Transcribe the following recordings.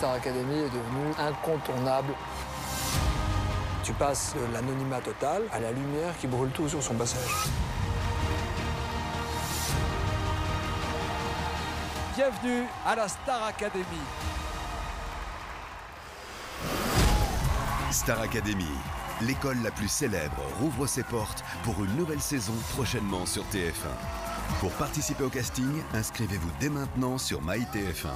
Star Academy est devenu incontournable. Tu passes de l'anonymat total à la lumière qui brûle tout sur son passage. Bienvenue à la Star Academy. Star Academy, l'école la plus célèbre, rouvre ses portes pour une nouvelle saison prochainement sur TF1. Pour participer au casting, inscrivez-vous dès maintenant sur MyTF1.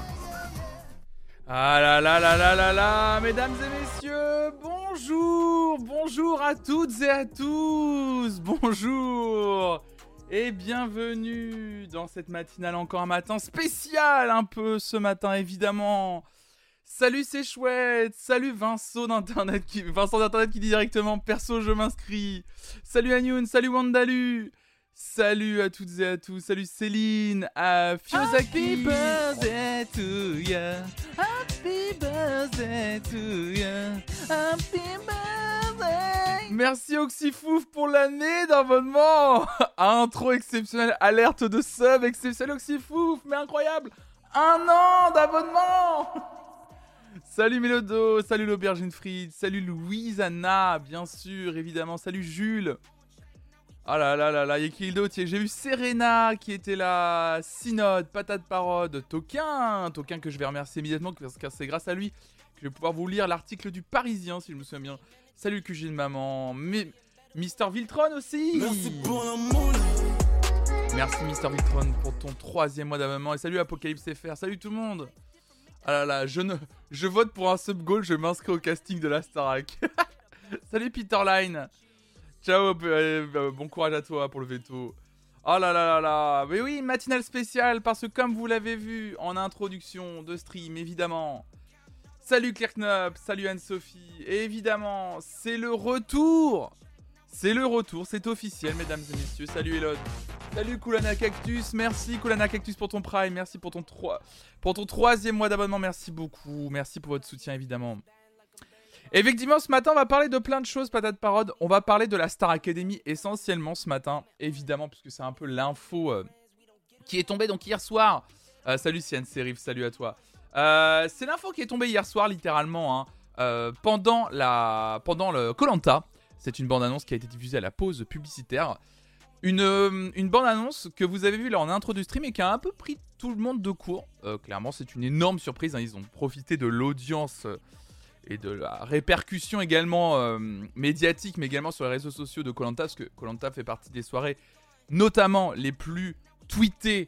Ah là là là là là là, mesdames et messieurs, bonjour à toutes et à tous, bonjour et bienvenue dans cette matinale, encore un matin spécial un peu ce matin évidemment. Salut c'est chouette, salut Vincent d'Internet qui dit directement perso je m'inscris, salut Agnoun, salut Wandalu. Salut à toutes et à tous, salut Céline, à Fiosaki. Happy birthday to ya, happy birthday to ya, happy birthday. Merci Oxyfouf pour l'année d'abonnement. Intro exceptionnelle, alerte de sub exceptionnelle Oxyfouf, mais incroyable. 1 an d'abonnement. Salut Mélodo, salut l'Aubergine Fried, salut Louise-Anna, bien sûr, évidemment, salut Jules. Ah là là là là, il y a qui d'autre? J'ai vu Serena qui était là, Synode, Patate Parode, Toquin que je vais remercier immédiatement parce que c'est grâce à lui que je vais pouvoir vous lire l'article du Parisien si je me souviens bien. Salut le QG de maman, mais Mister Viltron aussi. Merci pour l'amour. Merci Mister Viltron pour ton 3e mois d'abonnement et salut Apocalypse FR, salut tout le monde. Ah là là, je vote pour un sub goal, je m'inscris au casting de la Starac. Salut Peter Line. Ciao, bon courage à toi pour le veto. Oh là là là là. Mais oui, matinale spéciale parce que comme vous l'avez vu en introduction de stream, évidemment. Salut Claire Knop, salut Anne-Sophie. Et évidemment, c'est le retour. C'est officiel, mesdames et messieurs. Salut Elon. Salut Koulana Cactus, merci Koulana Cactus pour ton prime, merci pour ton 3e mois d'abonnement, merci beaucoup. Merci pour votre soutien, évidemment. Effectivement, ce matin, on va parler de plein de choses, Patate Parode. On va parler de la Star Academy essentiellement ce matin, évidemment, puisque c'est un peu l'info qui est tombée donc hier soir. Salut Sian Serif, salut à toi. C'est l'info qui est tombée hier soir, littéralement, pendant le Koh-Lanta. C'est une bande-annonce qui a été diffusée à la pause publicitaire. Une bande-annonce que vous avez vue là en intro du stream et qui a un peu pris tout le monde de court. Clairement, c'est une énorme surprise. Ils ont profité de l'audience et de la répercussion également médiatique, mais également sur les réseaux sociaux de Koh-Lanta, parce que Koh-Lanta fait partie des soirées, notamment les plus tweetées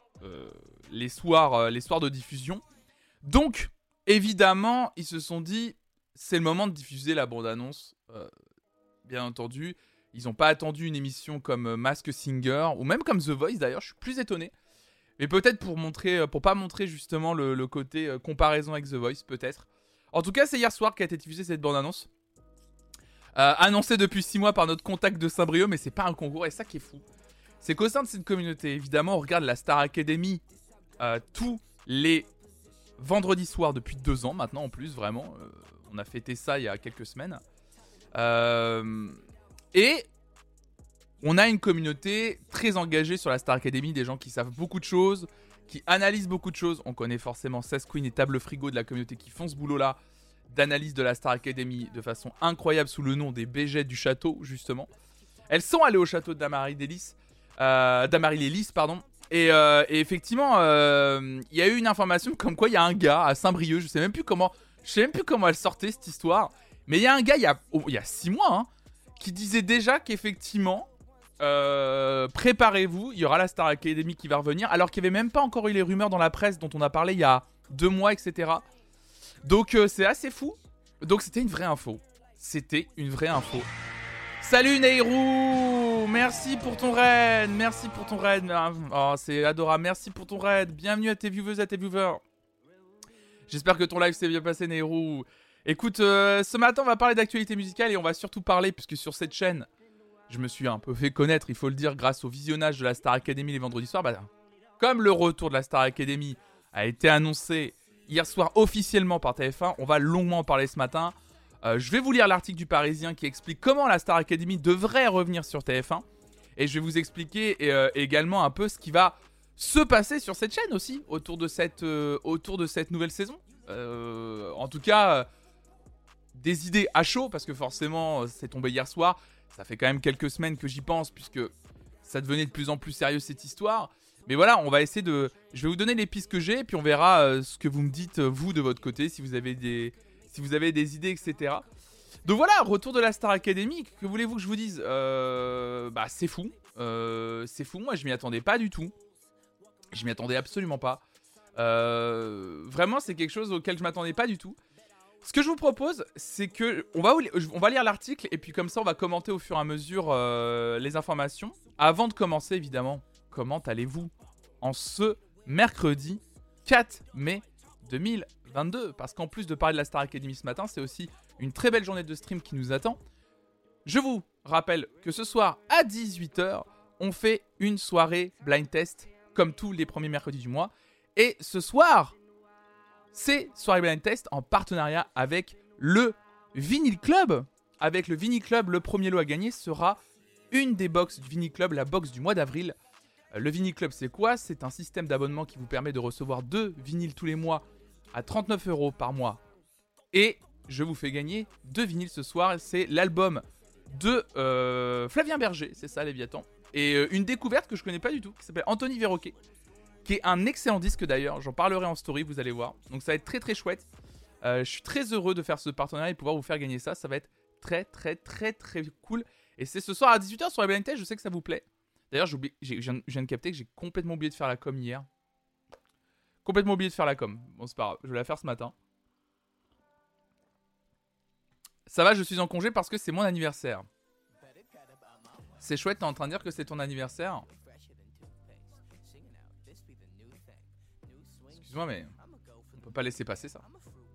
les soirs de diffusion. Donc, évidemment, ils se sont dit, c'est le moment de diffuser la bande-annonce, bien entendu. Ils n'ont pas attendu une émission comme Masked Singer, ou même comme The Voice d'ailleurs, je suis plus étonné. Mais peut-être pour pas montrer justement le côté comparaison avec The Voice, peut-être. En tout cas, c'est hier soir qu'a été diffusée cette bande-annonce. Annoncée depuis 6 mois par notre contact de Saint-Brieuc, mais c'est pas un concours, et ça qui est fou. C'est qu'au sein de cette communauté, évidemment, on regarde la Star Academy tous les vendredis soirs depuis 2 ans maintenant, en plus, vraiment. On a fêté ça il y a quelques semaines. Et on a une communauté très engagée sur la Star Academy, des gens qui savent beaucoup de choses, qui analysent beaucoup de choses. On connaît forcément 16 Queen et Table Frigo de la communauté qui font ce boulot-là d'analyse de la Star Academy de façon incroyable sous le nom des BG du château, justement. Elles sont allées au château d'Amarie-Lélis, et effectivement, il y a eu une information comme quoi il y a un gars à Saint-Brieuc, je sais même plus comment elle sortait cette histoire, mais il y a un gars il y a 6 mois qui disait déjà qu'effectivement, préparez-vous, il y aura la Star Academy qui va revenir, alors qu'il n'y avait même pas encore eu les rumeurs dans la presse dont on a parlé il y a 2 mois, etc. Donc c'est assez fou. Donc c'était une vraie info. Salut Neyrou, merci pour ton raid. Oh, c'est adorable, merci pour ton raid. Bienvenue à tes viewers, à tes viewers. J'espère que ton live s'est bien passé, Neyrou. Écoute, ce matin on va parler d'actualité musicale et on va surtout parler, puisque sur cette chaîne, je me suis un peu fait connaître, il faut le dire, grâce au visionnage de la Star Academy les vendredis soirs. Comme le retour de la Star Academy a été annoncé hier soir officiellement par TF1, on va longuement en parler ce matin. Je vais vous lire l'article du Parisien qui explique comment la Star Academy devrait revenir sur TF1. Et je vais vous expliquer également un peu ce qui va se passer sur cette chaîne aussi, autour de cette nouvelle saison. En tout cas, des idées à chaud, parce que forcément, c'est tombé hier soir. Ça fait quand même quelques semaines que j'y pense, puisque ça devenait de plus en plus sérieux cette histoire. Mais voilà, on va essayer de... Je vais vous donner les pistes que j'ai, puis on verra ce que vous me dites, vous, de votre côté, si vous avez des idées, etc. Donc voilà, retour de la Star Academy. Que voulez-vous que je vous dise ? C'est fou. C'est fou, moi je m'y attendais pas du tout. Je m'y attendais absolument pas. Vraiment, c'est quelque chose auquel je m'attendais pas du tout. Ce que je vous propose, c'est que on va lire l'article et puis comme ça, on va commenter au fur et à mesure les informations. Avant de commencer, évidemment, comment allez-vous en ce mercredi 4 mai 2022 ? Parce qu'en plus de parler de la Star Academy ce matin, c'est aussi une très belle journée de stream qui nous attend. Je vous rappelle que ce soir à 18h, on fait une soirée blind test comme tous les premiers mercredis du mois. Et ce soir, c'est soirée blind test en partenariat avec le Vinyl Club. Avec le Vinyl Club, le premier lot à gagner sera une des box du Vinyl Club, la box du mois d'avril. Le Vinyl Club, c'est quoi ? C'est un système d'abonnement qui vous permet de recevoir 2 vinyles tous les mois à 39 € par mois. Et je vous fais gagner 2 vinyles ce soir. C'est l'album de Flavien Berger, c'est ça, Léviathan. Et une découverte que je connais pas du tout, qui s'appelle Anthony Verroquet, qui est un excellent disque d'ailleurs. J'en parlerai en story, vous allez voir. Donc ça va être très très chouette. Je suis très heureux de faire ce partenariat et de pouvoir vous faire gagner ça. Ça va être très très très très cool. Et c'est ce soir à 18h sur la blind test, je sais que ça vous plaît. D'ailleurs, je viens de capter que j'ai complètement oublié de faire la com hier. Complètement oublié de faire la com. Bon, c'est pas grave, je vais la faire ce matin. Ça va, je suis en congé parce que c'est mon anniversaire. C'est chouette, t'es en train de dire que c'est ton anniversaire. Excuse-moi, mais on peut pas laisser passer ça.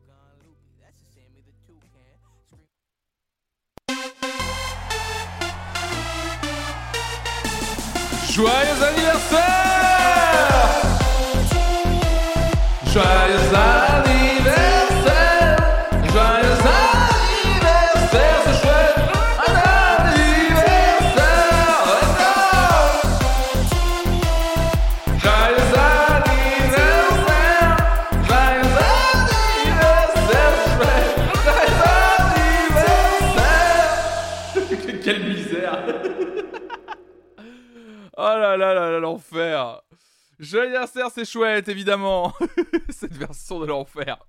Joyeux anniversaire! Joyeux anniversaire! Joyeux anniversaire! C'est chouette! Un anniversaire! Joyeux anniversaire! Joyeux anniversaire! Chouette! Joyeux anniversaire! Quelle misère! Oh là là là là, l'enfer. Joyeux anniversaire, c'est chouette, évidemment. Cette version de l'enfer.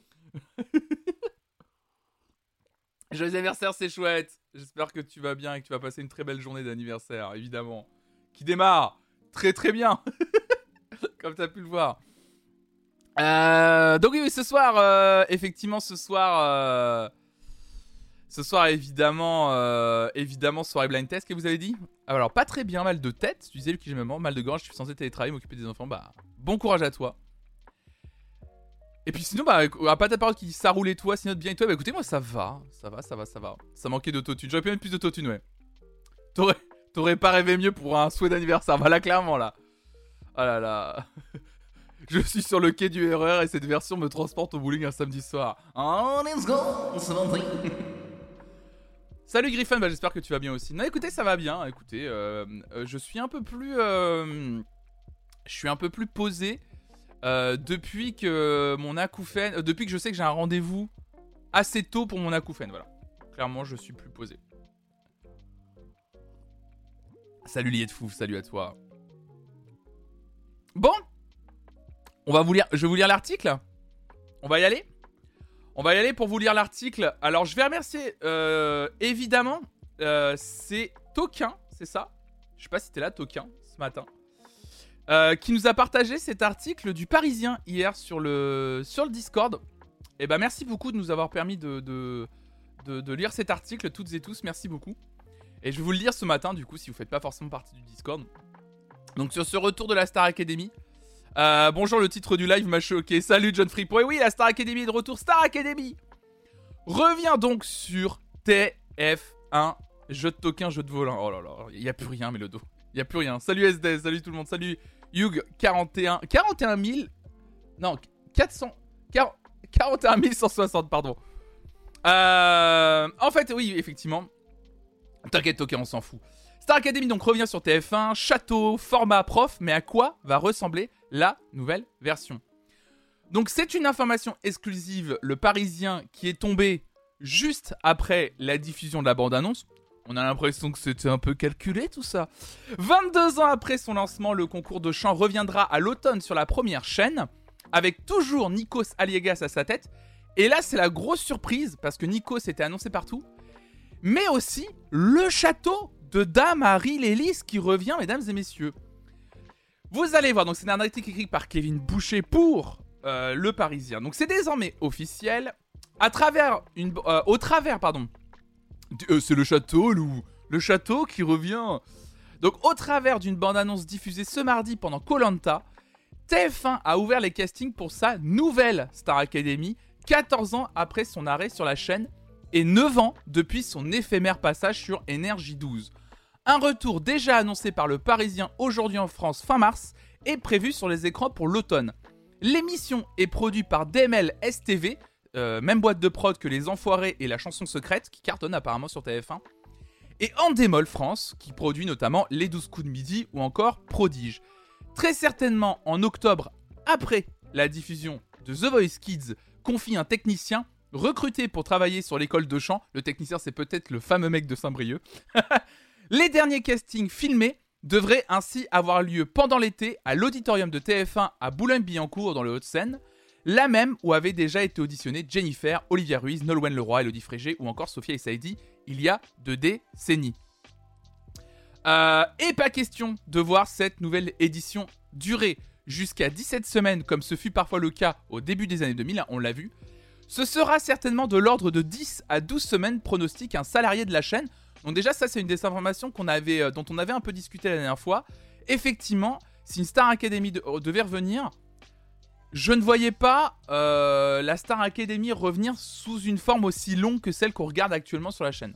Joyeux anniversaire, c'est chouette. J'espère que tu vas bien et que tu vas passer une très belle journée d'anniversaire, évidemment. Qui démarre très très bien. Comme tu as pu le voir. Donc oui, ce soir, effectivement, ce soir, évidemment, soirée blind test, qu'est-ce que vous avez dit ? Alors, pas très bien, mal de tête, tu disais, Lucky Gémement, mal de gorge, je suis censé télétravailler, m'occuper des enfants, bah, bon courage à toi. Et puis sinon, bah, pas ta parole qui ça roulait toi, sinon bien et toi, bah écoutez, moi ça va. Ça manquait d'autotune, j'aurais pu mettre plus d'autotune, ouais. T'aurais pas rêvé mieux pour un souhait d'anniversaire, bah là, clairement, là. Oh là là. Je suis sur le quai du RER et cette version me transporte au bowling un samedi soir. Oh, let's go, Salut Griffin, bah j'espère que tu vas bien aussi. Non, écoutez, ça va bien. Écoutez, je suis un peu plus posé depuis que mon acouphène, depuis que je sais que j'ai un rendez-vous assez tôt pour mon acouphène. Voilà, clairement, je suis plus posé. Salut Lié de Fou, salut à toi. Bon, je vais vous lire l'article. On va y aller. On va y aller pour vous lire l'article. Alors, je vais remercier, évidemment, c'est Toquin, c'est ça ? Je sais pas si t'es là, Toquin, ce matin. Qui nous a partagé cet article du Parisien hier sur le Discord. Et ben, merci beaucoup de nous avoir permis de lire cet article, toutes et tous. Merci beaucoup. Et je vais vous le lire ce matin, du coup, si vous faites pas forcément partie du Discord. Donc, sur ce retour de la Star Academy... bonjour, le titre du live m'a choqué. Salut John Freepoint. Oui, la Star Academy est de retour. Star Academy revient donc sur TF1. Jeu de toquin, jeu de volin. Oh là là, il n'y a plus rien, Mélodo. Il n'y a plus rien. Salut SD, salut tout le monde. Salut Hugh, 41 000. Non, 41 160, pardon. En fait, oui, effectivement. T'inquiète, Toquin, on s'en fout. Star Academy donc revient sur TF1, château, format prof, mais à quoi va ressembler la nouvelle version ? Donc c'est une information exclusive, Le Parisien, qui est tombé juste après la diffusion de la bande-annonce. On a l'impression que c'était un peu calculé tout ça. 22 ans après son lancement, le concours de chant reviendra à l'automne sur la première chaîne, avec toujours Nikos Aliagas à sa tête. Et là c'est la grosse surprise, parce que Nikos était annoncé partout, mais aussi le château de Dame-Marie Lélis qui revient, mesdames et messieurs. Vous allez voir, donc c'est un article écrit par Kevin Boucher pour Le Parisien. Donc c'est désormais officiel. C'est le château, Lou. Le château qui revient. Donc au travers d'une bande-annonce diffusée ce mardi pendant Koh-Lanta, TF1 a ouvert les castings pour sa nouvelle Star Academy, 14 ans après son arrêt sur la chaîne et 9 ans depuis son éphémère passage sur Énergie 12. Un retour déjà annoncé par Le Parisien aujourd'hui en France fin mars est prévu sur les écrans pour l'automne. L'émission est produite par DML STV, même boîte de prod que Les Enfoirés et La Chanson Secrète, qui cartonne apparemment sur TF1, et Endemol France, qui produit notamment Les 12 coups de midi ou encore Prodige. Très certainement en octobre, après la diffusion de The Voice Kids, confie un technicien recruté pour travailler sur l'école de chant. Le technicien, c'est peut-être le fameux mec de Saint-Brieuc. Les derniers castings filmés devraient ainsi avoir lieu pendant l'été à l'auditorium de TF1 à Boulogne-Billancourt dans le Hauts-de-Seine, la même où avaient déjà été auditionnés Jennifer, Olivia Ruiz, Nolwenn Leroy, Elodie Frégé ou encore Sophia Essaidi il y a 2 décennies. Et pas question de voir cette nouvelle édition durer jusqu'à 17 semaines comme ce fut parfois le cas au début des années 2000, on l'a vu. Ce sera certainement de l'ordre de 10 à 12 semaines, pronostique un salarié de la chaîne. Donc déjà ça c'est une des informations dont on avait un peu discuté la dernière fois. Effectivement, si une Star Academy devait revenir, je ne voyais pas la Star Academy revenir sous une forme aussi longue que celle qu'on regarde actuellement sur la chaîne.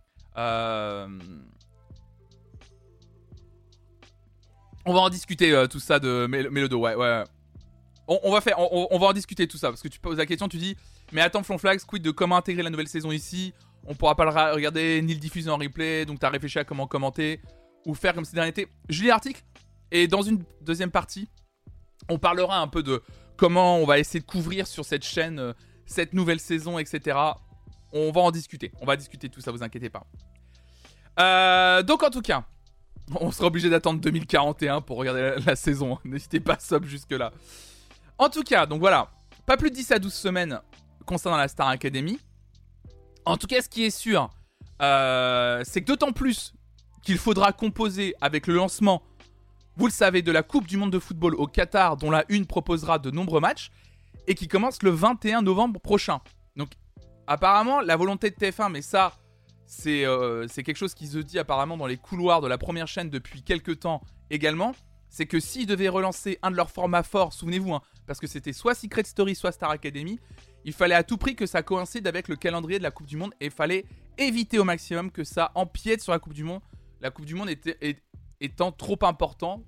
On va en discuter tout ça de Mélodo, ouais. On va en discuter tout ça, parce que tu poses la question, tu dis, mais attends Flonflax, quid de comment intégrer la nouvelle saison ici ? On pourra pas le regarder ni le diffuser en replay, donc t'as réfléchi à comment commenter, ou faire comme ces derniers étés. Je lis l'article, et dans une deuxième partie, on parlera un peu de comment on va essayer de couvrir sur cette chaîne, cette nouvelle saison, etc. On va en discuter, on va discuter de tout ça, vous inquiétez pas. Donc en tout cas, on sera obligé d'attendre 2041 pour regarder la saison, n'hésitez pas à sub jusque là. En tout cas, donc voilà, pas plus de 10 à 12 semaines concernant la Star Academy. En tout cas, ce qui est sûr, c'est que d'autant plus qu'il faudra composer avec le lancement, vous le savez, de la Coupe du Monde de football au Qatar, dont la une proposera de nombreux matchs, et qui commence le 21 novembre prochain. Donc, apparemment, la volonté de TF1, mais ça, c'est quelque chose qui se dit apparemment dans les couloirs de la première chaîne depuis quelques temps également, c'est que s'ils devaient relancer un de leurs formats forts, souvenez-vous, parce que c'était soit Secret Story, soit Star Academy, il fallait à tout prix que ça coïncide avec le calendrier de la Coupe du Monde et il fallait éviter au maximum que ça empiète sur la Coupe du Monde. La Coupe du Monde étant trop importante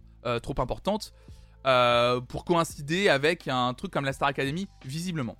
pour coïncider avec un truc comme la Star Academy, visiblement.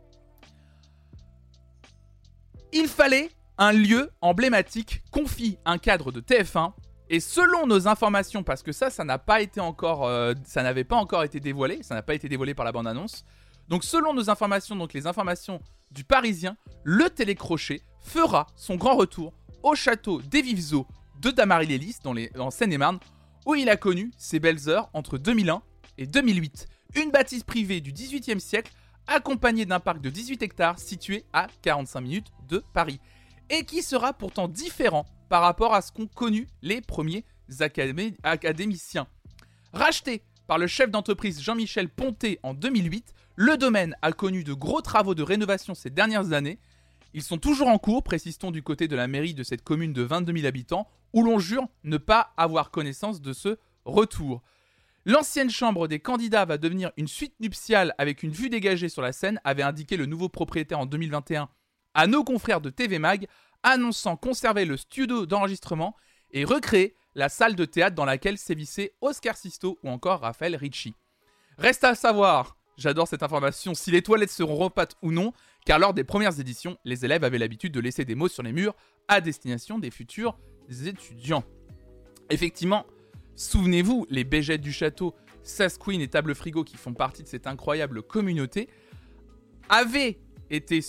Il fallait un lieu emblématique, confie un cadre de TF1, et selon nos informations, parce que ça n'avait pas encore été dévoilé, ça n'a pas été dévoilé par la bande-annonce. Donc selon nos informations, donc les informations du Parisien, le télécrochet fera son grand retour au château des Vives Eaux de Dame-Marie Lélis en Seine-et-Marne, où il a connu ses belles heures entre 2001 et 2008. Une bâtisse privée du XVIIIe siècle, accompagnée d'un parc de 18 hectares situé à 45 minutes de Paris. Et qui sera pourtant différent par rapport à ce qu'ont connu les premiers académiciens. Racheté par le chef d'entreprise Jean-Michel Ponté en 2008, le domaine a connu de gros travaux de rénovation ces dernières années. Ils sont toujours en cours, précise-t-on du côté de la mairie de cette commune de 22 000 habitants, où l'on jure ne pas avoir connaissance de ce retour. L'ancienne chambre des candidats va devenir une suite nuptiale avec une vue dégagée sur la Seine, avait indiqué le nouveau propriétaire en 2021 à nos confrères de TV Mag, annonçant conserver le studio d'enregistrement et recréer la salle de théâtre dans laquelle sévissaient Oscar Sisto ou encore Raphaël Ricci. Reste à savoir, j'adore cette information, si les toilettes seront repeintes ou non, car lors des premières éditions, les élèves avaient l'habitude de laisser des mots sur les murs à destination des futurs étudiants. Effectivement, souvenez-vous, les bégètes du château, Sasquin et Table Frigo, qui font partie de cette incroyable communauté, avaient été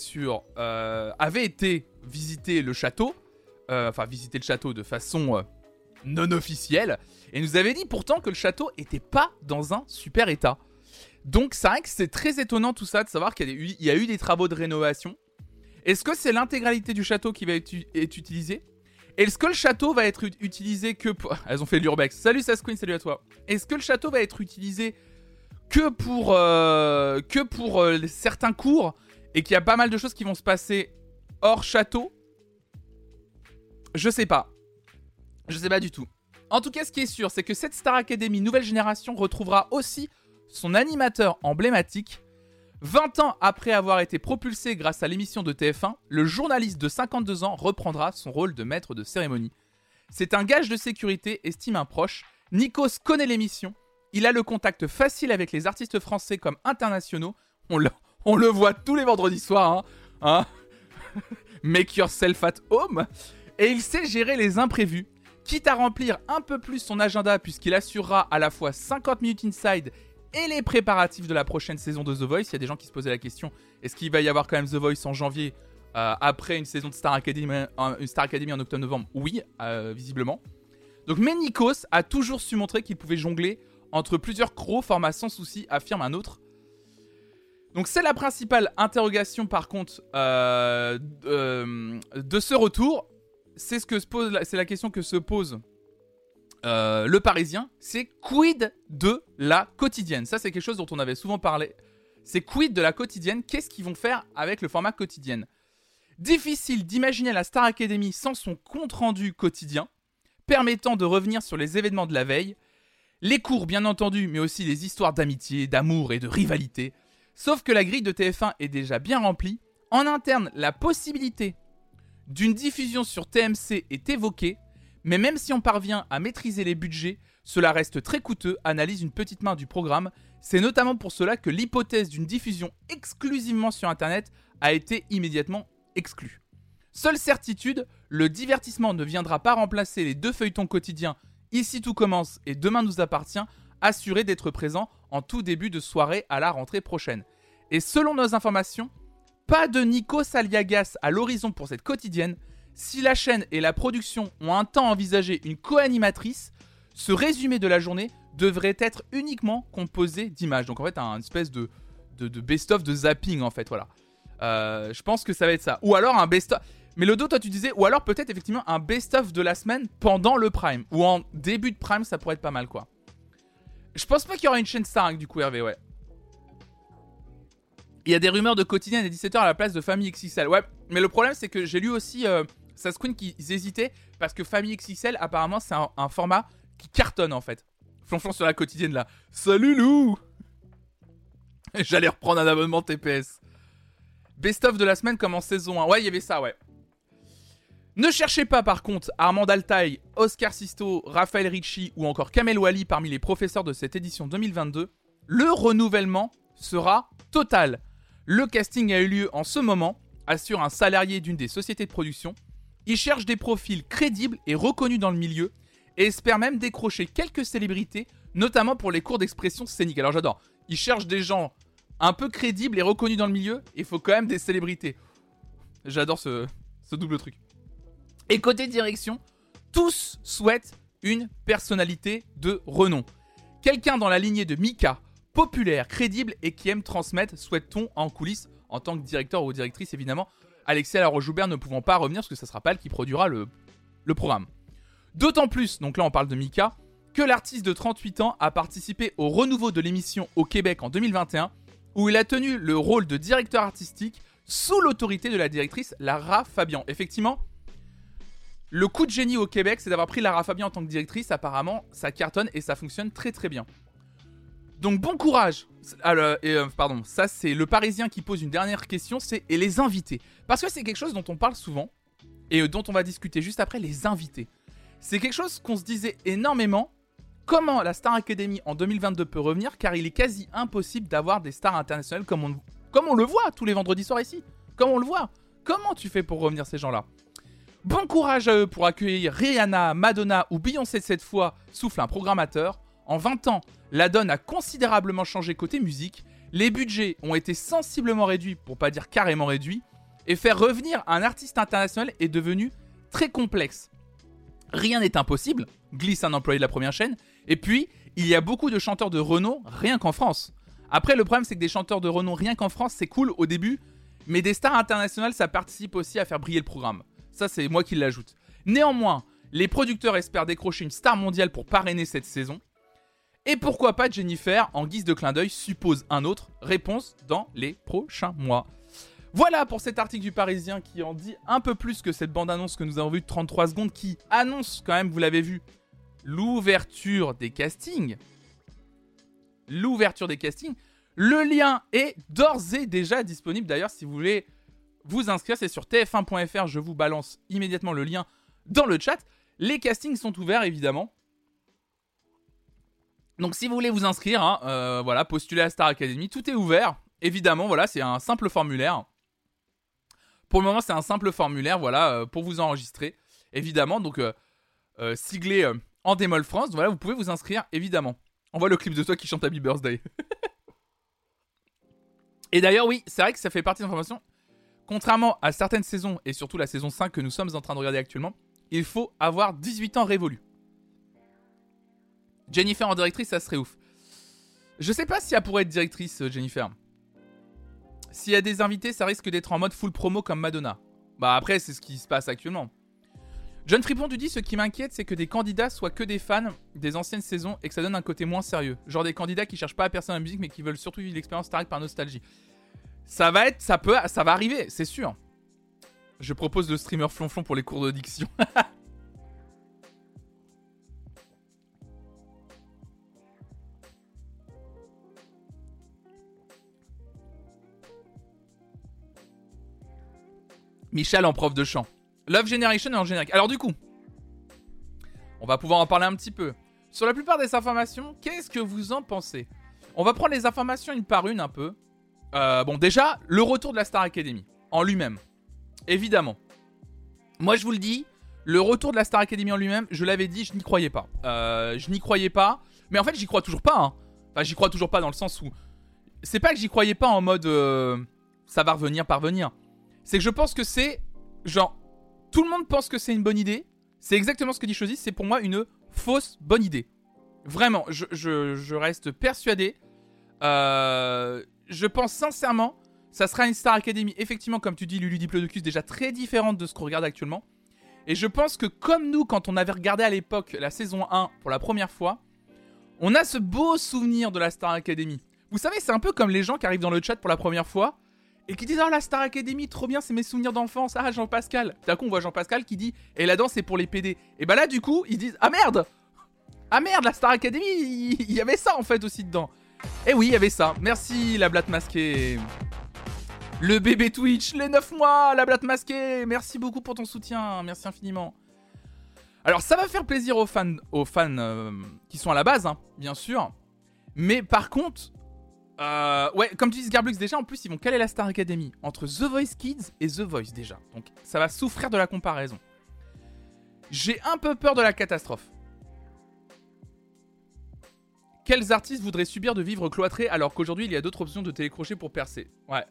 visiter le château, visiter le château de façon non officielle, et nous avaient dit pourtant que le château était pas dans un super état. Donc c'est vrai que c'est très étonnant tout ça, de savoir qu'il y a eu des travaux de rénovation. Est-ce que c'est l'intégralité du château qui va être utilisée ? Est-ce que le château va être utilisé que pour... Elles ont fait l'urbex. Salut Sasquin, salut à toi. Est-ce que le château va être utilisé que pour certains cours et qu'il y a pas mal de choses qui vont se passer hors château ? Je sais pas. Je sais pas du tout. En tout cas, ce qui est sûr, c'est que cette Star Academy nouvelle génération retrouvera aussi son animateur emblématique. 20 ans après avoir été propulsé grâce à l'émission de TF1, le journaliste de 52 ans reprendra son rôle de maître de cérémonie. C'est un gage de sécurité, estime un proche. Nikos connaît l'émission. Il a le contact facile avec les artistes français comme internationaux. On le voit tous les vendredis soirs. Hein. Make yourself at home. Et il sait gérer les imprévus. Quitte à remplir un peu plus son agenda puisqu'il assurera à la fois 50 minutes inside et les préparatifs de la prochaine saison de The Voice. Il y a des gens qui se posaient la question, est-ce qu'il va y avoir quand même The Voice en janvier après une saison de Star Academy en octobre-novembre ? Oui, visiblement. Donc, mais Nikos a toujours su montrer qu'il pouvait jongler entre plusieurs formats sans souci, affirme un autre. Donc c'est la principale interrogation par contre de ce retour. C'est la question que se pose le Parisien, c'est quid de la quotidienne. Ça c'est quelque chose dont on avait souvent parlé. C'est quid de la quotidienne, qu'est-ce qu'ils vont faire avec le format quotidienne ? Difficile d'imaginer la Star Academy sans son compte-rendu quotidien, permettant de revenir sur les événements de la veille, les cours bien entendu, mais aussi les histoires d'amitié, d'amour et de rivalité. Sauf que la grille de TF1 est déjà bien remplie. En interne, la possibilité d'une diffusion sur TMC est évoquée, mais même si on parvient à maîtriser les budgets, cela reste très coûteux, analyse une petite main du programme. C'est notamment pour cela que l'hypothèse d'une diffusion exclusivement sur Internet a été immédiatement exclue. Seule certitude, le divertissement ne viendra pas remplacer les 2 feuilletons quotidiens Ici tout commence et Demain nous appartient, assurés d'être présents en tout début de soirée à la rentrée prochaine. Et selon nos informations, pas de Nikos Aliagas à l'horizon pour cette quotidienne. Si la chaîne et la production ont un temps envisagé une co-animatrice, ce résumé de la journée devrait être uniquement composé d'images. Donc en fait, un espèce de best-of de zapping en fait, voilà. Je pense que ça va être ça. Ou alors un best-of... Mais Lodo, toi tu disais, ou alors peut-être effectivement un best-of de la semaine pendant le prime. Ou en début de prime, ça pourrait être pas mal quoi. Je pense pas qu'il y aura une chaîne Star du coup Hervé, ouais. Il y a des rumeurs de quotidienne à 17h à la place de Famille XXL. Ouais, mais le problème c'est que j'ai lu aussi Sasquin qu'ils hésitaient parce que Famille XXL apparemment c'est un format qui cartonne en fait. Flonflon sur la quotidienne là. Salut Lou. J'allais reprendre un abonnement TPS. Best-of de la semaine comme en saison 1. Ouais, il y avait ça, ouais. Ne cherchez pas par contre Armand Altaï, Oscar Sisto, Raphaël Ricci ou encore Kamel Wally parmi les professeurs de cette édition 2022. Le renouvellement sera total. Le casting a eu lieu en ce moment, assure un salarié d'une des sociétés de production. Il cherche des profils crédibles et reconnus dans le milieu et espère même décrocher quelques célébrités, notamment pour les cours d'expression scénique. Alors j'adore, il cherche des gens un peu crédibles et reconnus dans le milieu, il faut quand même des célébrités. J'adore ce double truc. Et côté direction, tous souhaitent une personnalité de renom. Quelqu'un dans la lignée de Mika, populaire, crédible et qui aime transmettre, souhaite-t-on en coulisses, en tant que directeur ou directrice évidemment, Alexia Laroche-Joubert ne pouvant pas revenir parce que ça sera pas elle qui produira le programme. D'autant plus, donc là on parle de Mika, que l'artiste de 38 ans a participé au renouveau de l'émission au Québec en 2021, où il a tenu le rôle de directeur artistique sous l'autorité de la directrice Lara Fabian. Effectivement, le coup de génie au Québec, c'est d'avoir pris Lara Fabian en tant que directrice. Apparemment, ça cartonne et ça fonctionne très très bien. Donc bon courage. Ça c'est le Parisien qui pose une dernière question, c'est et les invités. Parce que c'est quelque chose dont on parle souvent et dont on va discuter juste après, les invités. C'est quelque chose qu'on se disait énormément. Comment la Star Academy en 2022 peut revenir, car il est quasi impossible d'avoir des stars internationales comme on le voit tous les vendredis soirs ici. Comme on le voit. Comment tu fais pour revenir ces gens-là ? Bon courage à eux pour accueillir Rihanna, Madonna ou Beyoncé cette fois, souffle un programmateur. En 20 ans, la donne a considérablement changé côté musique, les budgets ont été sensiblement réduits, pour pas dire carrément réduits, et faire revenir un artiste international est devenu très complexe. Rien n'est impossible, glisse un employé de la première chaîne, et puis, il y a beaucoup de chanteurs de renom rien qu'en France. Après, le problème, c'est que des chanteurs de renom rien qu'en France, c'est cool au début, mais des stars internationales, ça participe aussi à faire briller le programme. Ça, c'est moi qui l'ajoute. Néanmoins, les producteurs espèrent décrocher une star mondiale pour parrainer cette saison. Et pourquoi pas Jennifer, en guise de clin d'œil, suppose un autre. Réponse dans les prochains mois. Voilà pour cet article du Parisien qui en dit un peu plus que cette bande-annonce que nous avons vue de 33 secondes qui annonce quand même, vous l'avez vu, l'ouverture des castings. L'ouverture des castings. Le lien est d'ores et déjà disponible. D'ailleurs, si vous voulez vous inscrire, c'est sur tf1.fr. Je vous balance immédiatement le lien dans le chat. Les castings sont ouverts, évidemment. Donc, si vous voulez vous inscrire, voilà, postuler à Star Academy, tout est ouvert. Évidemment, voilà, c'est un simple formulaire. Pour le moment, c'est un simple formulaire, voilà, pour vous enregistrer. Évidemment, donc, siglé en Démol France. Voilà, vous pouvez vous inscrire, évidemment. On voit le clip de toi qui chante Happy Birthday. Et d'ailleurs, oui, c'est vrai que ça fait partie de l'information. Contrairement à certaines saisons, et surtout la saison 5 que nous sommes en train de regarder actuellement, il faut avoir 18 ans révolus. Jennifer en directrice, ça serait ouf. Je sais pas si elle pourrait être directrice, Jennifer. S'il y a des invités, ça risque d'être en mode full promo comme Madonna. Bah après, c'est ce qui se passe actuellement. John Fripon, tu dis, ce qui m'inquiète, c'est que des candidats soient que des fans des anciennes saisons et que ça donne un côté moins sérieux. Genre des candidats qui cherchent pas à percer dans la musique mais qui veulent surtout vivre l'expérience Star Trek par nostalgie. Ça va arriver, c'est sûr. Je propose le streamer flonflon pour les cours de diction. Michel en prof de chant. Love Generation en générique. Alors du coup, on va pouvoir en parler un petit peu. Sur la plupart des informations, qu'est-ce que vous en pensez ? On va prendre les informations une par une un peu. Bon, déjà, le retour de la Star Academy en lui-même. Évidemment. Moi, je vous le dis, le retour de la Star Academy en lui-même, je l'avais dit, je n'y croyais pas. Je n'y croyais pas. Mais en fait, j'y crois toujours pas. Hein. Enfin, j'y crois toujours pas dans le sens où... C'est pas que j'y croyais pas en mode... ça va revenir, parvenir. C'est que je pense que c'est... Genre... Tout le monde pense que c'est une bonne idée. C'est exactement ce que dit Chosy. C'est pour moi une fausse bonne idée. Vraiment, je reste persuadé. Je pense sincèrement, ça sera une Star Academy, effectivement, comme tu dis, Lulu Diplodocus, déjà très différente de ce qu'on regarde actuellement. Et je pense que comme nous, quand on avait regardé à l'époque la saison 1 pour la première fois, on a ce beau souvenir de la Star Academy. Vous savez, c'est un peu comme les gens qui arrivent dans le chat pour la première fois et qui disent « Oh, la Star Academy, trop bien, c'est mes souvenirs d'enfance. Ah, Jean-Pascal. » D'un coup, on voit Jean-Pascal qui dit « Et la danse, c'est pour les PD. » Et bah là, du coup, ils disent « Ah merde ! Ah merde, la Star Academy, il y avait ça en fait aussi dedans. » Et oui, il y avait ça. Merci, la blatte masquée. Le bébé Twitch, les 9 mois, la blatte masquée. Merci beaucoup pour ton soutien. Merci infiniment. Alors, ça va faire plaisir aux fans qui sont à la base, hein, bien sûr. Mais par contre... ouais, comme tu dis, Garblux, déjà, en plus, ils vont caler la Star Academy entre The Voice Kids et The Voice, déjà. Donc, ça va souffrir de la comparaison. J'ai un peu peur de la catastrophe. Quels artistes voudraient subir de vivre cloîtrés alors qu'aujourd'hui, il y a d'autres options de télécrochet pour percer ? Ouais.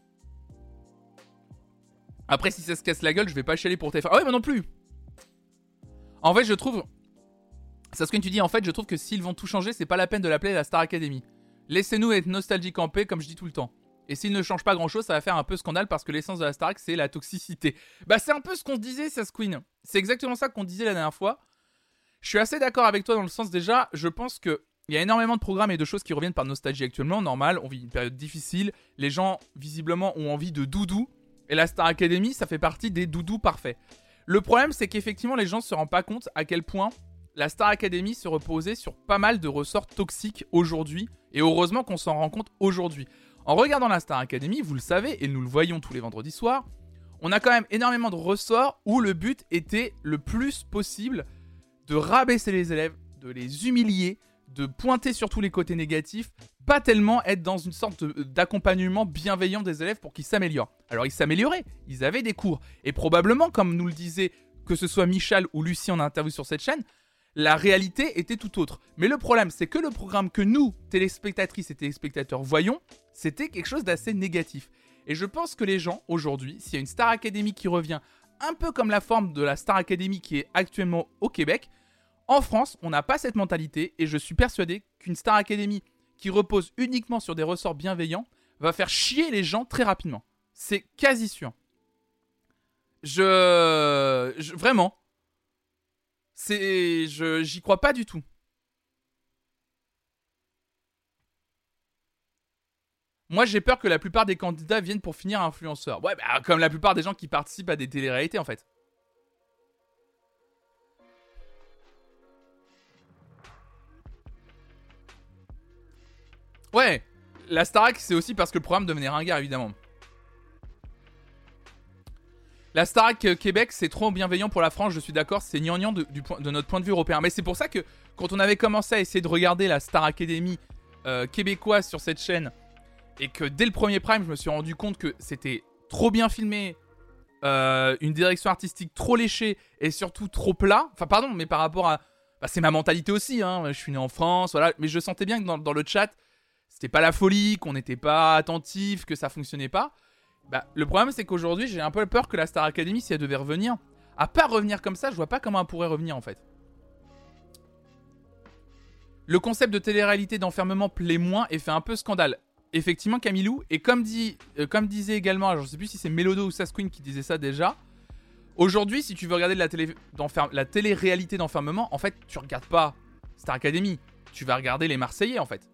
Après, si ça se casse la gueule, je vais pas chialer pour TF1. Ah ouais, moi non plus. En fait, je trouve... C'est ce que tu dis, en fait, je trouve que s'ils vont tout changer, c'est pas la peine de l'appeler la Star Academy. Laissez-nous être nostalgiques en paix, comme je dis tout le temps. Et s'ils ne changent pas grand-chose, ça va faire un peu scandale parce que l'essence de la Starac, c'est la toxicité. Bah, c'est un peu ce qu'on se disait, ça, Queen. C'est exactement ça qu'on disait la dernière fois. Je suis assez d'accord avec toi dans le sens, déjà, je pense que il y a énormément de programmes et de choses qui reviennent par nostalgie actuellement. Normal, on vit une période difficile. Les gens, visiblement, ont envie de doudou. Et la Star Academy, ça fait partie des doudous parfaits. Le problème, c'est qu'effectivement, les gens ne se rendent pas compte à quel point la Star Academy se reposait sur pas mal de ressorts toxiques aujourd'hui. Et heureusement qu'on s'en rend compte aujourd'hui. En regardant la Star Academy, vous le savez, et nous le voyons tous les vendredis soirs, on a quand même énormément de ressorts où le but était le plus possible de rabaisser les élèves, de les humilier, de pointer sur tous les côtés négatifs, pas tellement être dans une sorte d'accompagnement bienveillant des élèves pour qu'ils s'améliorent. Alors ils s'amélioraient, ils avaient des cours, et probablement, comme nous le disait que ce soit Michal ou Lucie en interview sur cette chaîne, la réalité était tout autre. Mais le problème, c'est que le programme que nous, téléspectatrices et téléspectateurs, voyons, c'était quelque chose d'assez négatif. Et je pense que les gens, aujourd'hui, s'il y a une Star Academy qui revient un peu comme la forme de la Star Academy qui est actuellement au Québec, en France, on n'a pas cette mentalité et je suis persuadé qu'une Star Academy qui repose uniquement sur des ressorts bienveillants va faire chier les gens très rapidement. C'est quasi sûr. Vraiment. J'y crois pas du tout. Moi, j'ai peur que la plupart des candidats viennent pour finir influenceurs. Ouais, bah, comme la plupart des gens qui participent à des téléréalités, en fait. Ouais, la Starac, c'est aussi parce que le programme devenait ringard, évidemment. La Starac Québec, c'est trop bienveillant pour la France, je suis d'accord, c'est gnangnan de notre point de vue européen. Mais c'est pour ça que, quand on avait commencé à essayer de regarder la Star Academy québécoise sur cette chaîne, et que dès le premier prime, je me suis rendu compte que c'était trop bien filmé, une direction artistique trop léchée, et surtout trop plat. Enfin, pardon, mais par rapport à... Bah, c'est ma mentalité aussi, hein. Je suis né en France, voilà. Mais je sentais bien que dans le chat, c'était pas la folie, qu'on n'était pas attentif, que ça fonctionnait pas. Bah, le problème, c'est qu'aujourd'hui, j'ai un peu peur que la Star Academy, si elle devait revenir, à pas revenir comme ça, je vois pas comment elle pourrait revenir, en fait. Le concept de télé-réalité d'enfermement plaît moins et fait un peu scandale. Effectivement, Camilou, et comme disait également, alors je sais plus si c'est Melodo ou Sasquin qui disait ça déjà, aujourd'hui, si tu veux regarder de la télé-réalité d'enfermement, en fait, tu regardes pas Star Academy, tu vas regarder les Marseillais, en fait.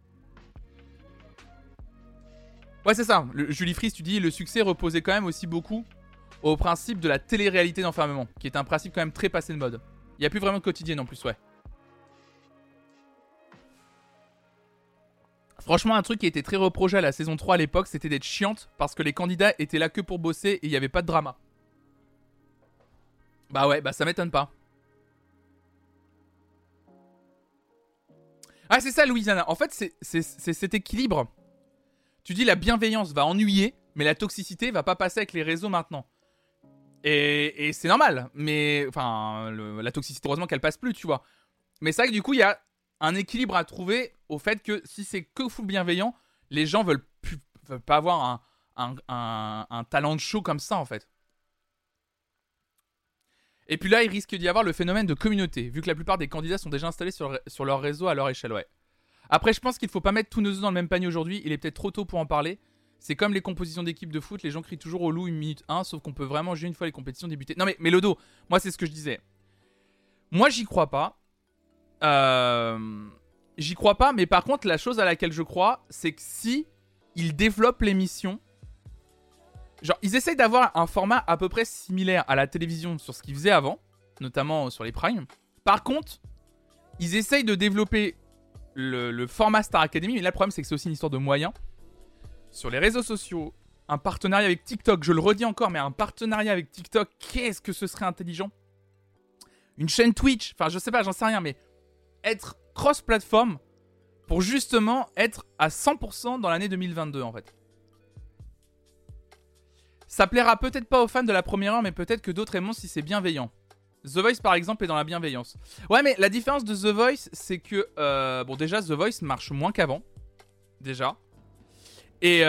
Ouais, c'est ça. Julie Fries, tu dis, le succès reposait quand même aussi beaucoup au principe de la télé-réalité d'enfermement, qui est un principe quand même très passé de mode. Il n'y a plus vraiment de quotidien en plus, ouais. Franchement, un truc qui était très reproché à la saison 3 à l'époque, c'était d'être chiante parce que les candidats étaient là que pour bosser et il n'y avait pas de drama. Bah ouais, bah ça m'étonne pas. Ah, c'est ça, Louisiana. En fait, c'est cet équilibre. Tu dis la bienveillance va ennuyer, mais la toxicité va pas passer avec les réseaux maintenant. Et c'est normal, mais... Enfin, la toxicité, heureusement qu'elle passe plus, tu vois. Mais c'est vrai que du coup, il y a un équilibre à trouver au fait que si c'est que full bienveillant, les gens veulent pas avoir un talent de show comme ça, en fait. Et puis là, il risque d'y avoir le phénomène de communauté, vu que la plupart des candidats sont déjà installés sur leur réseau à leur échelle, ouais. Après, je pense qu'il faut pas mettre tous nos œufs dans le même panier aujourd'hui, il est peut-être trop tôt pour en parler. C'est comme les compositions d'équipe de foot, les gens crient toujours au loup une minute 1, sauf qu'on peut vraiment jouer une fois les compétitions débutées. Non mais Melodo, moi c'est ce que je disais. Moi j'y crois pas. J'y crois pas, mais par contre la chose à laquelle je crois, c'est que si ils développent l'émission, genre ils essayent d'avoir un format à peu près similaire à la télévision sur ce qu'ils faisaient avant, notamment sur les primes. Par contre, ils essayent de développer le format Star Academy, mais là le problème c'est que c'est aussi une histoire de moyens. Sur les réseaux sociaux, un partenariat avec TikTok, je le redis encore, mais un partenariat avec TikTok, qu'est-ce que ce serait intelligent? Une chaîne Twitch, enfin je sais pas, j'en sais rien, mais être cross-platform pour justement être à 100% dans l'année 2022 en fait. Ça plaira peut-être pas aux fans de la première heure, mais peut-être que d'autres aimeront si c'est bienveillant. The Voice par exemple est dans la bienveillance. Ouais, mais la différence de The Voice, c'est que bon déjà The Voice marche moins qu'avant, déjà. Et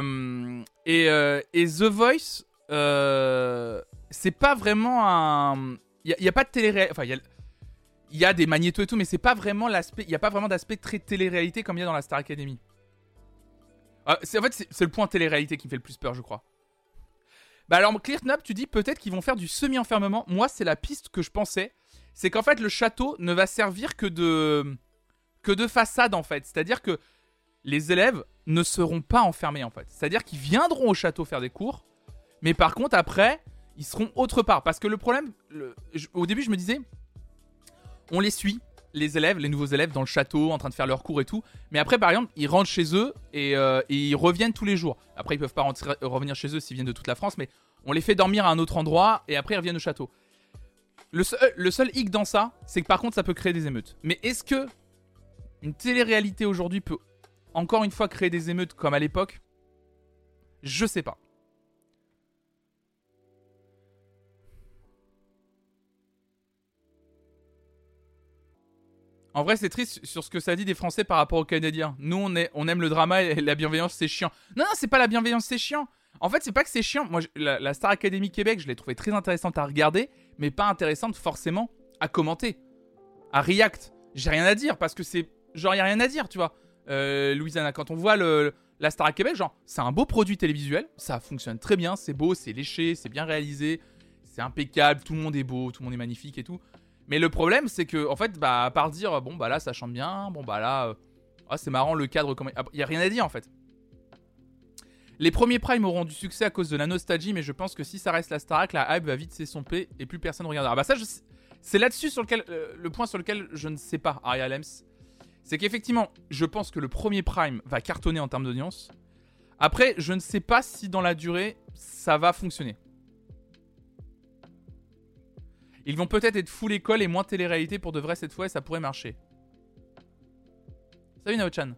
The Voice, c'est pas vraiment un... Il y a pas de télé-réalité... Enfin, il y a des magnétos et tout, mais c'est pas vraiment l'aspect... Il n'y a pas vraiment d'aspect très télé-réalité comme il y a dans la Star Academy. En fait, c'est le point télé-réalité qui me fait le plus peur, je crois. Bah alors, ClearNup, tu dis peut-être qu'ils vont faire du semi-enfermement. Moi, c'est la piste que je pensais. C'est qu'en fait, le château ne va servir que de façade, en fait. C'est-à-dire que les élèves ne seront pas enfermés en fait. C'est-à-dire qu'ils viendront au château faire des cours, mais par contre après, ils seront autre part. Parce que le problème, au début je me disais, on les suit, les élèves, les nouveaux élèves dans le château, en train de faire leurs cours et tout, mais après par exemple, ils rentrent chez eux et ils reviennent tous les jours. Après ils peuvent pas revenir chez eux s'ils viennent de toute la France, mais on les fait dormir à un autre endroit et après ils reviennent au château. Le seul hic dans ça, c'est que par contre ça peut créer des émeutes. Mais est-ce que une télé-réalité aujourd'hui peut encore une fois créer des émeutes comme à l'époque? Je sais pas. En vrai, c'est triste sur ce que ça dit des Français par rapport aux Canadiens. Nous, on aime le drama et la bienveillance, c'est chiant. Non, non, c'est pas la bienveillance, c'est chiant. En fait, c'est pas que c'est chiant. Moi, la Star Academy Québec, je l'ai trouvée très intéressante à regarder, mais pas intéressante forcément à commenter, à react. J'ai rien à dire parce que c'est... Genre, y a rien à dire, tu vois. Louisiana, quand on voit la Star Québec, genre, c'est un beau produit télévisuel. Ça fonctionne très bien, c'est beau, c'est léché, c'est bien réalisé. C'est impeccable, tout le monde est beau, tout le monde est magnifique et tout. Mais le problème, c'est que, en fait, bah, à part dire, bon, bah là, ça chante bien, bon, bah là, c'est marrant, le cadre, comment... Il y a rien à dire, en fait. Les premiers primes auront du succès à cause de la nostalgie, mais je pense que si ça reste la Starac, la hype va vite s'estomper et plus personne regardera. Bah ça, c'est là-dessus sur lequel, le point sur lequel je ne sais pas, Ariel Lems. C'est qu'effectivement, je pense que le premier prime va cartonner en termes d'audience. Après, je ne sais pas si dans la durée, ça va fonctionner. Ils vont peut-être être full école et moins télé-réalité pour de vrai cette fois et ça pourrait marcher. Salut Nao-chan.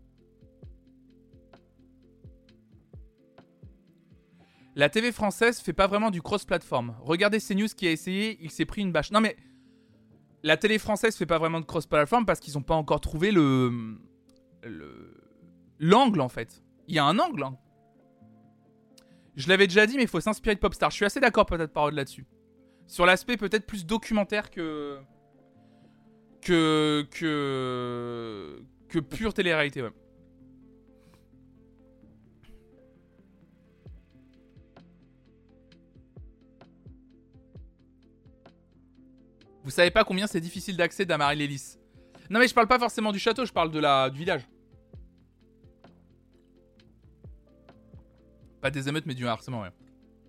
La TV française fait pas vraiment du cross-platform. Regardez CNews qui a essayé, il s'est pris une bâche. Non mais, la télé française fait pas vraiment de cross-platform parce qu'ils n'ont pas encore trouvé l'angle en fait. Il y a un angle. Hein. Je l'avais déjà dit mais il faut s'inspirer de Popstar. Je suis assez d'accord peut-être par là-dessus. Sur l'aspect peut-être plus documentaire que pure télé-réalité, ouais. Vous savez pas combien c'est difficile d'accès d'Amaryllis. Non mais je parle pas forcément du château, je parle du village. Pas des émeutes mais du harcèlement, ouais.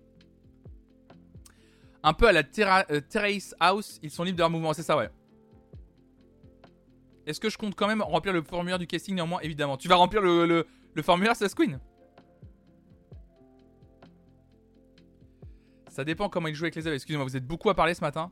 Un peu à la Terrace House, ils sont libres de leur mouvement, c'est ça, ouais. Est-ce que je compte quand même remplir le formulaire du casting néanmoins? Évidemment. Tu vas remplir le formulaire, Sass Queen? Ça dépend comment il joue avec les élèves. Excusez-moi, vous êtes beaucoup à parler ce matin.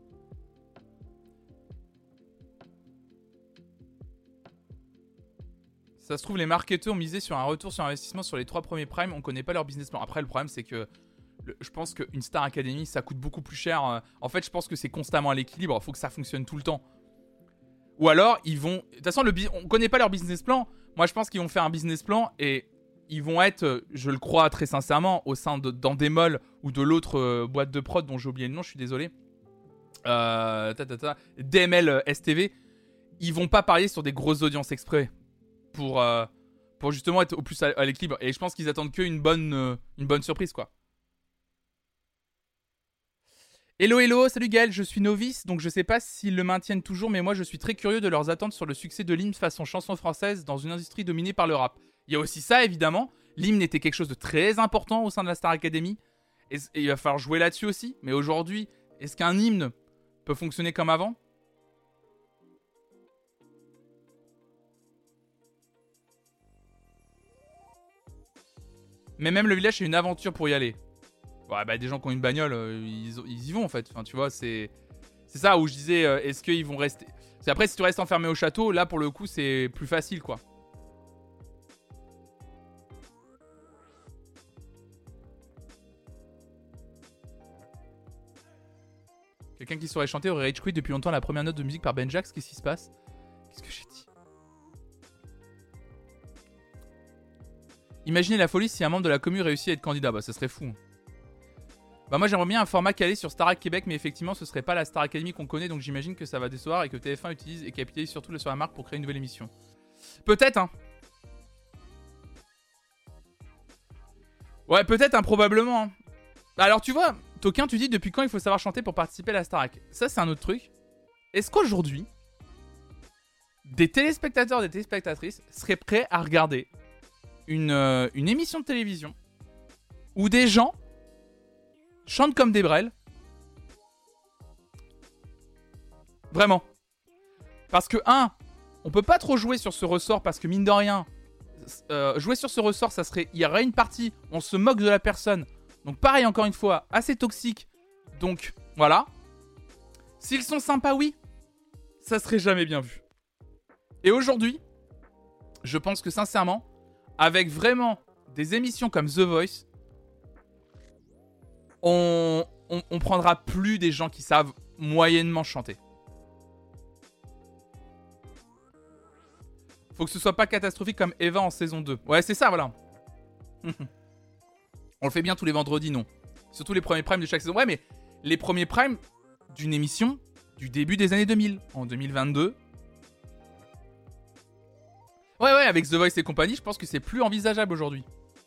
Ça se trouve, les marketeurs ont misé sur un retour sur investissement sur les 3 premiers primes. On connaît pas leur business plan. Après, le problème, c'est que je pense qu'une Star Academy, ça coûte beaucoup plus cher. En fait, je pense que c'est constamment à l'équilibre. Il faut que ça fonctionne tout le temps. Ou alors, ils vont... De toute façon, on connaît pas leur business plan. Moi, je pense qu'ils vont faire un business plan et ils vont être, je le crois très sincèrement, au sein d'Endemol ou de l'autre boîte de prod dont j'ai oublié le nom, je suis désolé. DML STV. Ils vont pas parier sur des grosses audiences exprès pour justement être au plus à l'équilibre. Et je pense qu'ils attendent qu'une bonne surprise, quoi. Hello, hello, salut Gaël, je suis novice, donc je sais pas s'ils le maintiennent toujours, mais moi je suis très curieux de leurs attentes sur le succès de l'hymne façon chanson française dans une industrie dominée par le rap. Il y a aussi ça, évidemment. L'hymne était quelque chose de très important au sein de la Star Academy, et il va falloir jouer là-dessus aussi. Mais aujourd'hui, est-ce qu'un hymne peut fonctionner comme avant ? Mais même le village, c'est une aventure pour y aller. Ouais, bah des gens qui ont une bagnole, ils y vont en fait. Enfin, tu vois, c'est ça où je disais, est-ce qu'ils vont rester... C'est après, si tu restes enfermé au château, là pour le coup, c'est plus facile, quoi. Quelqu'un qui saurait chanter aurait rage quit depuis longtemps la première note de musique par Ben Jax. Qu'est-ce qui se passe? Qu'est-ce que j'ai dit? Imaginez la folie si un membre de la commu réussit à être candidat. Bah, ça serait fou. Bah, moi, j'aimerais bien un format calé sur Starac Québec, mais effectivement, ce serait pas la Star Academy qu'on connaît, donc j'imagine que ça va décevoir et que TF1 utilise et capitalise surtout sur la marque pour créer une nouvelle émission. Peut-être, hein. Ouais, peut-être, hein, probablement. Hein. Alors, tu vois, Toquin, tu dis depuis quand il faut savoir chanter pour participer à la Starac. Ça, c'est un autre truc. Est-ce qu'aujourd'hui, des téléspectateurs, des téléspectatrices seraient prêts à regarder une émission de télévision où des gens chantent comme des brels? Vraiment. Parce que, on peut pas trop jouer sur ce ressort parce que, mine de rien, jouer sur ce ressort, ça serait... Il y aurait une partie, on se moque de la personne. Donc pareil, encore une fois, assez toxique. Donc, voilà. S'ils sont sympas, oui. Ça serait jamais bien vu. Et aujourd'hui, je pense que sincèrement, avec vraiment des émissions comme The Voice, on prendra plus des gens qui savent moyennement chanter. Faut que ce soit pas catastrophique comme Eva en saison 2. Ouais, c'est ça, voilà. On le fait bien tous les vendredis, non. Surtout les premiers primes de chaque saison. Ouais, mais les premiers primes d'une émission du début des années 2000. En 2022. Ouais, avec The Voice et compagnie, je pense que c'est plus envisageable aujourd'hui.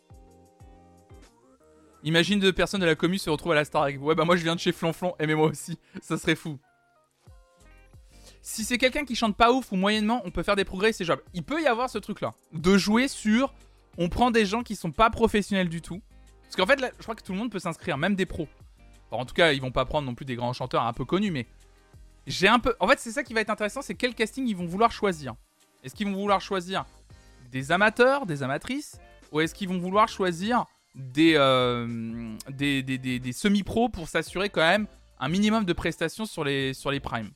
Imagine 2 personnes de la commu se retrouvent à la Star avec vous. Ouais, bah moi je viens de chez Flonflon, et mais moi aussi. Ça serait fou. Si c'est quelqu'un qui chante pas ouf ou moyennement, on peut faire des progrès, c'est jouable. Il peut y avoir ce truc-là. De jouer sur... On prend des gens qui sont pas professionnels du tout. Parce qu'en fait, là, je crois que tout le monde peut s'inscrire, même des pros. Alors, en tout cas, ils vont pas prendre non plus des grands chanteurs un peu connus, mais... J'ai un peu... En fait, c'est ça qui va être intéressant, c'est quel casting ils vont vouloir choisir. Est-ce qu'ils vont vouloir choisir des amateurs, des amatrices, ou est-ce qu'ils vont vouloir choisir des semi-pros pour s'assurer quand même un minimum de prestations sur les primes.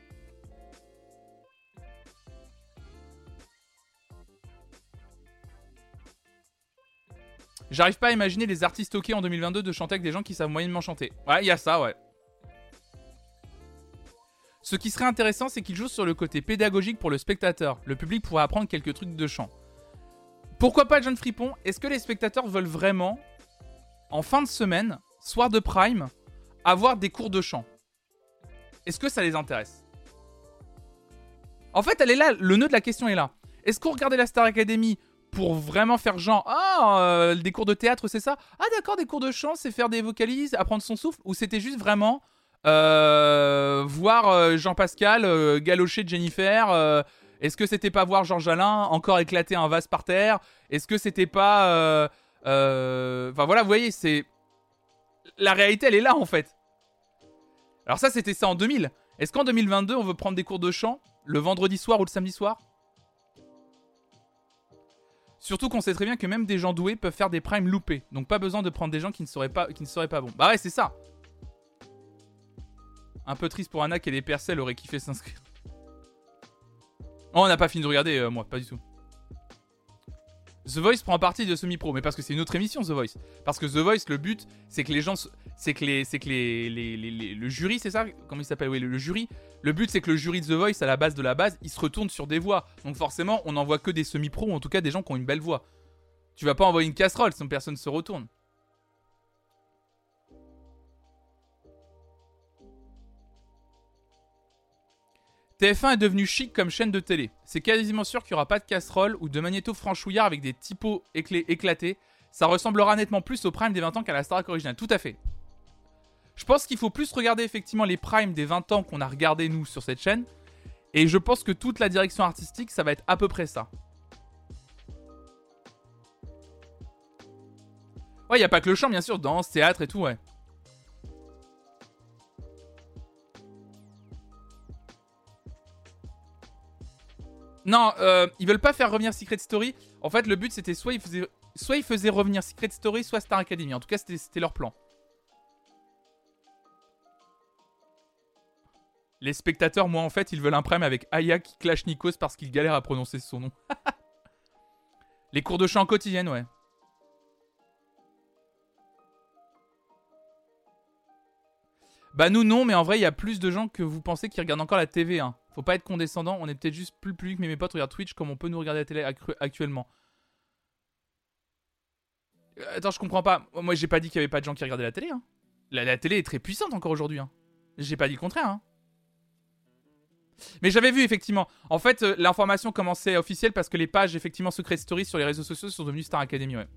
J'arrive pas à imaginer les artistes OK en 2022 de chanter avec des gens qui savent moyennement chanter. Ouais, il y a ça, ouais. Ce qui serait intéressant, c'est qu'ils jouent sur le côté pédagogique pour le spectateur. Le public pourrait apprendre quelques trucs de chant. Pourquoi pas John Fripon? Est-ce que les spectateurs veulent vraiment, en fin de semaine, soir de prime, avoir des cours de chant? Est-ce que ça les intéresse? En fait, elle est là, le nœud de la question est là. Est-ce qu'on regardait la Star Academy pour vraiment faire genre des cours de théâtre, c'est ça? Ah d'accord, des cours de chant, c'est faire des vocalises, apprendre son souffle? Ou c'était juste vraiment voir Jean-Pascal galocher Jennifer? Est-ce que c'était pas voir Georges Alain encore éclater un vase par terre? Est-ce que c'était pas... Enfin voilà, vous voyez, c'est... La réalité, elle est là, en fait. Alors ça, c'était ça en 2000. Est-ce qu'en 2022, on veut prendre des cours de chant le vendredi soir ou le samedi soir? Surtout qu'on sait très bien que même des gens doués peuvent faire des primes loupés. Donc pas besoin de prendre des gens qui ne seraient pas bons. Bah ouais, c'est ça. Un peu triste pour Anna, qu'elle est percée, elle aurait kiffé s'inscrire. Oh, on n'a pas fini de regarder, moi, pas du tout. The Voice prend partie de semi-pro, mais parce que c'est une autre émission, The Voice. Parce que The Voice, le but, c'est que les gens... le jury, c'est ça? Comment il s'appelle? Oui, le jury. Le but, c'est que le jury de The Voice, à la base de la base, il se retourne sur des voix. Donc forcément, on n'envoie que des semi-pros, ou en tout cas des gens qui ont une belle voix. Tu vas pas envoyer une casserole, sinon personne ne se retourne. TF1 est devenu chic comme chaîne de télé. C'est quasiment sûr qu'il n'y aura pas de casserole ou de magnéto franchouillard avec des typos éclatés. Ça ressemblera nettement plus au prime des 20 ans qu'à la Starac originale. Tout à fait. Je pense qu'il faut plus regarder effectivement les primes des 20 ans qu'on a regardé nous sur cette chaîne. Et je pense que toute la direction artistique, ça va être à peu près ça. Ouais, il n'y a pas que le chant, bien sûr. Danse, théâtre et tout, ouais. Non, ils veulent pas faire revenir Secret Story. En fait, le but, c'était soit ils faisaient revenir Secret Story, soit Star Academy. En tout cas, c'était leur plan. Les spectateurs, moi, en fait, ils veulent un prime avec Aya qui clash Nikos parce qu'il galère à prononcer son nom. Les cours de chant quotidiennes, ouais. Bah nous, non, mais en vrai, il y a plus de gens que vous pensez qui regardent encore la TV, hein. Faut pas être condescendant, on est peut-être juste plus public, mais mes potes regardent Twitch comme on peut nous regarder la télé actuellement. Attends, je comprends pas. Moi, j'ai pas dit qu'il y avait pas de gens qui regardaient la télé, hein. La télé est très puissante encore aujourd'hui, hein. J'ai pas dit le contraire, hein. Mais j'avais vu, effectivement. En fait, l'information commençait officielle parce que les pages, effectivement, Secret Story sur les réseaux sociaux sont devenues Star Academy, ouais.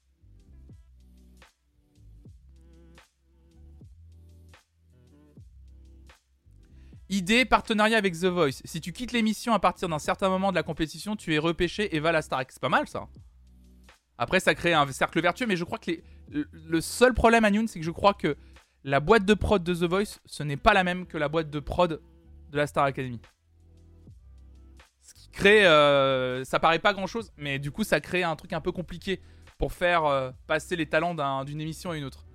Idée, partenariat avec The Voice. Si tu quittes l'émission à partir d'un certain moment de la compétition, tu es repêché et va à la Starac. C'est pas mal, ça. Après, ça crée un cercle vertueux, mais je crois que le seul problème à Noon, c'est que je crois que la boîte de prod de The Voice, ce n'est pas la même que la boîte de prod de la Star Academy. Ce qui crée... ça paraît pas grand-chose, mais du coup, ça crée un truc un peu compliqué pour faire passer les talents d'une émission à une autre.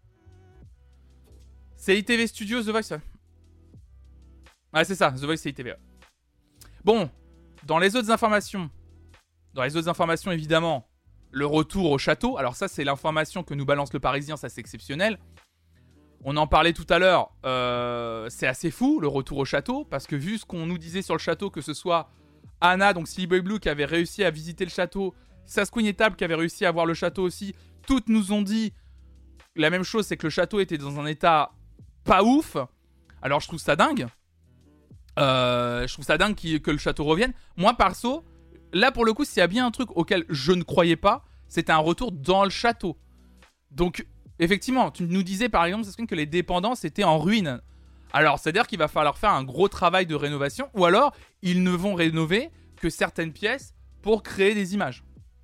C'est ITV Studios, The Voice. Ouais, c'est ça, The Voice, c'est ITV. Bon, dans les autres informations, évidemment, le retour au château. Alors ça, c'est l'information que nous balance le Parisien, ça c'est exceptionnel. On en parlait tout à l'heure, c'est assez fou, le retour au château, parce que vu ce qu'on nous disait sur le château, que ce soit Anna, donc Silly Boy Blue, qui avait réussi à visiter le château. Sasqueen et Tab, qui avaient réussi à voir le château aussi. Toutes nous ont dit la même chose, c'est que le château était dans un état pas ouf. Alors je trouve ça dingue. Je trouve ça dingue que le château revienne. Moi, perso, là pour le coup, s'il y a bien un truc auquel je ne croyais pas, c'était un retour dans le château. Donc, effectivement, tu nous disais par exemple, Sasqueen, que les dépendances étaient en ruine. Alors, c'est-à-dire qu'il va falloir faire un gros travail de rénovation, ou alors, ils ne vont rénover que certaines pièces pour créer des images.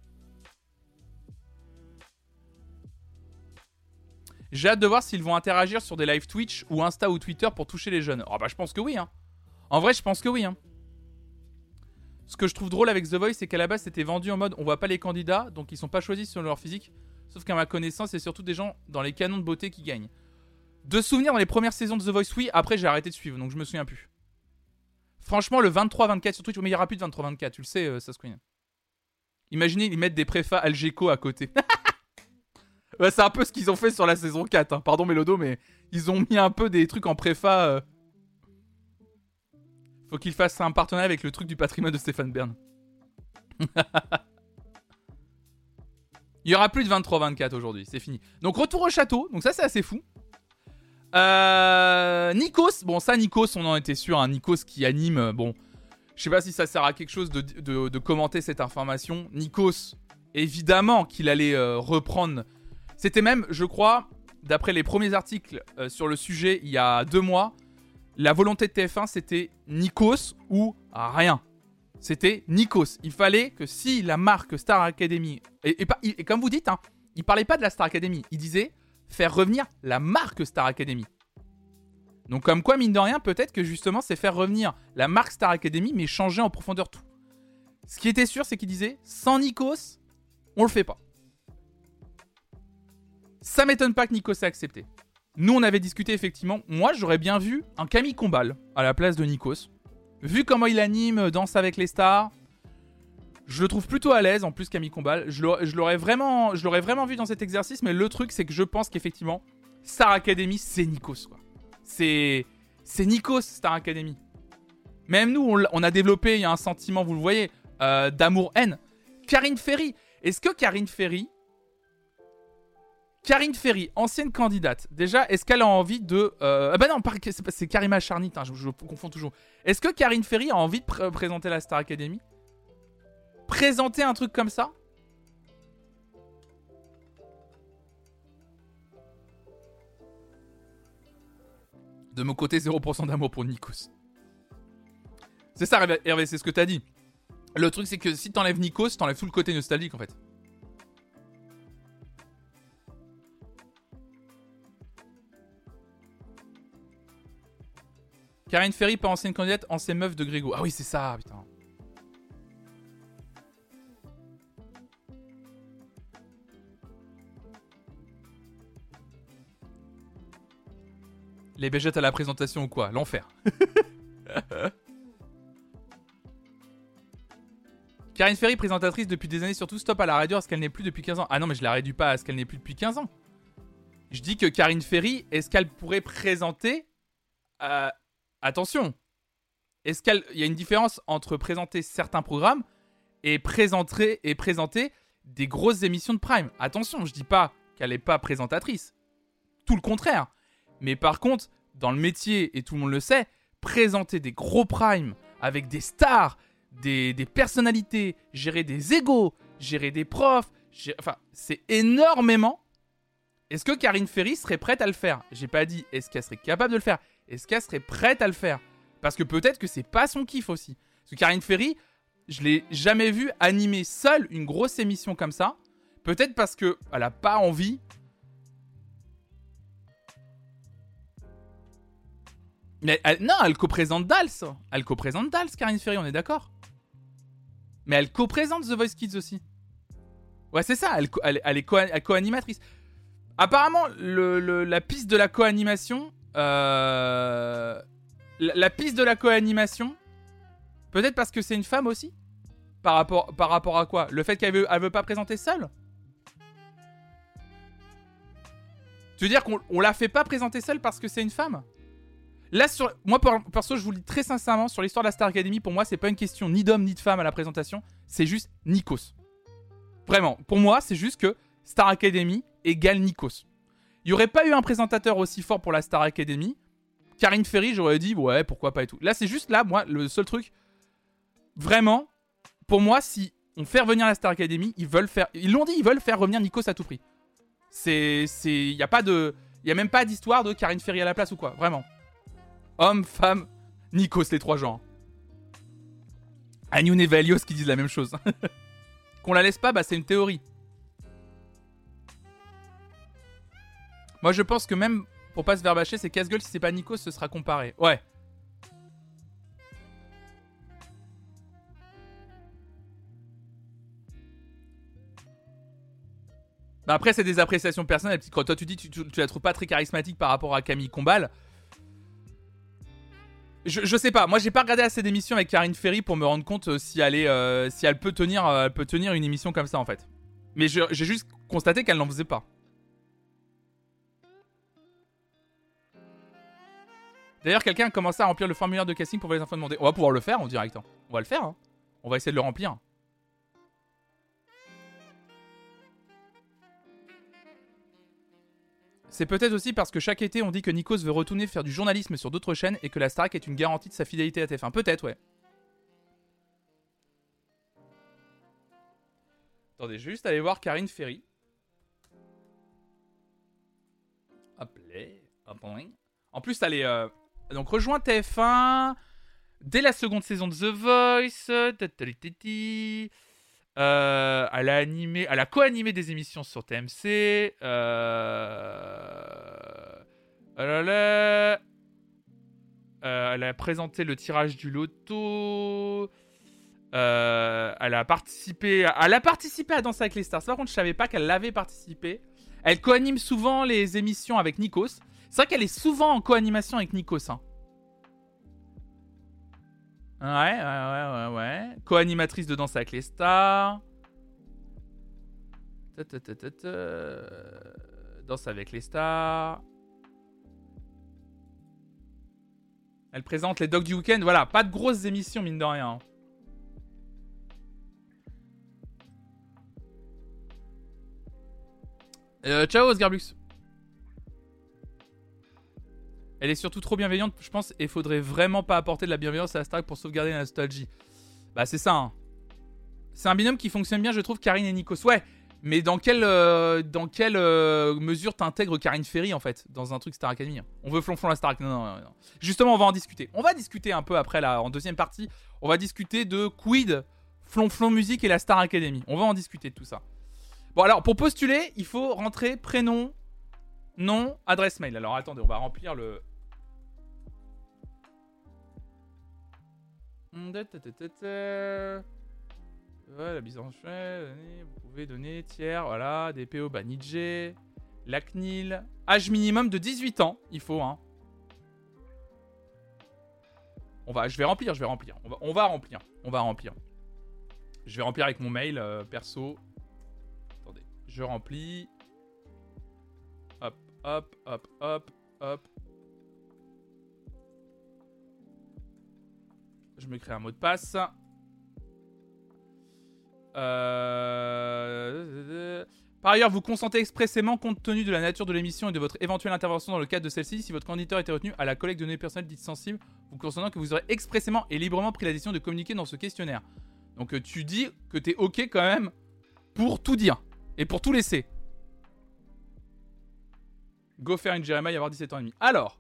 J'ai hâte de voir s'ils vont interagir sur des live Twitch ou Insta ou Twitter pour toucher les jeunes. Oh bah je pense que oui, hein. En vrai, je pense que oui, hein. Ce que je trouve drôle avec The Voice, c'est qu'à la base, c'était vendu en mode on voit pas les candidats, donc ils sont pas choisis selon leur physique. Sauf qu'à ma connaissance, c'est surtout des gens dans les canons de beauté qui gagnent. De souvenirs dans les premières saisons de The Voice, oui. Après, j'ai arrêté de suivre, donc je me souviens plus. Franchement, le 23-24 sur Twitch, mais il n'y aura plus de 23-24, tu le sais, Sasqueen. Imaginez, ils mettent des préfas Algeco à côté. Ouais, c'est un peu ce qu'ils ont fait sur la saison 4. Hein. Pardon Mélodo, mais ils ont mis un peu des trucs en préfa. Faut qu'ils fassent un partenariat avec le truc du patrimoine de Stéphane Bern. Il y aura plus de 23-24 aujourd'hui, c'est fini. Donc retour au château, donc ça c'est assez fou. Nikos, bon ça Nikos, on en était sûr, hein. Nikos qui anime, bon, je sais pas si ça sert à quelque chose de commenter cette information. Nikos, évidemment qu'il allait reprendre. C'était même, je crois, d'après les premiers articles sur le sujet il y a 2 mois, la volonté de TF1 c'était Nikos ou rien. C'était Nikos. Il fallait que si la marque Star Academy, et comme vous dites, hein, il parlait pas de la Star Academy, il disait faire revenir la marque Star Academy. Donc comme quoi, mine de rien, peut-être que justement c'est faire revenir la marque Star Academy mais changer en profondeur tout. Ce qui était sûr, c'est qu'il disait sans Nikos, on le fait pas. Ça m'étonne pas que Nikos ait accepté. Nous, on avait discuté effectivement. Moi, j'aurais bien vu un Camille Combal à la place de Nikos. Vu comment il anime Danse avec les stars, je le trouve plutôt à l'aise. En plus, Camille Combal, je l'aurais vraiment vu dans cet exercice. Mais le truc, c'est que je pense qu'effectivement, Star Academy, c'est Nikos, quoi. C'est Nikos, Star Academy. Même nous, on a développé, il y a un sentiment, vous le voyez, d'amour-haine. Karine Ferry. Est-ce que Karine Ferry, ancienne candidate, déjà, est-ce qu'elle a envie de... bah non, c'est Karima Charnit, hein, je confonds toujours. Est-ce que Karine Ferry a envie de présenter la Star Academy? Présenter un truc comme ça? De mon côté, 0% d'amour pour Nikos. C'est ça, Hervé, c'est ce que t'as dit. Le truc, c'est que si t'enlèves Nikos, t'enlèves tout le côté nostalgique, en fait. Karine Ferry, pas ancienne candidate, ancienne meuf de Grégo. Ah oui, c'est ça, putain. Les bégettes à la présentation ou quoi? L'enfer. Karine Ferry, présentatrice depuis des années, surtout stop à la radio, est-ce qu'elle n'est plus depuis 15 ans? Ah non, mais je la réduis pas à ce qu'elle n'est plus depuis 15 ans. Je dis que Karine Ferry, est-ce qu'elle pourrait présenter... Attention. Est-ce qu'il y a une différence entre présenter certains programmes et présenter des grosses émissions de prime? Attention, je dis pas qu'elle n'est pas présentatrice. Tout le contraire. Mais par contre, dans le métier, et tout le monde le sait, présenter des gros primes avec des stars, des personnalités, gérer des égos, gérer des profs, enfin, c'est énormément. Est-ce que Karine Ferry serait prête à le faire? J'ai pas dit est-ce qu'elle serait capable de le faire. Est-ce qu'elle serait prête à le faire? Parce que peut-être que c'est pas son kiff aussi. Parce que Karine Ferry, je l'ai jamais vue animer seule une grosse émission comme ça. Peut-être parce qu'elle a pas envie. Mais elle co-présente Dals. Elle co-présente Dals, Karine Ferry, on est d'accord. Mais elle co-présente The Voice Kids aussi. Ouais, c'est ça, elle est co-animatrice. Apparemment, la piste de la co-animation... La piste de la co-animation, peut-être parce que c'est une femme aussi. Par rapport à quoi? Le fait qu'elle veut pas présenter seule? Tu veux dire qu'on la fait pas présenter seule parce que c'est une femme? Là, moi, perso, je vous le dis très sincèrement, sur l'histoire de la Star Academy, pour moi, c'est pas une question ni d'homme ni de femme à la présentation. C'est juste Nikos. Vraiment. Pour moi, c'est juste que Star Academy égale Nikos. Il n'y aurait pas eu un présentateur aussi fort pour la Star Academy. Karine Ferry, j'aurais dit, ouais, pourquoi pas et tout. Là, c'est juste là, moi, le seul truc. Vraiment, pour moi, si on fait revenir la Star Academy, ils l'ont dit, ils veulent faire revenir Nikos à tout prix. Il n'y a même pas d'histoire de Karine Ferry à la place ou quoi. Vraiment. Homme, femme, Nikos, les 3 genres. Agnoun et Valios qui disent la même chose. Qu'on la laisse pas, bah c'est une théorie. Moi je pense que même pour pas se faire bâcher, c'est casse-gueule si c'est pas Nikos, ce sera comparé. Ouais. Bah après c'est des appréciations personnelles. Petite crotte. Toi tu dis tu la trouves pas très charismatique par rapport à Camille Combal. Je sais pas, moi j'ai pas regardé assez d'émissions avec Karine Ferry pour me rendre compte si elle peut tenir une émission comme ça en fait. Mais j'ai juste constaté qu'elle n'en faisait pas. D'ailleurs quelqu'un a commencé à remplir le formulaire de casting pour les infos demandées. On va pouvoir le faire en direct. Hein. On va le faire. Hein. On va essayer de le remplir. C'est peut-être aussi parce que chaque été on dit que Nikos veut retourner faire du journalisme sur d'autres chaînes et que la Starac est une garantie de sa fidélité à TF1. Peut-être, ouais. Attendez, je vais juste aller voir Karine Ferry. Hop là. En plus, elle est... Donc, rejoint TF1 dès la seconde saison de The Voice. Elle a co-animé des émissions sur TMC. Elle a présenté le tirage du loto. Elle a participé à Danser avec les stars. Par contre, je savais pas qu'elle avait participé. Elle co-anime souvent les émissions avec Nikos. C'est vrai qu'elle est souvent en co-animation avec Nikos. Hein. Ouais. Co-animatrice de Danse avec les stars. Danse avec les stars. Elle présente les docs du week-end. Voilà, pas de grosses émissions, mine de rien. Ciao, Osgarbux. Elle est surtout trop bienveillante, je pense, et faudrait vraiment pas apporter de la bienveillance à la Starac pour sauvegarder la nostalgie. Bah, c'est ça, hein. C'est un binôme qui fonctionne bien, je trouve, Karine et Nikos. Ouais, mais dans quelle mesure t'intègres Karine Ferry, en fait, dans un truc Star Academy? On veut flonflon la Starac. Non. Justement, on va en discuter. On va discuter un peu après, là, en deuxième partie. On va discuter de quid, flonflon musique et la Star Academy. On va en discuter de tout ça. Bon, alors, pour postuler, il faut rentrer prénom, nom, adresse mail. Alors, attendez, on va remplir le... Voilà, bise en chouette, vous pouvez donner tiers, voilà, DPO Banijé, la CNIL, âge minimum de 18 ans, il faut, hein. Je vais remplir. On va remplir. Je vais remplir avec mon mail perso. Attendez, je remplis. Hop. Je me crée un mot de passe. Par ailleurs, vous consentez expressément, compte tenu de la nature de l'émission et de votre éventuelle intervention dans le cadre de celle-ci, si votre candidature a été retenu à la collecte de données personnelles dites sensibles, vous consentez que vous aurez expressément et librement pris la décision de communiquer dans ce questionnaire. Donc tu dis que t'es ok quand même pour tout dire et pour tout laisser. Go faire une Jeremiah, avoir 17 ans et demi. Alors,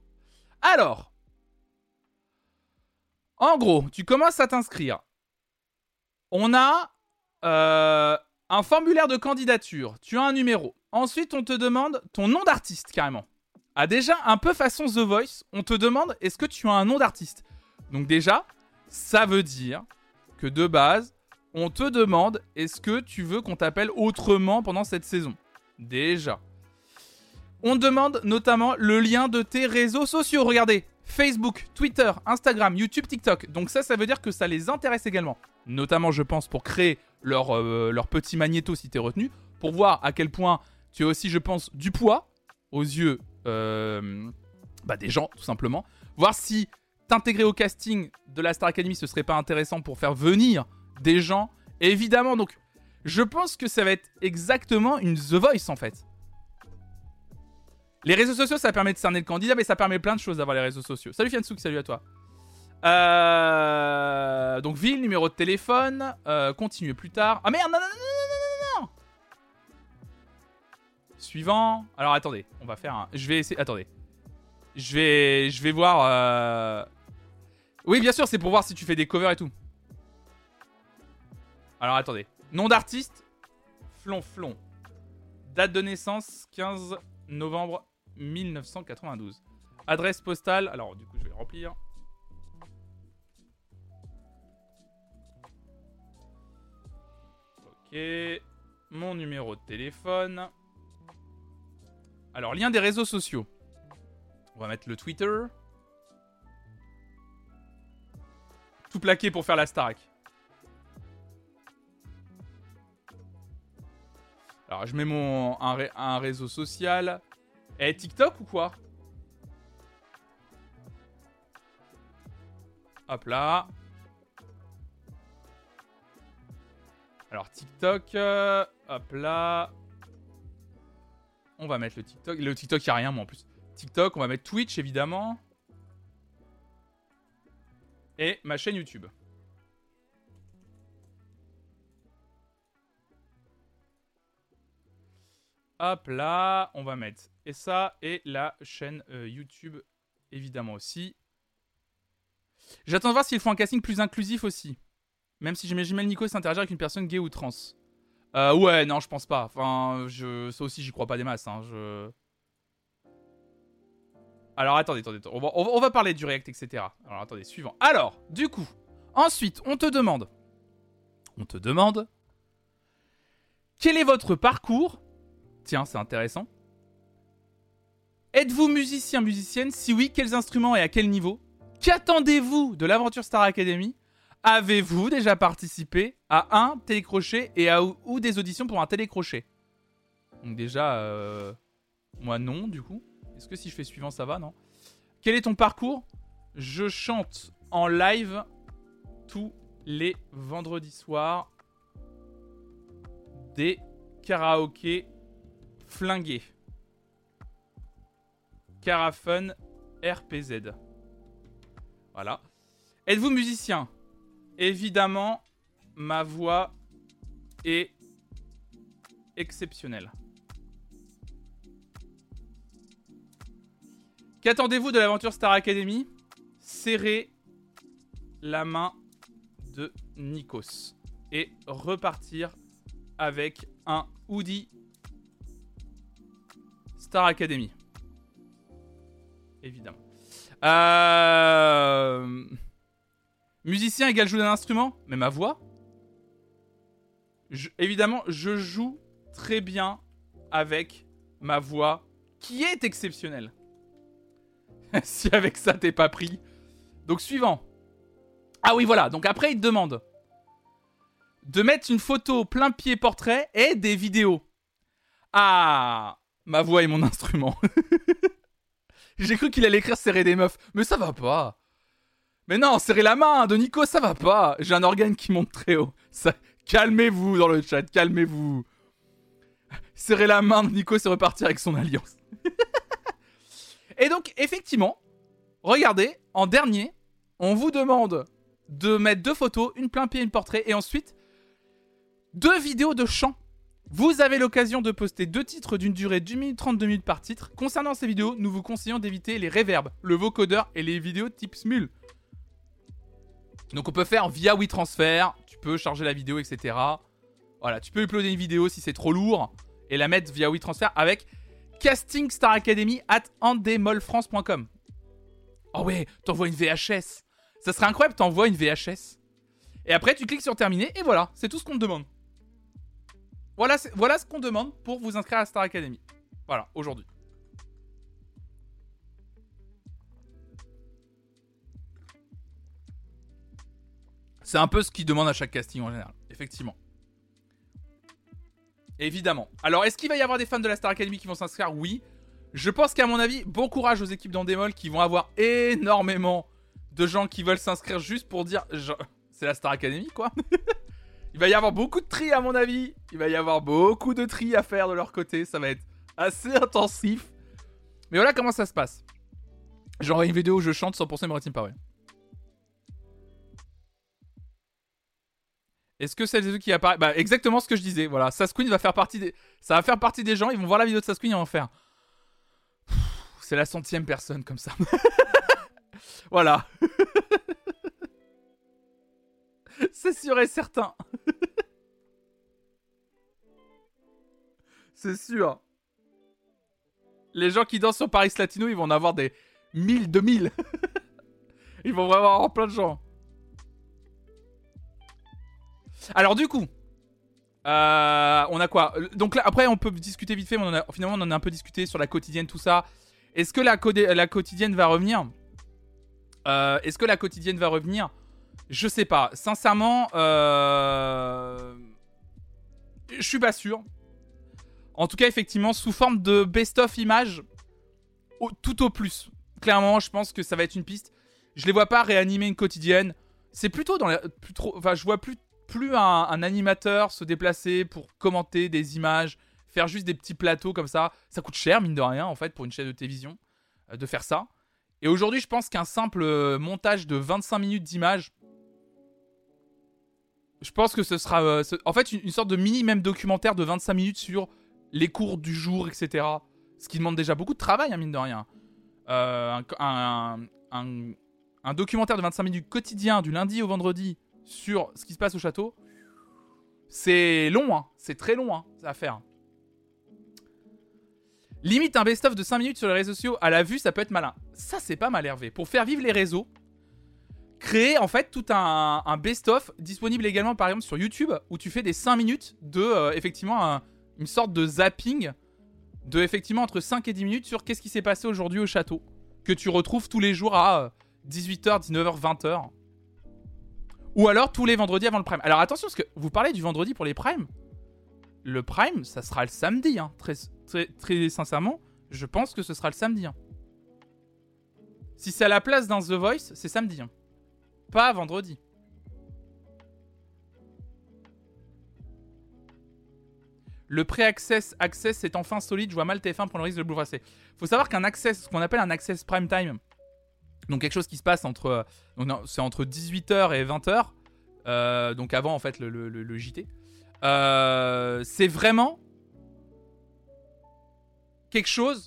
en gros, tu commences à t'inscrire. On a un formulaire de candidature. Tu as un numéro. Ensuite, on te demande ton nom d'artiste, carrément. Ah, déjà, un peu façon The Voice, on te demande est-ce que tu as un nom d'artiste. Donc déjà, ça veut dire que de base, on te demande est-ce que tu veux qu'on t'appelle autrement pendant cette saison. Déjà. On demande notamment le lien de tes réseaux sociaux. Regardez, Facebook, Twitter, Instagram, YouTube, TikTok. Donc ça veut dire que ça les intéresse également. Notamment, je pense, pour créer leur petit magnéto si t'es retenu. Pour voir à quel point tu as aussi, je pense, du poids aux yeux des gens, tout simplement. voir si t'intégrer au casting de la Star Academy, ce serait pas intéressant pour faire venir des gens. Et évidemment, donc, je pense que ça va être exactement une The Voice, en fait. Les réseaux sociaux, ça permet de cerner le candidat, mais ça permet plein de choses d'avoir les réseaux sociaux. Salut Fiansouk, salut à toi. Donc, ville, numéro de téléphone, continuer plus tard. Ah merde, non. Suivant. Alors, attendez, on va faire un... Je vais essayer... Attendez. Je vais voir... Oui, bien sûr, c'est pour voir si tu fais des covers et tout. Alors, attendez. Nom d'artiste, Flonflon. Date de naissance, 15 novembre 1992. Adresse postale, alors du coup, je vais remplir. Ok. Mon numéro de téléphone. Alors, lien des réseaux sociaux. On va mettre le Twitter. Tout plaqué pour faire la Starac. Alors, je mets un réseau social. Eh, TikTok ou quoi? Hop là. Alors, TikTok. Hop là. On va mettre le TikTok. Le TikTok, il n'y a rien, moi, en plus. TikTok, on va mettre Twitch, évidemment. Et ma chaîne YouTube. Hop là, on va mettre et ça et la chaîne YouTube évidemment aussi. J'attends de voir s'ils font un casting plus inclusif aussi. Même si j'imagine Nico s'interagir avec une personne gay ou trans. Ouais, non, je pense pas. Enfin, ça aussi, j'y crois pas des masses. Hein. Alors, attendez. On va parler du React, etc. Alors, attendez, suivant. Alors, du coup, ensuite, on te demande... Quel est votre parcours? Tiens, c'est intéressant. Êtes-vous musicien, musicienne? Si oui, quels instruments et à quel niveau? Qu'attendez-vous de l'aventure Star Academy? Avez-vous déjà participé à un télécrochet ou des auditions pour un télécrochet? Donc déjà, moi non, du coup. Est-ce que si je fais suivant, ça va, non? Quel est ton parcours? Je chante en live tous les vendredis soirs des karaokés flingués. Carafun RPZ. Voilà. Êtes-vous musicien? Évidemment, ma voix est exceptionnelle. Qu'attendez-vous de l'aventure Star Academy? Serrez la main de Nikos et repartir avec un hoodie Star Academy. Évidemment. Musicien égale joue d'un instrument? Mais ma voix? Évidemment, je joue très bien avec ma voix qui est exceptionnelle. Si avec ça t'es pas pris. Donc suivant. Ah oui, voilà. Donc après, il te demande de mettre une photo plein pied portrait et des vidéos. Ah, ma voix est mon instrument. J'ai cru qu'il allait écrire serrer des meufs. Mais ça va pas. Mais non, serrer la main de Nico, ça va pas. J'ai un organe qui monte très haut. Ça... Calmez-vous dans le chat, calmez-vous. Serrer la main de Nico, c'est repartir avec son alliance. Et donc, effectivement, regardez, en dernier, on vous demande de mettre 2 photos, une plein pied et une portrait, et ensuite 2 vidéos de chant. Vous avez l'occasion de poster 2 titres d'une durée d'1 minute 30, 2 minutes par titre. Concernant ces vidéos, nous vous conseillons d'éviter les reverbs, le vocodeur et les vidéos type smul. Donc on peut faire via WeTransfer, tu peux charger la vidéo, etc. Voilà, tu peux uploader une vidéo si c'est trop lourd et la mettre via WeTransfer avec castingstaracademy@andemolfrance.com. Oh ouais, t'envoies une VHS. Ça serait incroyable, t'envoies une VHS. Et après, tu cliques sur terminer et voilà, c'est tout ce qu'on te demande. Voilà ce qu'on demande pour vous inscrire à Star Academy. Voilà, aujourd'hui. C'est un peu ce qu'ils demandent à chaque casting en général, effectivement. Évidemment. Alors, est-ce qu'il va y avoir des fans de la Star Academy qui vont s'inscrire? Oui. Je pense qu'à mon avis, bon courage aux équipes d'Endemol qui vont avoir énormément de gens qui veulent s'inscrire juste pour dire c'est la Star Academy quoi. Il va y avoir beaucoup de tri à mon avis. Il va y avoir beaucoup de tri à faire de leur côté. Ça va être assez intensif. Mais voilà comment ça se passe. Genre une vidéo où je chante 100% Emperor Team Power. Est-ce que celles et ceux qui apparaissent... Bah exactement ce que je disais. Voilà, Sasqueen va faire partie des... Ça va faire partie des gens. Ils vont voir la vidéo de Sasqueen et vont faire... C'est la 100e personne comme ça. Voilà. C'est sûr et certain. C'est sûr. Les gens qui dansent sur Paris Latino, ils vont en avoir des 1000, 2000. Ils vont vraiment avoir plein de gens. Alors du coup, on a quoi? Donc là, après, on peut discuter vite fait, mais finalement, on en a un peu discuté sur la quotidienne, tout ça. Est-ce que la quotidienne va revenir? Est-ce que la quotidienne va revenir? Je sais pas. Sincèrement, je suis pas sûr. En tout cas, effectivement, sous forme de best-of images, tout au plus. Clairement, je pense que ça va être une piste. Je les vois pas réanimer une quotidienne. C'est plutôt dans la... Enfin, je vois plus un animateur se déplacer pour commenter des images, faire juste des petits plateaux comme ça. Ça coûte cher, mine de rien, en fait, pour une chaîne de télévision, de faire ça. Et aujourd'hui, je pense qu'un simple montage de 25 minutes d'images, je pense que ce sera... en fait, une sorte de mini même documentaire de 25 minutes sur les cours du jour, etc. Ce qui demande déjà beaucoup de travail, hein, mine de rien. Un documentaire de 25 minutes quotidien, du lundi au vendredi, sur ce qui se passe au château, c'est long, hein. C'est très long hein, à faire. Limite un best-of de 5 minutes sur les réseaux sociaux à la vue, ça peut être malin. Ça, c'est pas mal, Hervé. Pour faire vivre les réseaux, créer en fait tout un best-of disponible également par exemple sur YouTube où tu fais des 5 minutes de effectivement une sorte de zapping de effectivement entre 5 et 10 minutes sur qu'est-ce qui s'est passé aujourd'hui au château que tu retrouves tous les jours à 18h, 19h, 20h. Ou alors tous les vendredis avant le prime. Alors attention parce que vous parlez du vendredi pour les primes. Le prime, ça sera le samedi. Hein. Très sincèrement, je pense que ce sera le samedi. Hein. Si c'est à la place d'un The Voice, c'est samedi. Hein. Pas vendredi. Le pré-access est enfin solide. Je vois mal TF1 pour le risque de le bouleverser. Faut savoir qu'un access, ce qu'on appelle un access prime time, donc quelque chose qui se passe entre, c'est entre 18h et 20h, donc avant en fait le JT. C'est vraiment quelque chose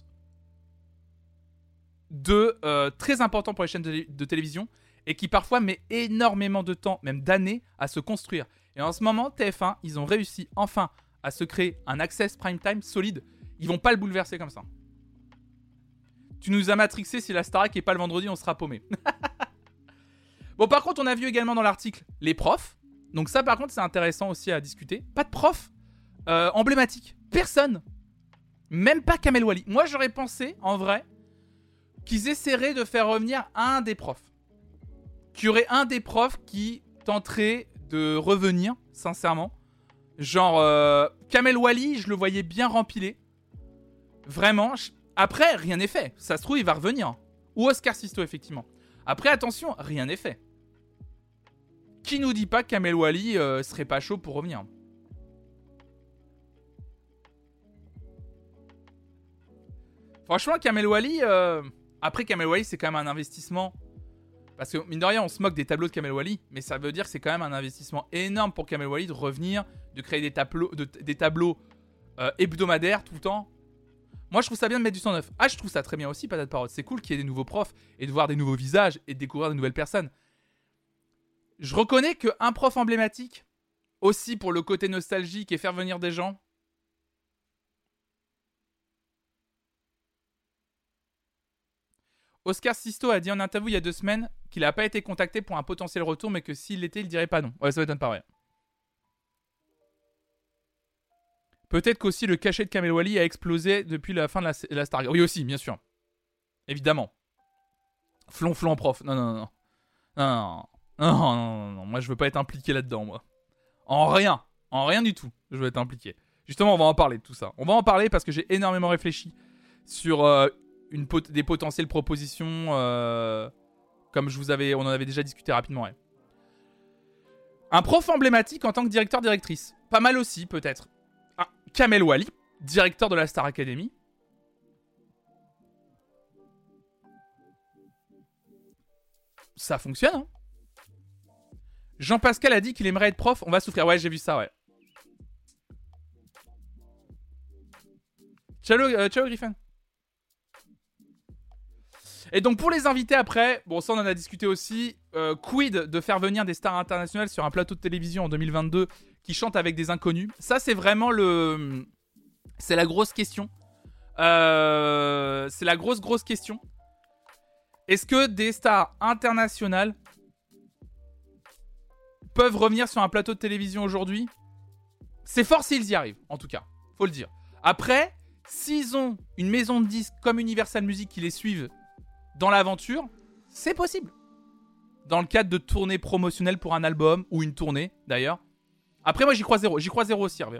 de très important pour les chaînes de télévision et qui parfois met énormément de temps, même d'années, à se construire. Et en ce moment, TF1, ils ont réussi enfin à se créer un access prime time solide. Ils vont pas le bouleverser comme ça. Tu nous as matrixé, si la Starac est pas le vendredi, on sera paumé. Bon, par contre, on a vu également dans l'article les profs. Donc ça, par contre, c'est intéressant aussi à discuter. Pas de profs emblématiques. Personne. Même pas Kamel Wally. Moi, j'aurais pensé, en vrai, qu'ils essaieraient de faire revenir un des profs. Qu'il y aurait un des profs qui tenterait de revenir, sincèrement. Genre, Kamel Wally, je le voyais bien rempilé. Vraiment. Après, rien n'est fait. Ça se trouve, il va revenir. Ou Oscar Sisto, effectivement. Après, attention, rien n'est fait. Qui nous dit pas que Kamel Wally serait pas chaud pour revenir? Franchement, Kamel Wally... Après, Kamel Wally, c'est quand même un investissement. Parce que, mine de rien, on se moque des tableaux de Kamel Wally. Mais ça veut dire que c'est quand même un investissement énorme pour Kamel Wally de revenir, de créer des tableaux hebdomadaires tout le temps. Moi, je trouve ça bien de mettre du sang neuf. Ah, je trouve ça très bien aussi, patate parole. C'est cool qu'il y ait des nouveaux profs et de voir des nouveaux visages et de découvrir de nouvelles personnes. Je reconnais qu'un prof emblématique, aussi pour le côté nostalgique et faire venir des gens... Oscar Sisto a dit en interview il y a 2 semaines qu'il n'a pas été contacté pour un potentiel retour, mais que s'il l'était, il dirait pas non. Ouais, ça m'étonne pas, ouais. Peut-être qu'aussi le cachet de Kamel Wally a explosé depuis la fin de la Star. Oui, aussi, bien sûr. Évidemment. Flonflon prof. Non. Non. Moi, je veux pas être impliqué là-dedans, moi. En rien du tout, je veux être impliqué. Justement, on va en parler de tout ça. On va en parler parce que j'ai énormément réfléchi sur des potentielles propositions, comme on en avait déjà discuté rapidement. Ouais. Un prof emblématique en tant que directeur-directrice. Pas mal aussi, peut-être. Kamel Wally, directeur de la Star Academy. Ça fonctionne, hein. Jean-Pascal a dit qu'il aimerait être prof. On va souffrir. Ouais, j'ai vu ça, ouais. Ciao Griffin. Et donc pour les invités après, bon ça on en a discuté aussi, quid de faire venir des stars internationales sur un plateau de télévision en 2022 qui chantent avec des inconnus. Ça c'est vraiment c'est la grosse question. C'est la grosse question. Est-ce que des stars internationales peuvent revenir sur un plateau de télévision aujourd'hui? C'est fort s'ils y arrivent, en tout cas. Faut le dire. Après, s'ils ont une maison de disques comme Universal Music qui les suivent dans l'aventure, c'est possible. Dans le cadre de tournées promotionnelles pour un album, ou une tournée, d'ailleurs. Après, moi, j'y crois zéro. J'y crois zéro aussi, Hervé.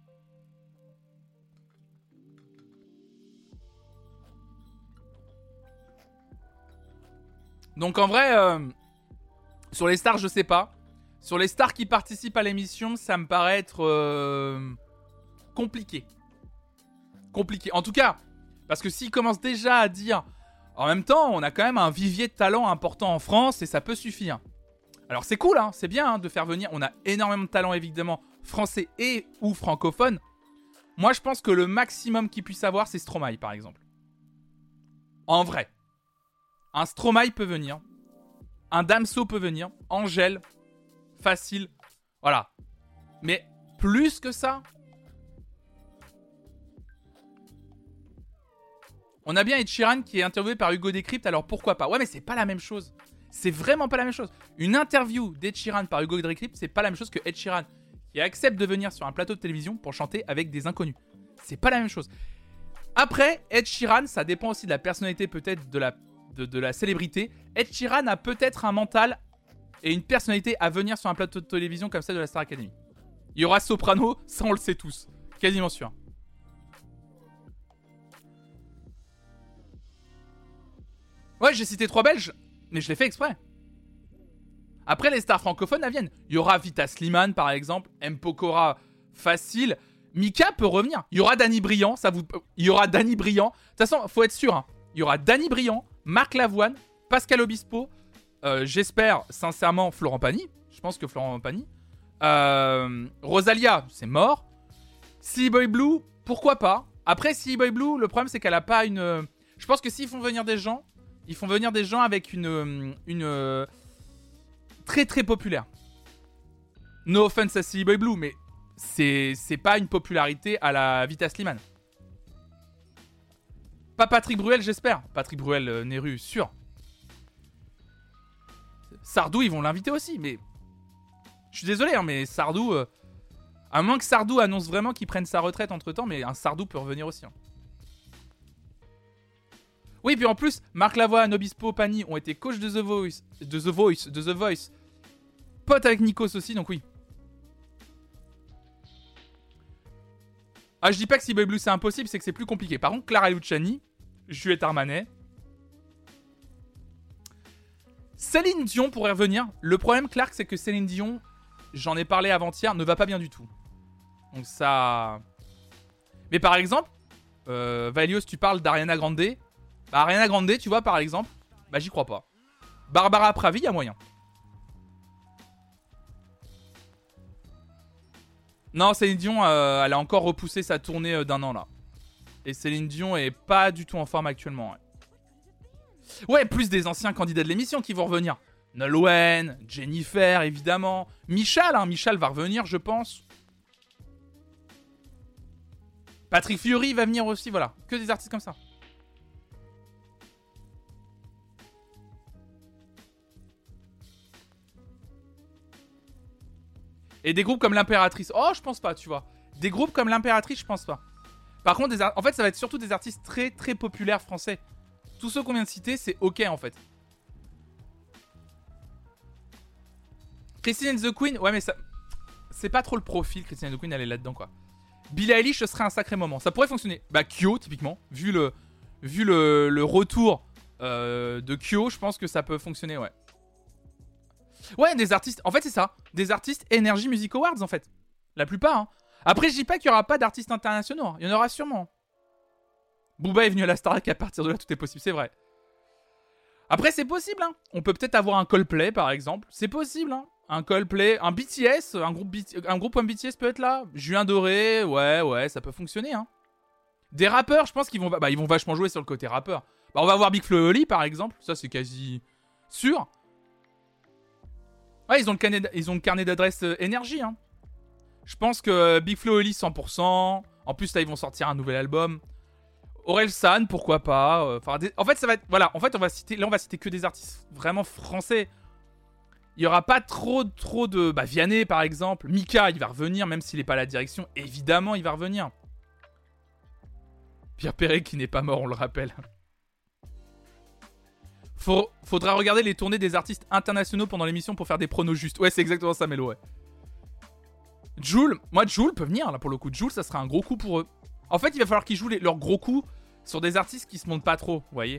Donc, en vrai, sur les stars, je sais pas. Sur les stars qui participent à l'émission, ça me paraît être compliqué. Compliqué. En tout cas, parce que s'ils commencent déjà à dire... En même temps, on a quand même un vivier de talent important en France et ça peut suffire. Alors c'est cool, hein, c'est bien hein, de faire venir... On a énormément de talent, évidemment, français et ou francophones. Moi, je pense que le maximum qu'ils puissent avoir, c'est Stromae, par exemple. En vrai. Un Stromae peut venir. Un Damso peut venir. Angèle. Facile. Voilà. Mais plus que ça... On a bien Ed Sheeran qui est interviewé par Hugo Décrypte, alors pourquoi pas? Ouais, mais c'est pas la même chose. C'est vraiment pas la même chose. Une interview d'Ed Sheeran par Hugo Décrypte, c'est pas la même chose que Ed Sheeran qui accepte de venir sur un plateau de télévision pour chanter avec des inconnus. C'est pas la même chose. Après, Ed Sheeran, ça dépend aussi de la personnalité peut-être de la célébrité. Ed Sheeran a peut-être un mental et une personnalité à venir sur un plateau de télévision comme celle de la Star Academy. Il y aura Soprano, ça on le sait tous. Quasiment sûr. Ouais, j'ai cité 3 Belges, mais je l'ai fait exprès. Après, les stars francophones, elles viennent. Il y aura Vita Slimane, par exemple. M. Pokora, facile. Mika peut revenir. Il y aura Danny Briand. Il y aura Danny Briand. De toute façon, faut être sûr. Hein. Il y aura Danny Briand, Marc Lavoine, Pascal Obispo. J'espère, sincèrement, Florent Pagny. Je pense que Florent Pagny. Rosalia, c'est mort. Silly Boy Blue, pourquoi pas. Après, Silly Boy Blue, le problème, c'est qu'elle a pas une... Je pense que s'ils font venir des gens... Ils font venir des gens avec une très très populaire. No offense à Silly Boy Blue, mais c'est pas une popularité à la Vita Slimane. Pas Patrick Bruel, j'espère. Patrick Bruel, Neru, sûr. Sardou, ils vont l'inviter aussi, mais... Je suis désolé, hein, mais Sardou... À moins que Sardou annonce vraiment qu'il prenne sa retraite entre-temps, mais un Sardou peut revenir aussi. Hein. Oui, puis en plus, Marc Lavoine, Obispo, Pagny ont été coachs de The Voice. Potes avec Nikos aussi, donc oui. Ah, je dis pas que si Boy Blue c'est impossible, c'est que c'est plus compliqué. Par contre, Clara Luciani, Juliette Armanet. Céline Dion pourrait revenir. Le problème, Clark, c'est que Céline Dion, j'en ai parlé avant-hier, ne va pas bien du tout. Donc ça... Mais par exemple, Valios, tu parles d'Ariana Grande. Bah, Ariana Grande, tu vois, par exemple, bah j'y crois pas. Barbara Pravi, y a moyen. Non, Céline Dion, elle a encore repoussé sa tournée d'1 an, là. Et Céline Dion est pas du tout en forme actuellement. Ouais, plus des anciens candidats de l'émission qui vont revenir. Nolwenn, Jennifer, évidemment. Michal, hein, Michal va revenir, je pense. Patrick Fiori va venir aussi, voilà. Que des artistes comme ça. Et des groupes comme l'Impératrice. Oh, je pense pas, tu vois. Des groupes comme l'Impératrice, je pense pas. Par contre, en fait, ça va être surtout des artistes très très populaires français. Tous ceux qu'on vient de citer, c'est ok en fait. Christine and the Queen, ouais, mais ça... C'est pas trop le profil, Christine and the Queen, elle est là-dedans, quoi. Billie Eilish, ce serait un sacré moment. Ça pourrait fonctionner. Bah, Kyo, typiquement, vu vu le retour de Kyo, je pense que ça peut fonctionner, ouais. Ouais, des artistes... En fait, c'est ça. Des artistes Energy Music Awards, en fait. La plupart, hein. Après, je dis pas qu'il y aura pas d'artistes internationaux. Hein. Il y en aura sûrement. Booba est venu à la Starac, à partir de là, tout est possible, c'est vrai. Après, c'est possible, hein. On peut peut-être avoir un Coldplay, par exemple. C'est possible, hein. Un Coldplay, un BTS, un groupe comme BTS peut être là. Julien Doré, ouais, ça peut fonctionner, hein. Des rappeurs, je pense qu'ils vont vachement jouer sur le côté rappeur. Bah, on va voir Big Flo et Oli, par exemple. Ça, c'est quasi sûr. Ouais, ils ont le carnet d'adresse énergie, hein. Je pense que Big Flo et Oli, 100%. En plus, là, ils vont sortir un nouvel album. Orelsan, pourquoi pas. En fait, ça va être... Voilà, en fait, on va citer que des artistes vraiment français. Il n'y aura pas trop de... Bah, Vianney, par exemple. Mika, il va revenir, même s'il n'est pas à la direction. Évidemment, il va revenir. Pierre Perret qui n'est pas mort, on le rappelle. Faudra regarder les tournées des artistes internationaux pendant l'émission pour faire des pronos justes. Ouais, c'est exactement ça, Mélo, ouais. Jul peut venir, là, pour le coup. Jul, ça sera un gros coup pour eux. En fait, il va falloir qu'ils jouent leurs gros coups sur des artistes qui se montent pas trop, vous voyez.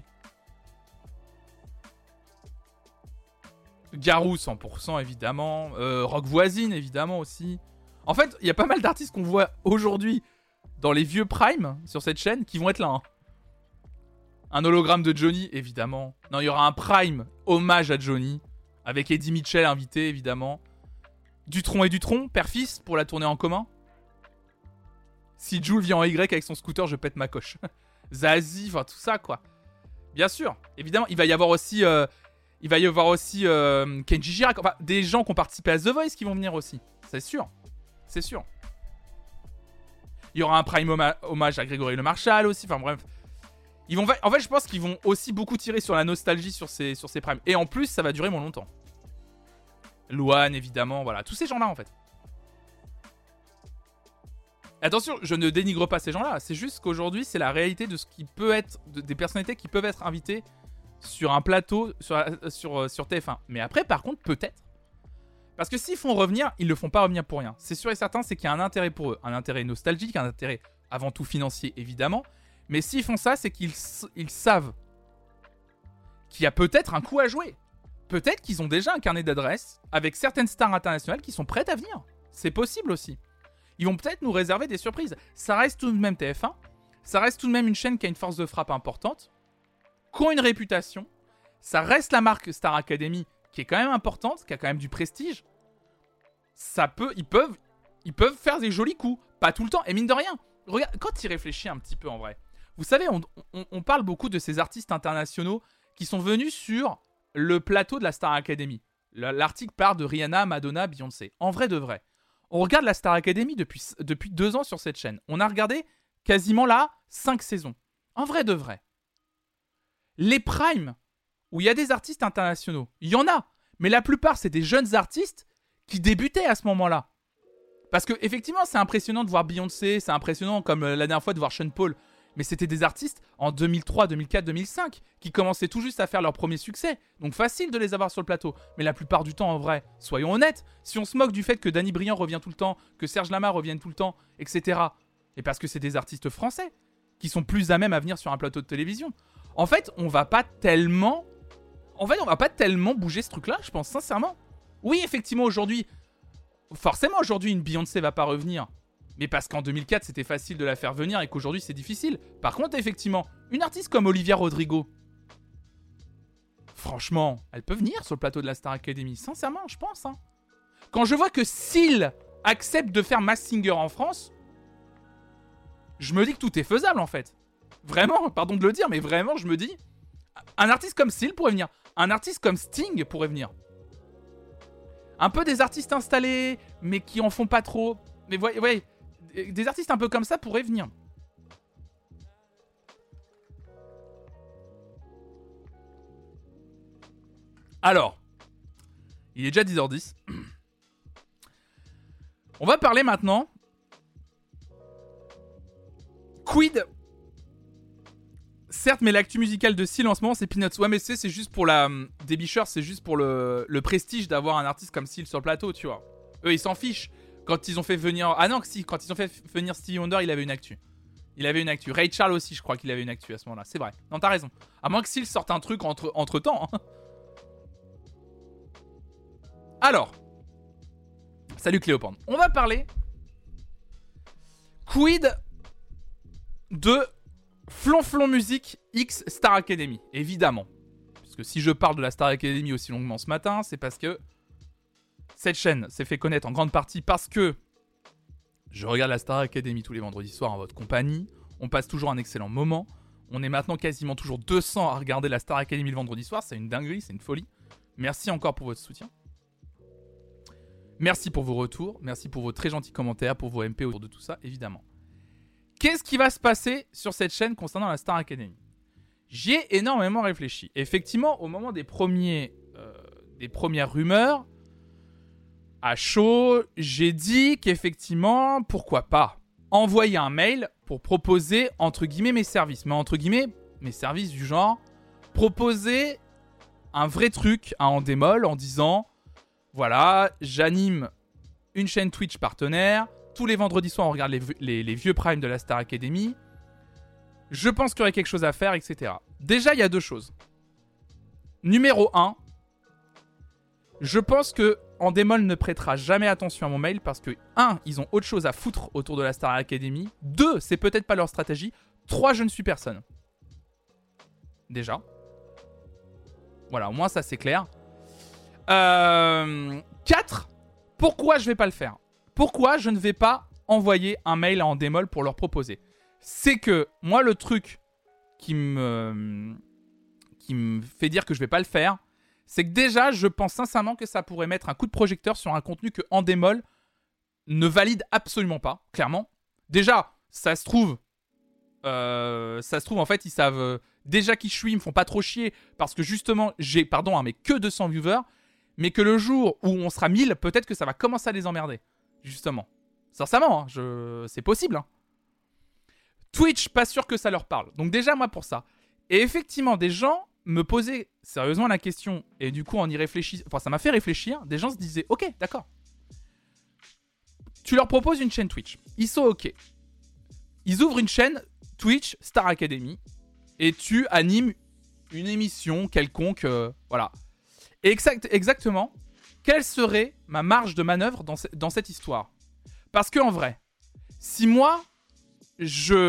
Garou, 100%, évidemment. Rock Voisine, évidemment, aussi. En fait, il y a pas mal d'artistes qu'on voit aujourd'hui dans les vieux primes sur cette chaîne qui vont être là, hein. Un hologramme de Johnny, évidemment. Non, il y aura un prime hommage à Johnny, avec Eddie Mitchell invité, évidemment. Dutronc et Dutronc, père-fils, pour la tournée en commun. Si Jules vient en Y avec son scooter, je pète ma coche. Zazie, enfin tout ça, quoi. Bien sûr, évidemment, il va y avoir aussi Kenji Girac. Enfin, des gens qui ont participé à The Voice qui vont venir aussi. C'est sûr. C'est sûr. Il y aura un prime hommage à Grégory Le Marchal aussi. Enfin bref. En fait, je pense qu'ils vont aussi beaucoup tirer sur la nostalgie sur ces primes. Et en plus, ça va durer moins longtemps. Luan, évidemment, voilà. Tous ces gens-là, en fait. Attention, je ne dénigre pas ces gens-là. C'est juste qu'aujourd'hui, c'est la réalité de ce qui peut être... des personnalités qui peuvent être invitées sur un plateau sur TF1. Mais après, par contre, peut-être. Parce que s'ils font revenir, ils ne le font pas revenir pour rien. C'est sûr et certain, c'est qu'il y a un intérêt pour eux. Un intérêt nostalgique, un intérêt avant tout financier, évidemment. Mais s'ils font ça, c'est qu'ils savent qu'il y a peut-être un coup à jouer. Peut-être qu'ils ont déjà un carnet d'adresses avec certaines stars internationales qui sont prêtes à venir. C'est possible aussi. Ils vont peut-être nous réserver des surprises. Ça reste tout de même TF1. Ça reste tout de même une chaîne qui a une force de frappe importante, qui a une réputation. Ça reste la marque Star Academy qui est quand même importante, qui a quand même du prestige. Ils peuvent faire des jolis coups. Pas tout le temps. Et mine de rien, regarde, quand tu y réfléchis un petit peu en vrai, vous savez, on parle beaucoup de ces artistes internationaux qui sont venus sur le plateau de la Star Academy. L'article parle de Rihanna, Madonna, Beyoncé. En vrai de vrai. On regarde la Star Academy depuis 2 ans sur cette chaîne. On a regardé quasiment là 5 saisons. En vrai de vrai. Les primes, où il y a des artistes internationaux, il y en a. Mais la plupart, c'est des jeunes artistes qui débutaient à ce moment-là. Parce que effectivement, c'est impressionnant de voir Beyoncé, c'est impressionnant comme la dernière fois de voir Sean Paul. Mais c'était des artistes en 2003, 2004, 2005 qui commençaient tout juste à faire leur premier succès. Donc facile de les avoir sur le plateau. Mais la plupart du temps, en vrai, soyons honnêtes, si on se moque du fait que Danny Briand revient tout le temps, que Serge Lama revienne tout le temps, etc. Et parce que c'est des artistes français qui sont plus à même à venir sur un plateau de télévision. En fait, on va pas tellement bouger ce truc-là, je pense sincèrement. Oui, effectivement, forcément aujourd'hui, une Beyoncé va pas revenir. Mais parce qu'en 2004, c'était facile de la faire venir et qu'aujourd'hui, c'est difficile. Par contre, effectivement, une artiste comme Olivia Rodrigo, franchement, elle peut venir sur le plateau de la Star Academy. Sincèrement, je pense. Hein. Quand je vois que Seal accepte de faire Masked Singer en France, je me dis que tout est faisable, en fait. Vraiment, pardon de le dire, mais vraiment, je me dis... Un artiste comme Seal pourrait venir. Un artiste comme Sting pourrait venir. Un peu des artistes installés, mais qui en font pas trop. Mais voyez, des artistes un peu comme ça pourraient venir. Alors, il est déjà 10h10. On va parler maintenant. Quid. Certes, mais l'actu musicale de Seal en ce moment, c'est Peanuts. Ouais, mais c'est juste pour la... Des bicheurs, c'est juste pour le prestige d'avoir un artiste comme Seal sur le plateau, tu vois. Eux, ils s'en fichent. Quand ils ont fait venir... Ah non, si, quand ils ont fait venir Stevie Wonder, il avait une actu. Il avait une actu. Ray Charles aussi, je crois qu'il avait une actu à ce moment-là. C'est vrai. Non, t'as raison. À moins que s'il sorte un truc entre temps. Hein. Alors. Salut Cléopâtre. On va parler. Quid de Flonflon Music X Star Academy. Évidemment. Parce que si je parle de la Star Academy aussi longuement ce matin, c'est parce que cette chaîne s'est fait connaître en grande partie parce que je regarde la Star Academy tous les vendredis soirs en votre compagnie. On passe toujours un excellent moment. On est maintenant quasiment toujours 200 à regarder la Star Academy le vendredi soir. C'est une dinguerie, c'est une folie. Merci encore pour votre soutien. Merci pour vos retours. Merci pour vos très gentils commentaires, pour vos MP autour de tout ça, évidemment. Qu'est-ce qui va se passer sur cette chaîne concernant la Star Academy ? J'y ai énormément réfléchi. Effectivement, au moment des premières rumeurs, à chaud, j'ai dit qu'effectivement, pourquoi pas envoyer un mail pour proposer, entre guillemets, mes services. Mais entre guillemets, mes services du genre, proposer un vrai truc à Endemol en disant, voilà, j'anime une chaîne Twitch partenaire. Tous les vendredis soirs, on regarde les vieux primes de la Star Academy. Je pense qu'il y aurait quelque chose à faire, etc. Déjà, il y a 2 choses. Numéro 1, je pense que Endemol ne prêtera jamais attention à mon mail parce que 1, ils ont autre chose à foutre autour de la Star Academy. 2, c'est peut-être pas leur stratégie. 3, je ne suis personne. Déjà. Voilà, au moins ça c'est clair. 4, pourquoi je vais pas le faire ? Pourquoi je ne vais pas envoyer un mail à Endemol pour leur proposer ? C'est que moi le truc qui me fait dire que je vais pas le faire, c'est que déjà, je pense sincèrement que ça pourrait mettre un coup de projecteur sur un contenu que Endemol ne valide absolument pas, clairement. Déjà, ça se trouve, en fait, ils savent déjà qui je suis, ils me font pas trop chier, parce que justement, j'ai, mais que 200 viewers, mais que le jour où on sera 1000, peut-être que ça va commencer à les emmerder, justement. Sincèrement, hein, c'est possible. Hein. Twitch, pas sûr que ça leur parle. Donc déjà, moi, pour ça. Et effectivement, des gens me posaient sérieusement la question, et du coup, on y réfléchit. Enfin, ça m'a fait réfléchir. Des gens se disaient, ok, d'accord. Tu leur proposes une chaîne Twitch. Ils sont ok. Ils ouvrent une chaîne Twitch Star Academy, et tu animes une émission quelconque, voilà. Et exactement, quelle serait ma marge de manœuvre dans cette histoire ? Parce qu'en vrai, si moi, je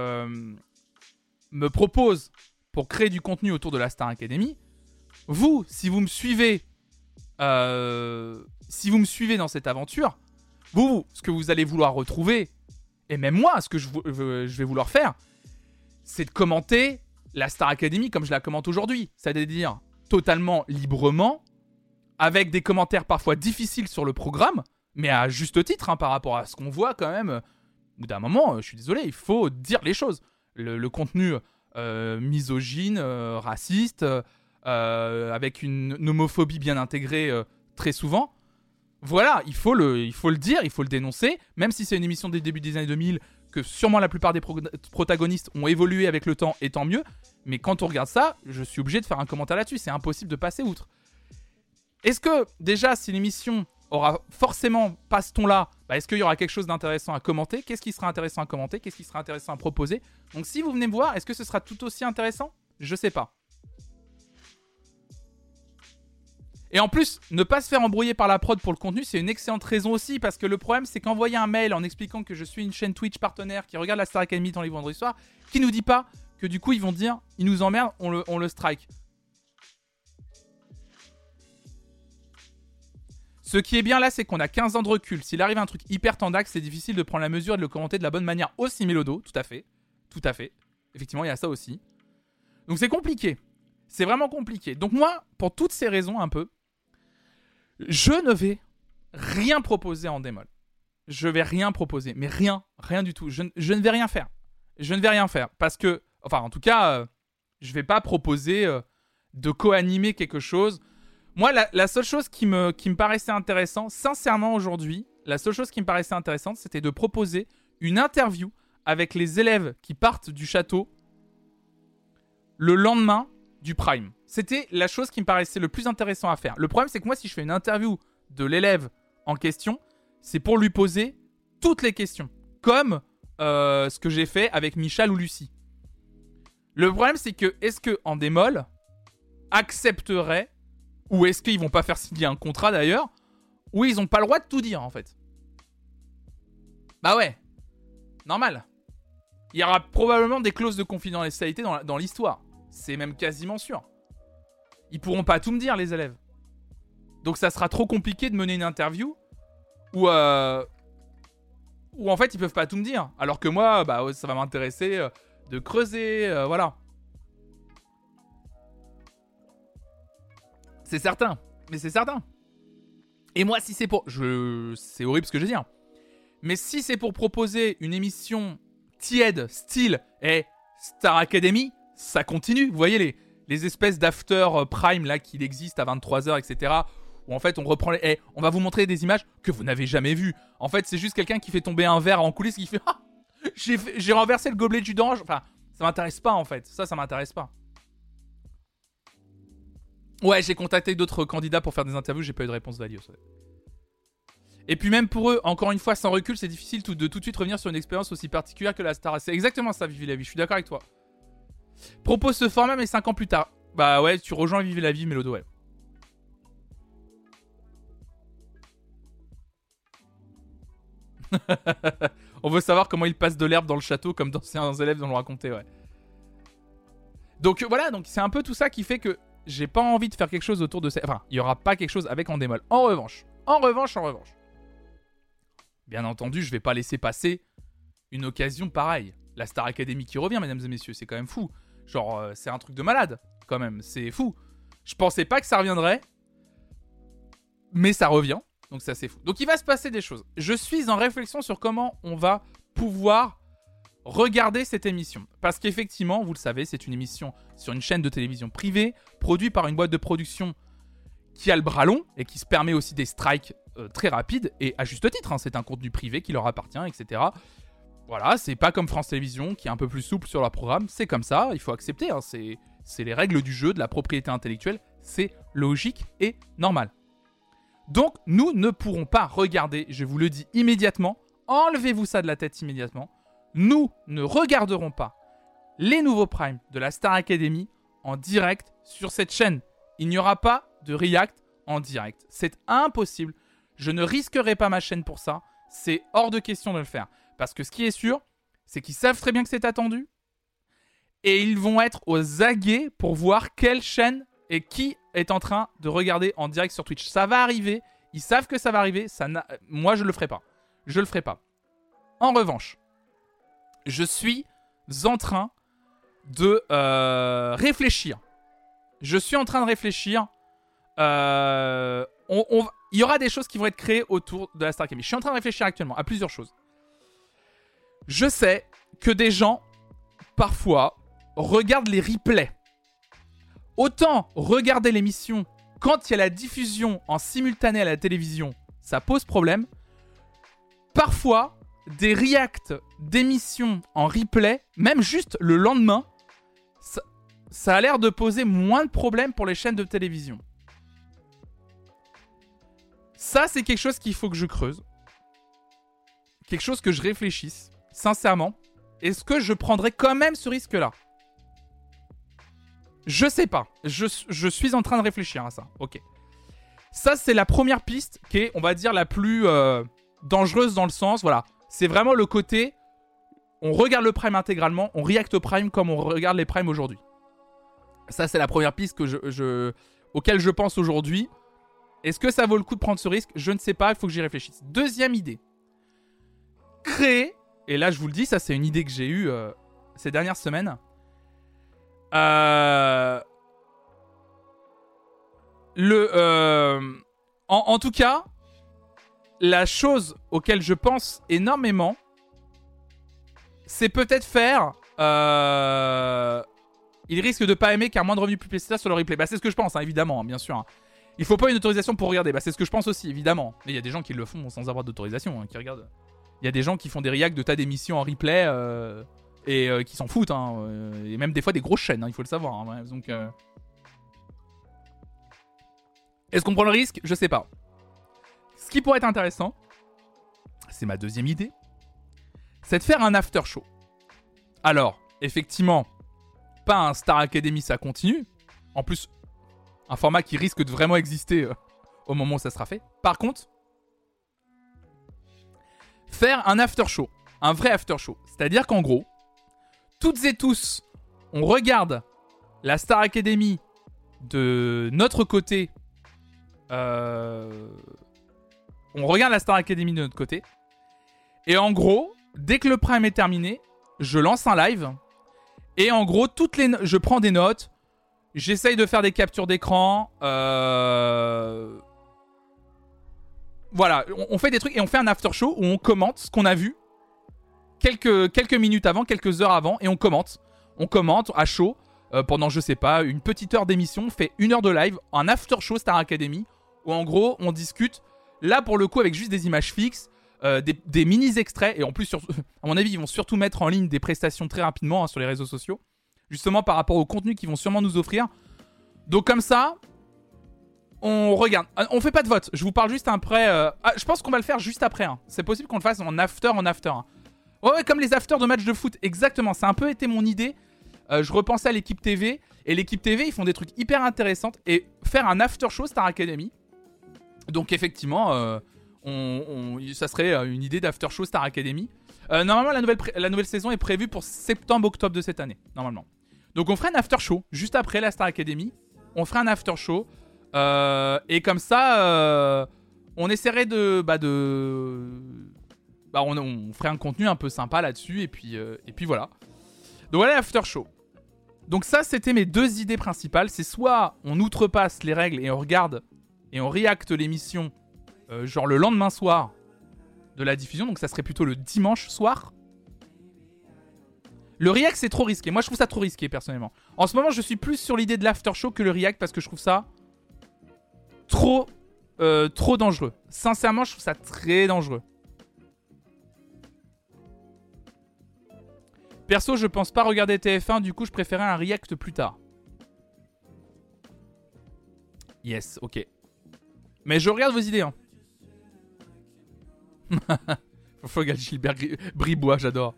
me propose pour créer du contenu autour de la Star Academy, vous, si vous me suivez dans cette aventure, vous, ce que vous allez vouloir retrouver, et même moi, ce que je vais vouloir faire, c'est de commenter la Star Academy comme je la commente aujourd'hui. C'est-à-dire totalement librement, avec des commentaires parfois difficiles sur le programme, mais à juste titre, hein, par rapport à ce qu'on voit quand même. Au bout d'un moment, je suis désolé, il faut dire les choses. Le contenu misogyne, raciste, avec une homophobie bien intégrée très souvent. Voilà, il faut le dire, il faut le dénoncer, même si c'est une émission des débuts des années 2000, que sûrement la plupart des protagonistes ont évolué avec le temps, et tant mieux. Mais quand on regarde ça, je suis obligé de faire un commentaire là-dessus, c'est impossible de passer outre. Est-ce que, déjà, si l'émission aura forcément pas ce ton-là, est-ce qu'il y aura quelque chose d'intéressant à commenter ? Qu'est-ce qui sera intéressant à commenter ? Qu'est-ce qui sera intéressant à proposer ? Donc si vous venez me voir, est-ce que ce sera tout aussi intéressant ? Je sais pas. Et en plus, ne pas se faire embrouiller par la prod pour le contenu, c'est une excellente raison aussi, parce que le problème, c'est qu'envoyer un mail en expliquant que je suis une chaîne Twitch partenaire qui regarde la Star Academy dans les vendredis soirs, qui nous dit pas que du coup, ils vont dire, ils nous emmerdent, on le strike. Ce qui est bien là, c'est qu'on a 15 ans de recul. S'il arrive un truc hyper tendax, c'est difficile de prendre la mesure et de le commenter de la bonne manière aussi mélodo. Tout à fait. Tout à fait. Effectivement, il y a ça aussi. Donc c'est compliqué. C'est vraiment compliqué. Donc moi, pour toutes ces raisons un peu, je ne vais rien proposer en Endemol. Je vais rien proposer. Mais rien. Rien du tout. Je ne vais rien faire. Je ne vais rien faire. Parce que, enfin en tout cas, je ne vais pas proposer de co-animer quelque chose. Moi, la seule chose qui me paraissait intéressant, sincèrement aujourd'hui, la seule chose qui me paraissait intéressante, c'était de proposer une interview avec les élèves qui partent du château le lendemain du Prime. C'était la chose qui me paraissait le plus intéressant à faire. Le problème, c'est que moi, si je fais une interview de l'élève en question, c'est pour lui poser toutes les questions. Comme ce que j'ai fait avec Michal ou Lucie. Le problème, c'est que est-ce que Endemol accepterait, ou est-ce qu'ils vont pas faire signer un contrat d'ailleurs, où ils ont pas le droit de tout dire en fait. Bah ouais, normal. Il y aura probablement des clauses de confidentialité dans l'histoire. C'est même quasiment sûr. Ils pourront pas tout me dire, les élèves. Donc ça sera trop compliqué de mener une interview où en fait ils peuvent pas tout me dire. Alors que moi, bah ça va m'intéresser de creuser, voilà. C'est certain, mais c'est certain. Et moi, si c'est pour... C'est horrible ce que je veux dire. Mais si c'est pour proposer une émission tiède, style Star Academy, ça continue. Vous voyez les espèces d'after prime là qu'il existe à 23h, etc. Où en fait on reprend on va vous montrer des images que vous n'avez jamais vues. En fait, c'est juste quelqu'un qui fait tomber un verre en coulisses qui fait « Ah, j'ai renversé le gobelet du danger !» Enfin, ça m'intéresse pas en fait. Ça m'intéresse pas. Ouais, j'ai contacté d'autres candidats pour faire des interviews, j'ai pas eu de réponse value. Et puis même pour eux, encore une fois, sans recul, c'est difficile de tout de suite revenir sur une expérience aussi particulière que la Star. C'est exactement ça, Vive la vie, je suis d'accord avec toi. Propose ce format, mais 5 ans plus tard. Bah ouais, tu rejoins Vive la vie, Mélodo, ouais. On veut savoir comment il passe de l'herbe dans le château, comme d'anciens élèves nous l'ont raconté, ouais. Donc voilà, donc c'est un peu tout ça qui fait que j'ai pas envie de faire quelque chose autour de ça. Enfin, il y aura pas quelque chose avec Endemol. En revanche, bien entendu, je vais pas laisser passer une occasion pareille. La Star Academy qui revient, mesdames et messieurs, c'est quand même fou. Genre, c'est un truc de malade, quand même. C'est fou. Je pensais pas que ça reviendrait, mais ça revient. Donc ça, c'est fou. Donc il va se passer des choses. Je suis en réflexion sur comment on va pouvoir regarder cette émission. Parce qu'effectivement, vous le savez, c'est une émission sur une chaîne de télévision privée, produite par une boîte de production qui a le bras long et qui se permet aussi des strikes très rapides. Et à juste titre, hein, c'est un contenu privé qui leur appartient, etc. Voilà, c'est pas comme France Télévisions qui est un peu plus souple sur leur programme. C'est comme ça, il faut accepter. Hein, c'est les règles du jeu, de la propriété intellectuelle. C'est logique et normal. Donc, nous ne pourrons pas regarder, je vous le dis immédiatement, enlevez-vous ça de la tête immédiatement, nous ne regarderons pas les nouveaux primes de la Star Academy en direct sur cette chaîne. Il n'y aura pas de react en direct. C'est impossible. Je ne risquerai pas ma chaîne pour ça. C'est hors de question de le faire. Parce que ce qui est sûr, c'est qu'ils savent très bien que c'est attendu. Et ils vont être aux aguets pour voir quelle chaîne et qui est en train de regarder en direct sur Twitch. Ça va arriver. Ils savent que ça va arriver. Moi, je le ferai pas. Je le ferai pas. En revanche, je suis en train de réfléchir. Je suis en train de réfléchir. Il y aura des choses qui vont être créées autour de la Star Academy. Je suis en train de réfléchir actuellement à plusieurs choses. Je sais que des gens, parfois, regardent les replays. Autant regarder l'émission quand il y a la diffusion en simultané à la télévision, ça pose problème. Parfois, des reacts d'émissions en replay, même juste le lendemain, ça a l'air de poser moins de problèmes pour les chaînes de télévision. Ça, c'est quelque chose qu'il faut que je creuse. Quelque chose que je réfléchisse, sincèrement. Est-ce que je prendrais quand même ce risque-là ? Je sais pas. Je suis en train de réfléchir à ça. Ok. Ça, c'est la première piste qui est, on va dire, la plus dangereuse dans le sens, voilà. C'est vraiment le côté, on regarde le Prime intégralement, on react au Prime comme on regarde les Primes aujourd'hui. Ça, c'est la première piste que auquel je pense aujourd'hui. Est-ce que ça vaut le coup de prendre ce risque ? Je ne sais pas, il faut que j'y réfléchisse. Deuxième idée. Créer, et là je vous le dis, ça c'est une idée que j'ai eue ces dernières semaines. En tout cas, la chose auquel je pense énormément, c'est peut-être faire... il risque de pas aimer car moins de revenus publicitaires sur le replay. Bah c'est ce que je pense, hein, évidemment, hein, bien sûr. Hein. Il faut pas une autorisation pour regarder. Bah c'est ce que je pense aussi, évidemment. Mais il y a des gens qui le font sans avoir d'autorisation, hein, qui regardent. Il y a des gens qui font des reacts de tas d'émissions en replay et qui s'en foutent. Hein, et même des fois des grosses chaînes, hein, il faut le savoir. Hein, ouais, donc, est-ce qu'on prend le risque ? Je sais pas. Ce qui pourrait être intéressant, c'est ma deuxième idée, c'est de faire un after show. Alors, effectivement, pas un Star Academy, ça continue. En plus, un format qui risque de vraiment exister au moment où ça sera fait. Par contre, faire un after show, un vrai after show. C'est-à-dire qu'en gros, toutes et tous, on regarde la Star Academy de notre côté. On regarde la Star Academy de notre côté. Et en gros, dès que le prime est terminé, je lance un live. Et en gros, je prends des notes. J'essaye de faire des captures d'écran. Voilà, on fait des trucs et on fait un after show où on commente ce qu'on a vu quelques minutes avant, quelques heures avant. Et on commente. On commente à chaud pendant, je sais pas, une petite heure d'émission. On fait 1 heure de live, un after show Star Academy. Où en gros, on discute. Là, pour le coup, avec juste des images fixes. Des mini-extraits, et en plus, à mon avis, ils vont surtout mettre en ligne des prestations très rapidement sur les réseaux sociaux, justement par rapport au contenu qu'ils vont sûrement nous offrir. Donc comme ça, on regarde. On fait pas de vote, je vous parle juste après. Je pense qu'on va le faire juste après. Hein. C'est possible qu'on le fasse en after. Hein. Ouais, comme les afters de matchs de foot, exactement. Ça a un peu été mon idée. Je repensais à l'équipe TV, et l'équipe TV, ils font des trucs hyper intéressants, et faire un after show Star Academy. Donc effectivement... ça serait une idée d'after show Star Academy. Normalement, la nouvelle saison est prévue pour septembre-octobre de cette année, normalement. Donc on ferait un after show juste après la Star Academy. On ferait un after show et comme ça, on essaierait on ferait un contenu un peu sympa là-dessus et puis voilà. Donc voilà l'after show. Donc ça, c'était mes 2 idées principales. C'est soit on outrepasse les règles et on regarde et on reacte l'émission. Genre le lendemain soir de la diffusion, donc ça serait plutôt le dimanche soir. Le react, c'est trop risqué. Moi, je trouve ça trop risqué, personnellement. En ce moment, je suis plus sur l'idée de l'after show que le react parce que je trouve ça trop dangereux. Sincèrement, je trouve ça très dangereux. Perso, je pense pas regarder TF1, du coup, je préférais un react plus tard. Yes, ok. Mais je regarde vos idées, hein. Faut regarder Gilbert Bribois, j'adore.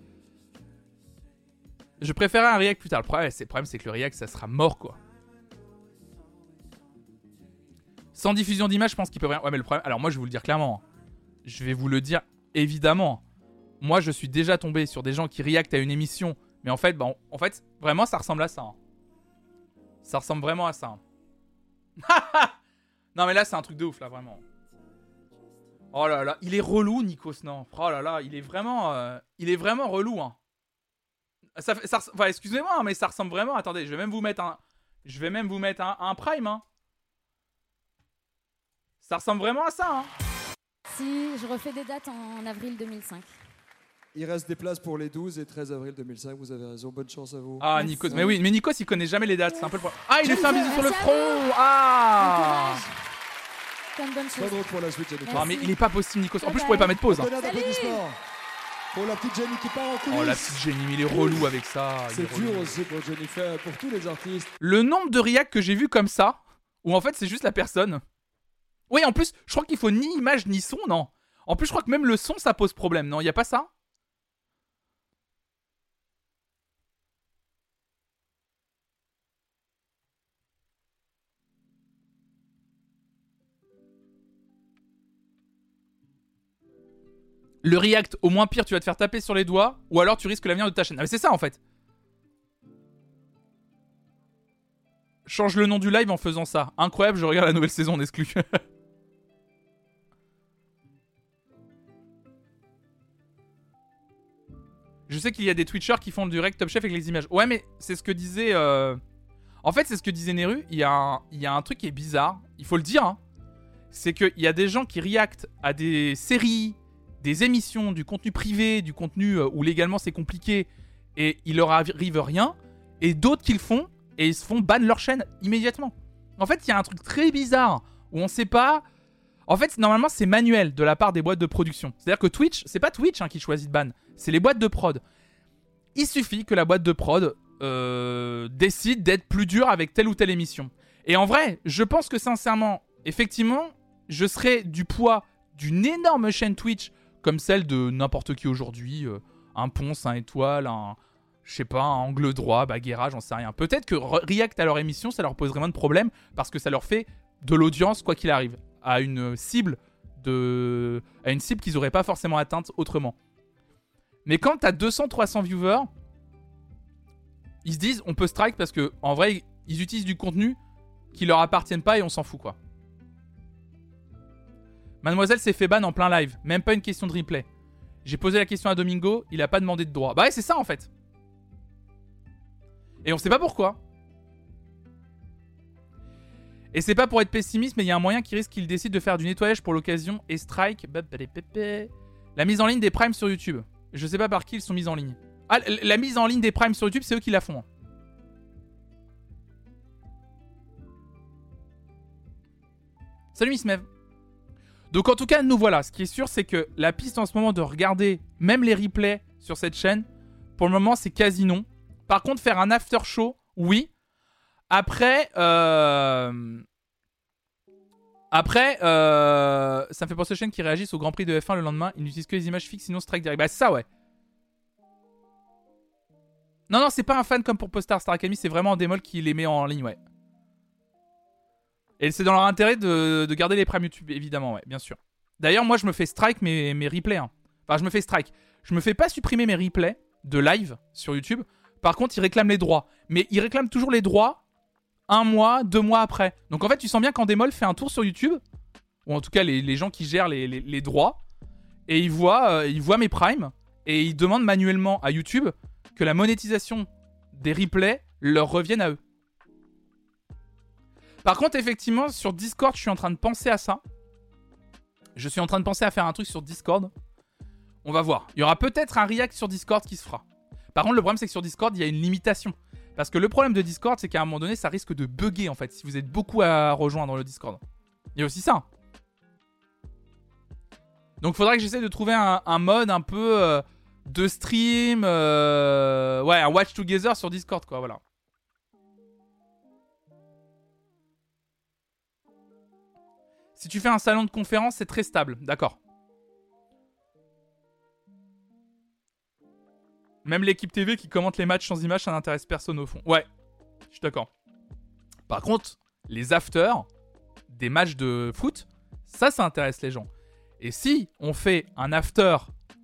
Je préférais un react plus tard. Le problème, c'est que le react, ça sera mort, quoi. Sans diffusion d'image, je pense qu'il peut rien. Ouais, mais le problème. Alors, moi, je vais vous le dire clairement. Je vais vous le dire évidemment. Moi, je suis déjà tombé sur des gens qui reactent à une émission. Mais en fait, vraiment, ça ressemble à ça. Hein. Ça ressemble vraiment à ça. Hein. Non, mais là, c'est un truc de ouf, là, vraiment. Oh là là, il est relou, Nikos, non. Oh là là, il est vraiment relou, hein. Enfin, excusez-moi, mais ça ressemble vraiment. Attendez, je vais même vous mettre un prime, hein. Ça ressemble vraiment à ça, hein. Si, je refais des dates en avril 2005. Il reste des places pour les 12 et 13 avril 2005, vous avez raison, bonne chance à vous. Ah, Merci. Nikos, mais oui, mais Nikos, il connaît jamais les dates, c'est un peu le problème. Ah, il lui fait un bisou sur le front. Ah. Bonne chose. Bonne route pour la suite, Jennifer. Non, mais il est pas possible, Nikos. En plus, je pourrais pas mettre pause. Hein. Donnez un applaudissement pour la petite Jenny qui part en coulisses. Oh, la petite Jenny, mais il est relou avec ça. C'est dur aussi pour Jennifer, pour tous les artistes. Le nombre de reacts que j'ai vu comme ça, où en fait, c'est juste la personne. Oui, en plus, je crois qu'il faut ni image ni son, non. En plus, je crois que même le son, ça pose problème, non? Y a pas ça? Le react, au moins pire, tu vas te faire taper sur les doigts, ou alors tu risques l'avenir de ta chaîne. Ah, mais c'est ça en fait. Change le nom du live en faisant ça. Incroyable, je regarde la nouvelle saison d'Exclu. Je sais qu'il y a des Twitchers qui font du direct Top Chef avec les images. Ouais, mais c'est ce que disait... En fait, c'est ce que disait Neru. Il y a un truc qui est bizarre. Il faut le dire, hein. C'est qu'il y a des gens qui reactent à des séries, des émissions, du contenu privé, du contenu où légalement c'est compliqué et il leur arrive rien, et d'autres qui le font et ils se font ban leur chaîne immédiatement. En fait, il y a un truc très bizarre où on sait pas. En fait, normalement, c'est manuel de la part des boîtes de production. C'est-à-dire que Twitch, c'est pas Twitch qui choisit de ban, c'est les boîtes de prod. Il suffit que la boîte de prod décide d'être plus dure avec telle ou telle émission. Et en vrai, je pense que sincèrement, effectivement, je serais du poids d'une énorme chaîne Twitch comme celle de n'importe qui aujourd'hui. Un Ponce, un Étoile, je sais pas, un Angle droit, Baguera, j'en sais rien. Peut-être que react à leur émission, ça leur poserait moins de problèmes parce que ça leur fait de l'audience, quoi qu'il arrive, à une cible qu'ils n'auraient pas forcément atteinte autrement. Mais quand t'as 200-300 viewers, ils se disent on peut strike parce que en vrai, ils utilisent du contenu qui leur appartiennent pas et on s'en fout quoi. Mademoiselle s'est fait ban en plein live, même pas une question de replay. J'ai posé la question à Domingo, il a pas demandé de droit. Bah ouais, c'est ça en fait. Et on sait pas pourquoi. Et c'est pas pour être pessimiste, mais il y a un moyen qui risque qu'il décide de faire du nettoyage pour l'occasion et strike. La mise en ligne des primes sur YouTube. Je sais pas par qui ils sont mis en ligne. Ah, la mise en ligne des primes sur YouTube, c'est eux qui la font. Salut Miss Mev. Donc en tout cas, nous voilà. Ce qui est sûr, c'est que la piste en ce moment de regarder même les replays sur cette chaîne, pour le moment, c'est quasi non. Par contre, faire un after show, oui. Après, ça me fait penser aux chaînes qui réagissent au Grand Prix de F1 le lendemain. Ils n'utilisent que les images fixes, sinon strike direct. Bah c'est ça, ouais. Non, c'est pas un fan comme pour Postar Star Academy, c'est vraiment Endemol qui les met en ligne, ouais. Et c'est dans leur intérêt de garder les primes YouTube, évidemment, ouais, bien sûr. D'ailleurs, moi, je me fais strike mes replays. Hein. Enfin, je me fais strike. Je me fais pas supprimer mes replays de live sur YouTube. Par contre, ils réclament les droits. Mais ils réclament toujours les droits 1 mois, 2 mois après. Donc en fait, tu sens bien qu'Endemol fait un tour sur YouTube, ou en tout cas les gens qui gèrent les droits, et ils voient mes primes, et ils demandent manuellement à YouTube que la monétisation des replays leur revienne à eux. Par contre, effectivement, sur Discord, je suis en train de penser à ça. Je suis en train de penser à faire un truc sur Discord. On va voir. Il y aura peut-être un react sur Discord qui se fera. Par contre, le problème, c'est que sur Discord, il y a une limitation. Parce que le problème de Discord, c'est qu'à un moment donné, ça risque de bugger, en fait, si vous êtes beaucoup à rejoindre le Discord. Il y a aussi ça. Donc, il faudrait que j'essaie de trouver un mode un peu de stream. Ouais, un watch together sur Discord, quoi, voilà. Si tu fais un salon de conférence, c'est très stable. D'accord. Même l'équipe TV qui commente les matchs sans images, ça n'intéresse personne au fond. Ouais, je suis d'accord. Par contre, les afters des matchs de foot, ça intéresse les gens. Et si on fait un after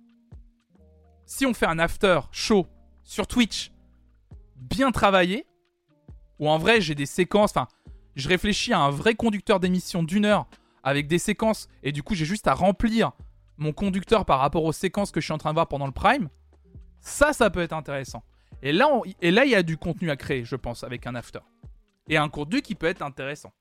show sur Twitch bien travaillé, où en vrai j'ai des séquences, enfin, je réfléchis à un vrai conducteur d'émission d'1 heure avec des séquences, et du coup j'ai juste à remplir mon conducteur par rapport aux séquences que je suis en train de voir pendant le prime, ça peut être intéressant. Et là, il y a du contenu à créer, je pense, avec un after. Et un contenu qui peut être intéressant.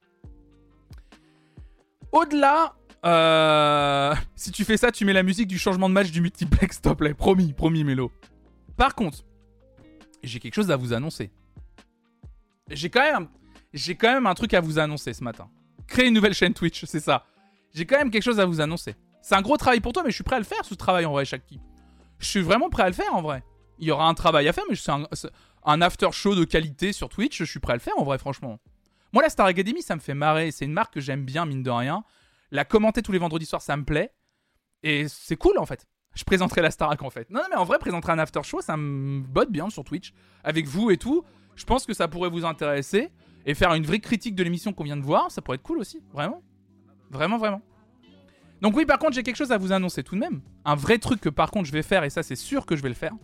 Au-delà, si tu fais ça, tu mets la musique du changement de match du multiplex, s'il te plaît. Promis, Mélo. Par contre, j'ai quelque chose à vous annoncer. J'ai quand même un truc à vous annoncer ce matin. Créer une nouvelle chaîne Twitch, c'est ça. J'ai quand même quelque chose à vous annoncer. C'est un gros travail pour toi, mais je suis prêt à le faire, ce travail en vrai, Shaki. Je suis vraiment prêt à le faire en vrai. Il y aura un travail à faire, mais c'est un after show de qualité sur Twitch. Je suis prêt à le faire en vrai, franchement. Moi, la Star Academy, ça me fait marrer. C'est une marque que j'aime bien, mine de rien. La commenter tous les vendredis soirs, ça me plaît. Et c'est cool en fait. Je présenterai la Starac en fait. Non, mais en vrai, présenter un after show, ça me botte bien sur Twitch. Avec vous et tout. Je pense que ça pourrait vous intéresser. Et faire une vraie critique de l'émission qu'on vient de voir, ça pourrait être cool aussi. Vraiment. Vraiment. Donc oui, par contre, j'ai quelque chose à vous annoncer tout de même. Un vrai truc que par contre je vais faire, et ça c'est sûr que je vais le faire.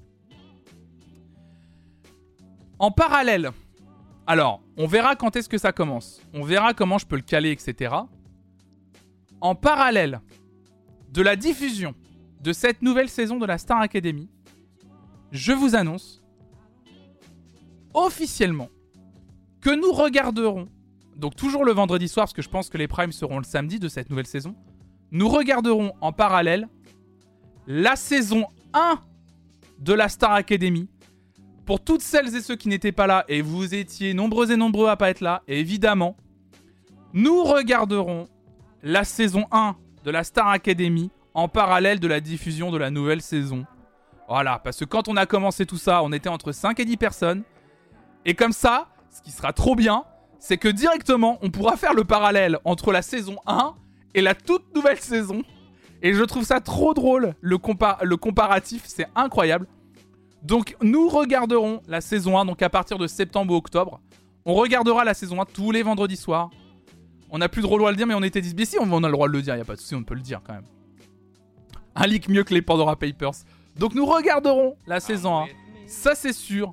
En parallèle, alors, on verra quand est-ce que ça commence. On verra comment je peux le caler, etc. En parallèle de la diffusion de cette nouvelle saison de la Star Academy, je vous annonce officiellement que nous regarderons, donc toujours le vendredi soir, parce que je pense que les primes seront le samedi de cette nouvelle saison, nous regarderons en parallèle la saison 1 de la Star Academy. Pour toutes celles et ceux qui n'étaient pas là, et vous étiez nombreux et nombreux à pas être là, évidemment, nous regarderons la saison 1 de la Star Academy en parallèle de la diffusion de la nouvelle saison. Voilà, parce que quand on a commencé tout ça, on était entre 5 et 10 personnes. Et comme ça, ce qui sera trop bien, c'est que directement, on pourra faire le parallèle entre la saison 1 et la toute nouvelle saison Et je trouve ça trop drôle. Le comparatif, c'est incroyable. Donc, nous regarderons la saison 1, donc à partir de septembre ou octobre. On regardera la saison 1 tous les vendredis soirs. On n'a plus le droit de le dire, mais on était dit. Mais si, on a le droit de le dire, il n'y a pas de souci, on peut le dire quand même. Un leak mieux que les Pandora Papers. Donc, nous regarderons la saison 1. Ça, c'est sûr.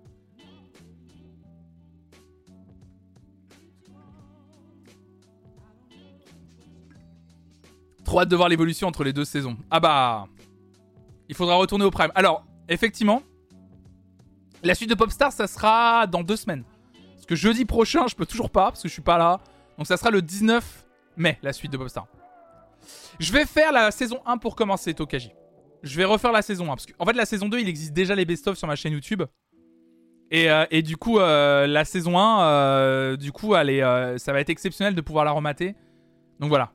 Trop hâte de voir l'évolution entre les deux saisons. Ah bah... Il faudra retourner au Prime. Alors, effectivement, la suite de Popstar, ça sera dans 2 semaines. Parce que jeudi prochain, je peux toujours pas, parce que je suis pas là. Donc ça sera le 19 mai, la suite de Popstar. Je vais faire la saison 1 pour commencer, Tokaji. Je vais refaire la saison 1. Parce qu'en fait, la saison 2, il existe déjà les best-of sur ma chaîne YouTube. Et du coup, la saison 1, du coup, ça va être exceptionnel de pouvoir la remater. Donc voilà.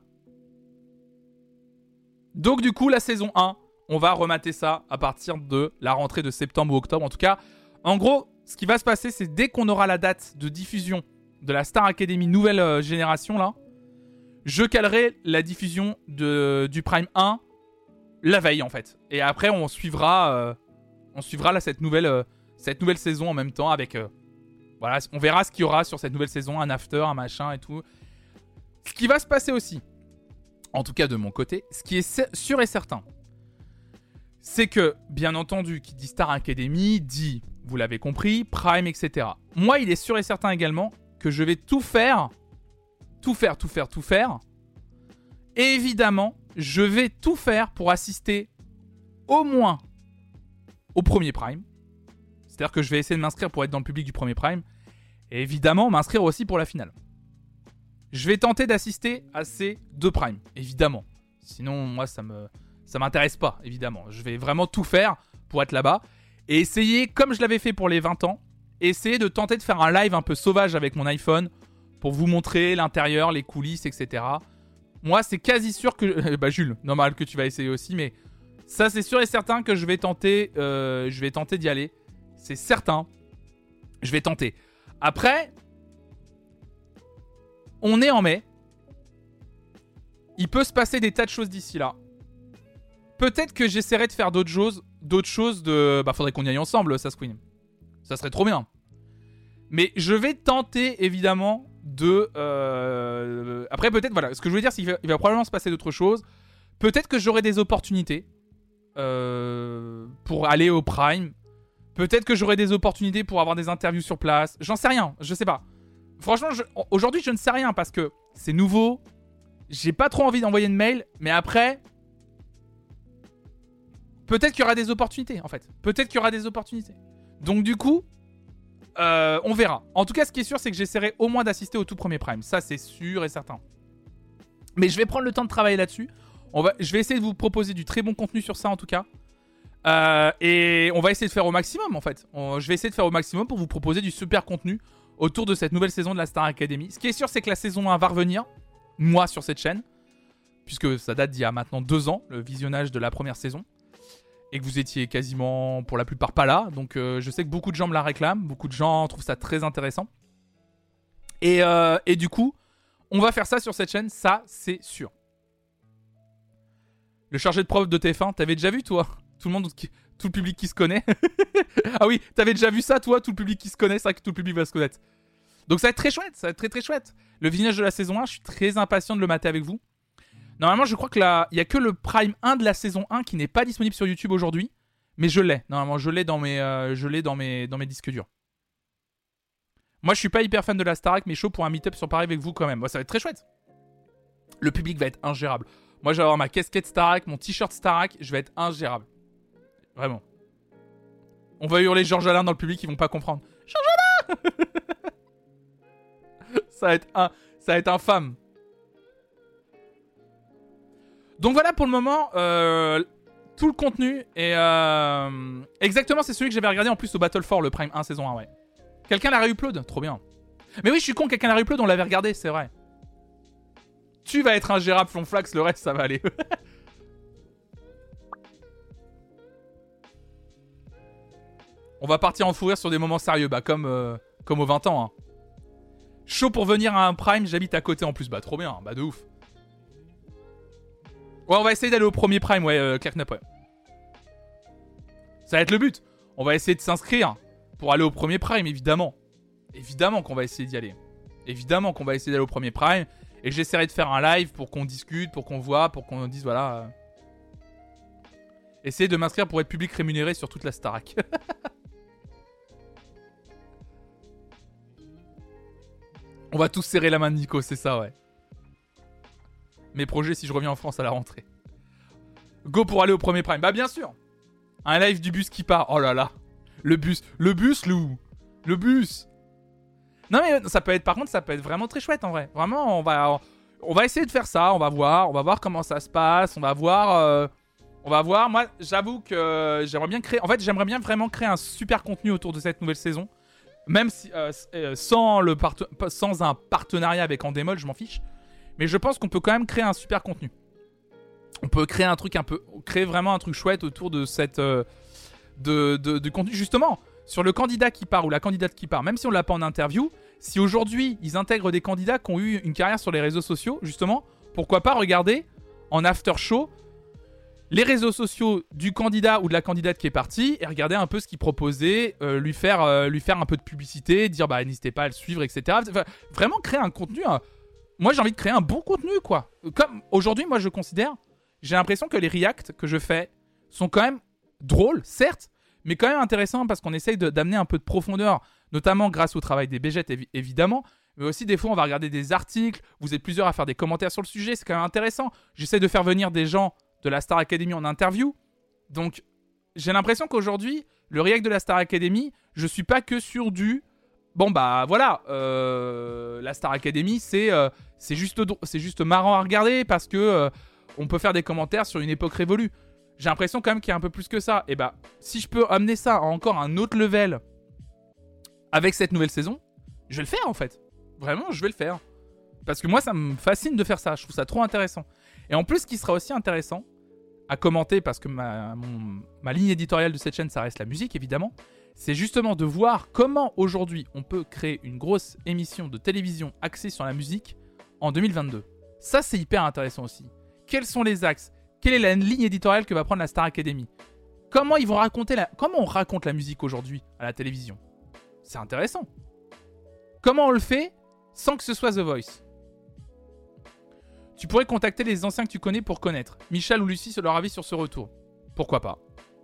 Donc du coup, la saison 1, on va remater ça à partir de la rentrée de septembre ou octobre. En tout cas, en gros, ce qui va se passer, c'est dès qu'on aura la date de diffusion de la Star Academy nouvelle génération, là, je calerai la diffusion du Prime 1 la veille, en fait. Et après, on suivra là, cette nouvelle saison en même temps avec... voilà, on verra ce qu'il y aura sur cette nouvelle saison, un after, un machin et tout. Ce qui va se passer aussi, en tout cas de mon côté, ce qui est sûr et certain, c'est que, bien entendu, qui dit Star Academy, dit, vous l'avez compris, Prime, etc. Moi, il est sûr et certain également que je vais tout faire. Et évidemment, je vais tout faire pour assister au moins au premier Prime. C'est-à-dire que je vais essayer de m'inscrire pour être dans le public du premier Prime. Et évidemment, m'inscrire aussi pour la finale. Je vais tenter d'assister à ces 2 Primes, évidemment. Sinon, moi, ça m'intéresse pas, évidemment. Je vais vraiment tout faire pour être là-bas. Et essayer, comme je l'avais fait pour les 20 ans, essayer de tenter de faire un live un peu sauvage avec mon iPhone pour vous montrer l'intérieur, les coulisses, etc. Moi, c'est quasi sûr que... bah, Jules, normal que tu vas essayer aussi, mais ça, c'est sûr et certain que je vais tenter d'y aller. C'est certain. Je vais tenter. Après... On est en mai. Il peut se passer des tas de choses d'ici là. Peut-être que j'essaierai de faire d'autres choses de... Bah, faudrait qu'on y aille ensemble, Sasqueen. Ça serait trop bien. Mais je vais tenter, évidemment, de... Après, peut-être, voilà. Ce que je veux dire, c'est qu'il va probablement se passer d'autres choses. Peut-être que j'aurai des opportunités pour aller au Prime. Peut-être que j'aurai des opportunités pour avoir des interviews sur place. J'en sais rien, je sais pas. Franchement, aujourd'hui, je ne sais rien parce que c'est nouveau. J'ai pas trop envie d'envoyer de mail. Mais après, peut-être qu'il y aura des opportunités, en fait. Peut-être qu'il y aura des opportunités. Donc, du coup, on verra. En tout cas, ce qui est sûr, c'est que j'essaierai au moins d'assister au tout premier Prime. Ça, c'est sûr et certain. Mais je vais prendre le temps de travailler là-dessus. Je vais essayer de vous proposer du très bon contenu sur ça, en tout cas. Et on va essayer de faire au maximum, en fait. Je vais essayer de faire au maximum pour vous proposer du super contenu autour de cette nouvelle saison de la Star Academy. Ce qui est sûr, c'est que la saison 1 va revenir, moi, sur cette chaîne, puisque ça date d'il y a maintenant 2 ans, le visionnage de la première saison, et que vous étiez quasiment, pour la plupart, pas là. Donc, je sais que beaucoup de gens me la réclament, beaucoup de gens trouvent ça très intéressant. Et du coup, on va faire ça sur cette chaîne, ça, c'est sûr. Le chargé de preuve de TF1, t'avais déjà vu, toi ? Tout le public qui se connaît. Ah oui, t'avais déjà vu ça, toi, tout le public qui se connaît. C'est vrai que tout le public va se connaître. Donc ça va être très chouette, ça va être très très chouette. Le visionnage de la saison 1, je suis très impatient de le mater avec vous. Normalement, je crois qu'il n'y a que le Prime 1 de la saison 1 qui n'est pas disponible sur YouTube aujourd'hui. Mais je l'ai. Normalement, je l'ai dans mes disques durs. Moi, je suis pas hyper fan de la Starac, mais chaud pour un meet-up sur Paris avec vous quand même. Moi, ça va être très chouette. Le public va être ingérable. Moi, je vais avoir ma casquette Starac, mon t-shirt Starac. Je vais être ingérable. Vraiment. On va hurler Georges Alain dans le public, ils vont pas comprendre. Georges Alain. Ça va être infâme. Donc voilà pour le moment, tout le contenu. Et exactement, c'est celui que j'avais regardé en plus au Battle for, le Prime 1 saison 1, ouais. Quelqu'un l'a réupload, trop bien. Mais oui, je suis con, quelqu'un l'a réupload, on l'avait regardé, c'est vrai. Tu vas être ingérable, Flonflax, le reste, ça va aller. On va partir en fou rire sur des moments sérieux, bah comme aux 20 ans. Hein. Chaud pour venir à un Prime, j'habite à côté en plus, bah trop bien, bah de ouf. Ouais, on va essayer d'aller au premier prime, ouais, Claire Knapp, ouais. Ça va être le but. On va essayer de s'inscrire pour aller au premier prime, évidemment. Évidemment qu'on va essayer d'y aller. Évidemment qu'on va essayer d'aller au premier prime. Et j'essaierai de faire un live pour qu'on discute, pour qu'on voit, pour qu'on dise, voilà... Essayer de m'inscrire pour être public rémunéré sur toute la Starac. On va tous serrer la main de Nico, c'est ça, ouais. Mes projets si je reviens en France à la rentrée. Go pour aller au premier prime. Bah bien sûr. Un live du bus qui part. Oh là là. Le bus, Lou. Le bus. Non mais ça peut être, par contre, ça peut être vraiment très chouette en vrai. Vraiment, on va essayer de faire ça. On va voir comment ça se passe. On va voir. Moi, j'avoue que j'aimerais bien créer. En fait, j'aimerais bien vraiment créer un super contenu autour de cette nouvelle saison. Même si sans un partenariat avec Endemol, je m'en fiche. Mais je pense qu'on peut quand même créer un super contenu. On peut créer créer vraiment un truc chouette autour de cette de contenu, justement sur le candidat qui part ou la candidate qui part. Même si on l'a pas en interview, si aujourd'hui ils intègrent des candidats qui ont eu une carrière sur les réseaux sociaux, justement, pourquoi pas regarder en after show les réseaux sociaux du candidat ou de la candidate qui est parti et regarder un peu ce qu'il proposait, lui faire un peu de publicité, dire bah n'hésitez pas à le suivre, etc. Enfin, vraiment créer un contenu. Moi j'ai envie de créer un bon contenu, quoi. Comme aujourd'hui, moi je considère, j'ai l'impression que les reacts que je fais sont quand même drôles, certes, mais quand même intéressants parce qu'on essaye d'amener un peu de profondeur, notamment grâce au travail des BGET évidemment. Mais aussi, des fois, on va regarder des articles. Vous êtes plusieurs à faire des commentaires sur le sujet. C'est quand même intéressant. J'essaie de faire venir des gens de la Star Academy en interview. Donc, j'ai l'impression qu'aujourd'hui, le react de la Star Academy, je suis pas que sur du... Bon, bah, voilà. La Star Academy, c'est juste marrant à regarder parce que on peut faire des commentaires sur une époque révolue. J'ai l'impression quand même qu'il y a un peu plus que ça. Et bah, si je peux amener ça à encore un autre level avec cette nouvelle saison, je vais le faire, en fait. Vraiment, je vais le faire. Parce que moi, ça me fascine de faire ça. Je trouve ça trop intéressant. Et en plus, ce qui sera aussi intéressant à commenter, parce que ma ligne éditoriale de cette chaîne, ça reste la musique, évidemment, c'est justement de voir comment, aujourd'hui, on peut créer une grosse émission de télévision axée sur la musique en 2022. Ça, c'est hyper intéressant aussi. Quels sont les axes ? Quelle est la ligne éditoriale que va prendre la Star Academy ? Comment ils vont raconter comment on raconte la musique aujourd'hui à la télévision ? C'est intéressant. Comment on le fait sans que ce soit The Voice ? Tu pourrais contacter les anciens que tu connais pour connaître. Michel ou Lucie, sur leur avis sur ce retour. Pourquoi pas ?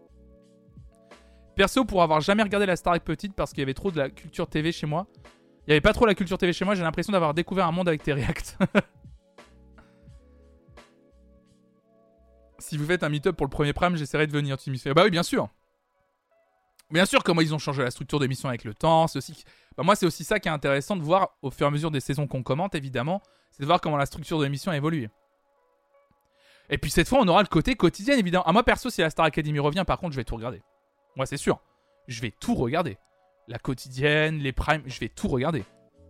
Perso, pour avoir jamais regardé la Starac petite parce qu'il y avait trop de la culture TV chez moi. Il n'y avait pas trop la culture TV chez moi, j'ai l'impression d'avoir découvert un monde avec tes reacts. Si vous faites un meet-up pour le premier prime, j'essaierai de venir. Tu me fais, bah oui, bien sûr. Bien sûr, comment ils ont changé la structure d'émission avec le temps. C'est aussi... Bah moi, c'est aussi ça qui est intéressant de voir au fur et à mesure des saisons qu'on commente, évidemment. C'est de voir comment la structure de l'émission a évolué. Et puis cette fois, on aura le côté quotidien, évidemment. Ah, moi, perso, si la Star Academy revient, par contre, je vais tout regarder. Moi, c'est sûr. Je vais tout regarder. La quotidienne, les primes, je vais tout regarder.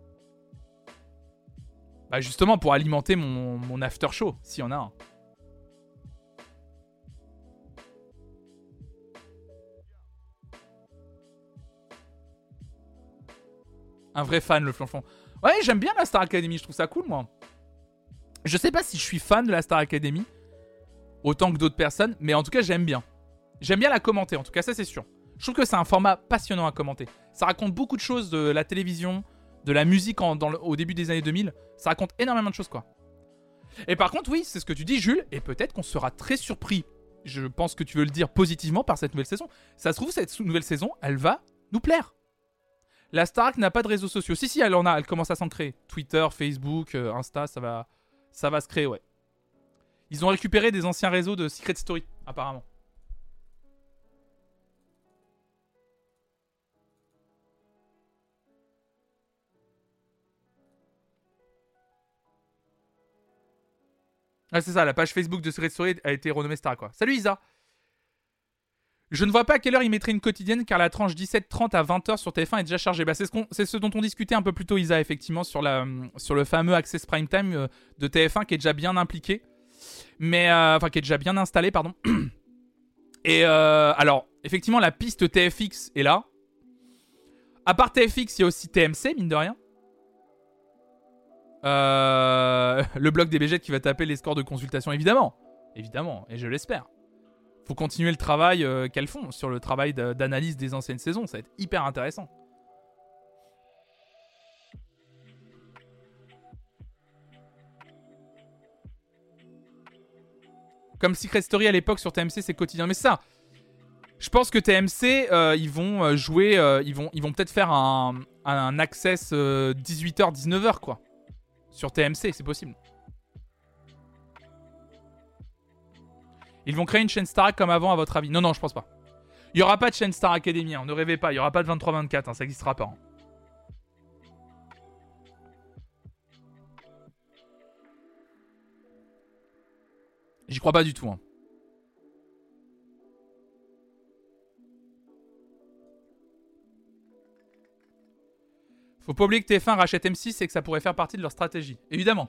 Bah justement, pour alimenter mon after show, s'il y en a un. Un vrai fan, le flonflon. Ouais, j'aime bien la Star Academy, je trouve ça cool, moi. Je sais pas si je suis fan de la Star Academy, autant que d'autres personnes, mais en tout cas, j'aime bien. J'aime bien la commenter, en tout cas, ça c'est sûr. Je trouve que c'est un format passionnant à commenter. Ça raconte beaucoup de choses de la télévision, de la musique au début des années 2000. Ça raconte énormément de choses, quoi. Et par contre, oui, c'est ce que tu dis, Jules, et peut-être qu'on sera très surpris. Je pense que tu veux le dire positivement par cette nouvelle saison. Ça se trouve, cette nouvelle saison, elle va nous plaire. La Starac n'a pas de réseaux sociaux. Si, elle en a, elle commence à s'en créer. Twitter, Facebook, Insta, ça va se créer, ouais. Ils ont récupéré des anciens réseaux de Secret Story, apparemment. Ah, c'est ça, la page Facebook de Secret Story a été renommée Star, quoi. Salut Isa. Je ne vois pas à quelle heure ils mettraient une quotidienne car la tranche 17h30 à 20h sur TF1 est déjà chargée. Bah, c'est ce dont on discutait un peu plus tôt, Isa, effectivement, sur le fameux Access Prime Time de TF1 qui est déjà bien impliqué. Mais, enfin, qui est déjà bien installé, pardon. Et alors, effectivement, la piste TFX est là. À part TFX, il y a aussi TMC, mine de rien. Le blog des BG qui va taper les scores de consultation, évidemment. Évidemment, et je l'espère. Faut continuer le travail qu'elles font sur le travail d'analyse des anciennes saisons. Ça va être hyper intéressant. Comme Secret Story à l'époque sur TMC, c'est quotidien. Mais ça, je pense que TMC, ils vont jouer, ils vont peut-être faire un access 18h, 19h, quoi. Sur TMC, c'est possible. Ils vont créer une chaîne Star comme avant, à votre avis? Non, je pense pas. Il n'y aura pas de chaîne Star Academy, hein, ne rêvez pas. Il n'y aura pas de 23-24, hein, ça n'existera pas. Hein. J'y crois pas du tout. Hein. Faut pas oublier que TF1 rachète M6 et que ça pourrait faire partie de leur stratégie. Évidemment.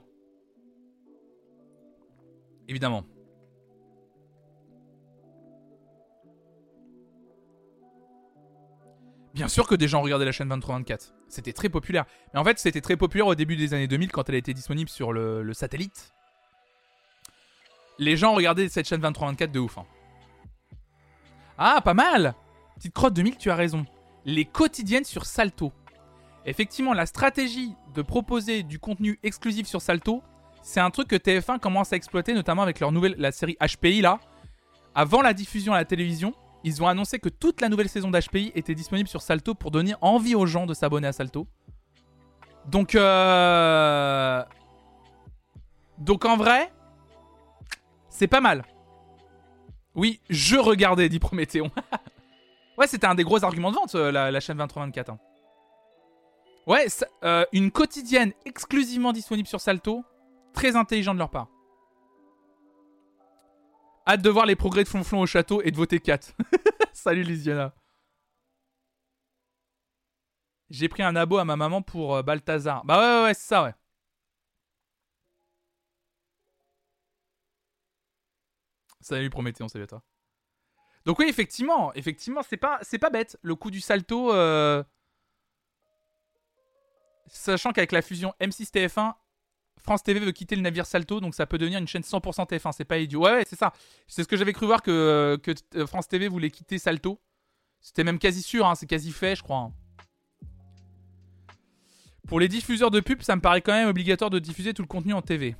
Évidemment. Bien sûr que des gens regardaient la chaîne 23-24. C'était très populaire. Mais en fait, c'était très populaire au début des années 2000 quand elle a été disponible sur le satellite. Les gens regardaient cette chaîne 23-24 de ouf. Hein. Ah, pas mal! Petite crotte 2000, tu as raison. Les quotidiennes sur Salto. Effectivement, la stratégie de proposer du contenu exclusif sur Salto, c'est un truc que TF1 commence à exploiter, notamment avec la série HPI là. Avant la diffusion à la télévision, ils ont annoncé que toute la nouvelle saison d'HPI était disponible sur Salto pour donner envie aux gens de s'abonner à Salto. Donc en vrai, c'est pas mal. Oui, je regardais, dit Prométhéon. Ouais, c'était un des gros arguments de vente, la chaîne 23-24. Hein. Ouais, une quotidienne exclusivement disponible sur Salto. Très intelligent de leur part. Hâte de voir les progrès de Flonflon au château et de voter 4. Salut Lysiana. J'ai pris un abo à ma maman pour Balthazar. Bah ouais, c'est ça, ouais. Salut Prométhéon, salut à toi. Donc oui, effectivement, c'est pas bête. Le coup du Salto... Sachant qu'avec la fusion M6-TF1, France TV veut quitter le navire Salto, donc ça peut devenir une chaîne 100% TF1, c'est pas idiot. Ouais, c'est ça. C'est ce que j'avais cru voir que France TV voulait quitter Salto. C'était même quasi sûr, hein, c'est quasi fait, je crois. Hein. Pour les diffuseurs de pub, ça me paraît quand même obligatoire de diffuser tout le contenu en TV.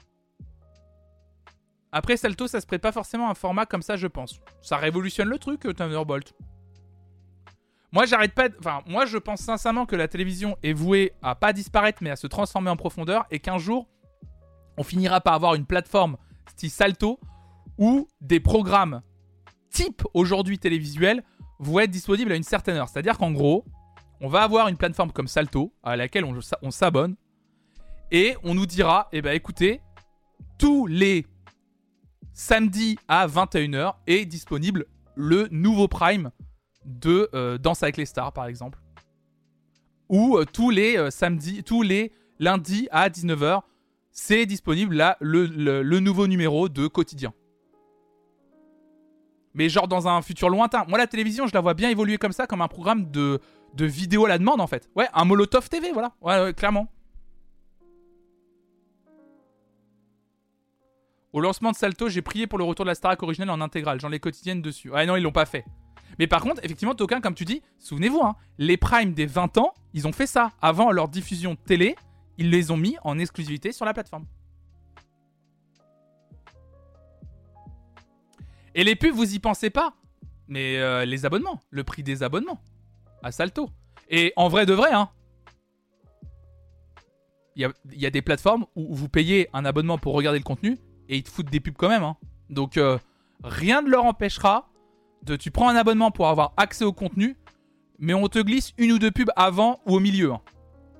Après Salto, ça se prête pas forcément à un format comme ça, je pense. Ça révolutionne le truc, Thunderbolt. Moi, moi, je pense sincèrement que la télévision est vouée à pas disparaître, mais à se transformer en profondeur, et qu'un jour, on finira par avoir une plateforme style Salto, où des programmes type aujourd'hui télévisuels vont être disponibles à une certaine heure. C'est-à-dire qu'en gros, on va avoir une plateforme comme Salto, à laquelle on s'abonne, et on nous dira, écoutez, tous les samedis à 21h est disponible le nouveau Prime de Danse avec les stars, par exemple. Ou tous les lundis à 19h, c'est disponible là, le nouveau numéro de Quotidien. Mais genre dans un futur lointain. Moi, la télévision, je la vois bien évoluer comme ça, comme un programme de vidéo à la demande, en fait. Ouais, un Molotov TV, voilà. Ouais, clairement. Au lancement de Salto, j'ai prié pour le retour de la Starac originale en intégrale. Genre les quotidiennes dessus. Ouais, non, ils l'ont pas fait. Mais par contre, effectivement, Toquin, comme tu dis, souvenez-vous, hein, les primes des 20 ans, ils ont fait ça. Avant leur diffusion télé, ils les ont mis en exclusivité sur la plateforme. Et les pubs, vous y pensez pas. Mais les abonnements, le prix des abonnements à Salto. Et en vrai de vrai, hein, il y a des plateformes où vous payez un abonnement pour regarder le contenu et ils te foutent des pubs quand même. Hein. Donc, rien ne leur empêchera tu prends un abonnement pour avoir accès au contenu, mais on te glisse une ou deux pubs avant ou au milieu. Hein.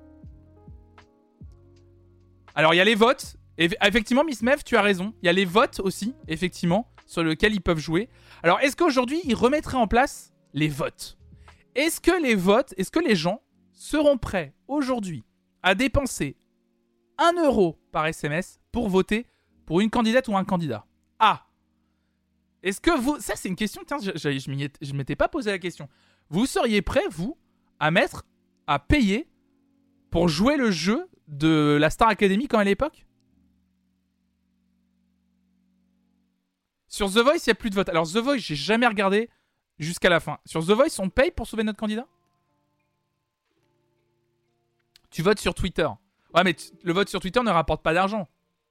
Alors, il y a les votes. Et effectivement, Miss Mev, tu as raison. Il y a les votes aussi, effectivement, sur lesquels ils peuvent jouer. Alors, est-ce qu'aujourd'hui, ils remettraient en place les votes? Est-ce que les gens seront prêts aujourd'hui à dépenser 1 euro par SMS pour voter pour une candidate ou un candidat? Ah! Est-ce que vous... Ça, c'est une question... Tiens, je m'étais pas posé la question. Vous seriez prêts, vous, à payer pour jouer le jeu de la Star Academy comme à l'époque? Sur The Voice, il n'y a plus de vote. Alors The Voice, j'ai jamais regardé jusqu'à la fin. Sur The Voice, on paye pour sauver notre candidat? Tu votes sur Twitter. Ouais, mais le vote sur Twitter ne rapporte pas d'argent.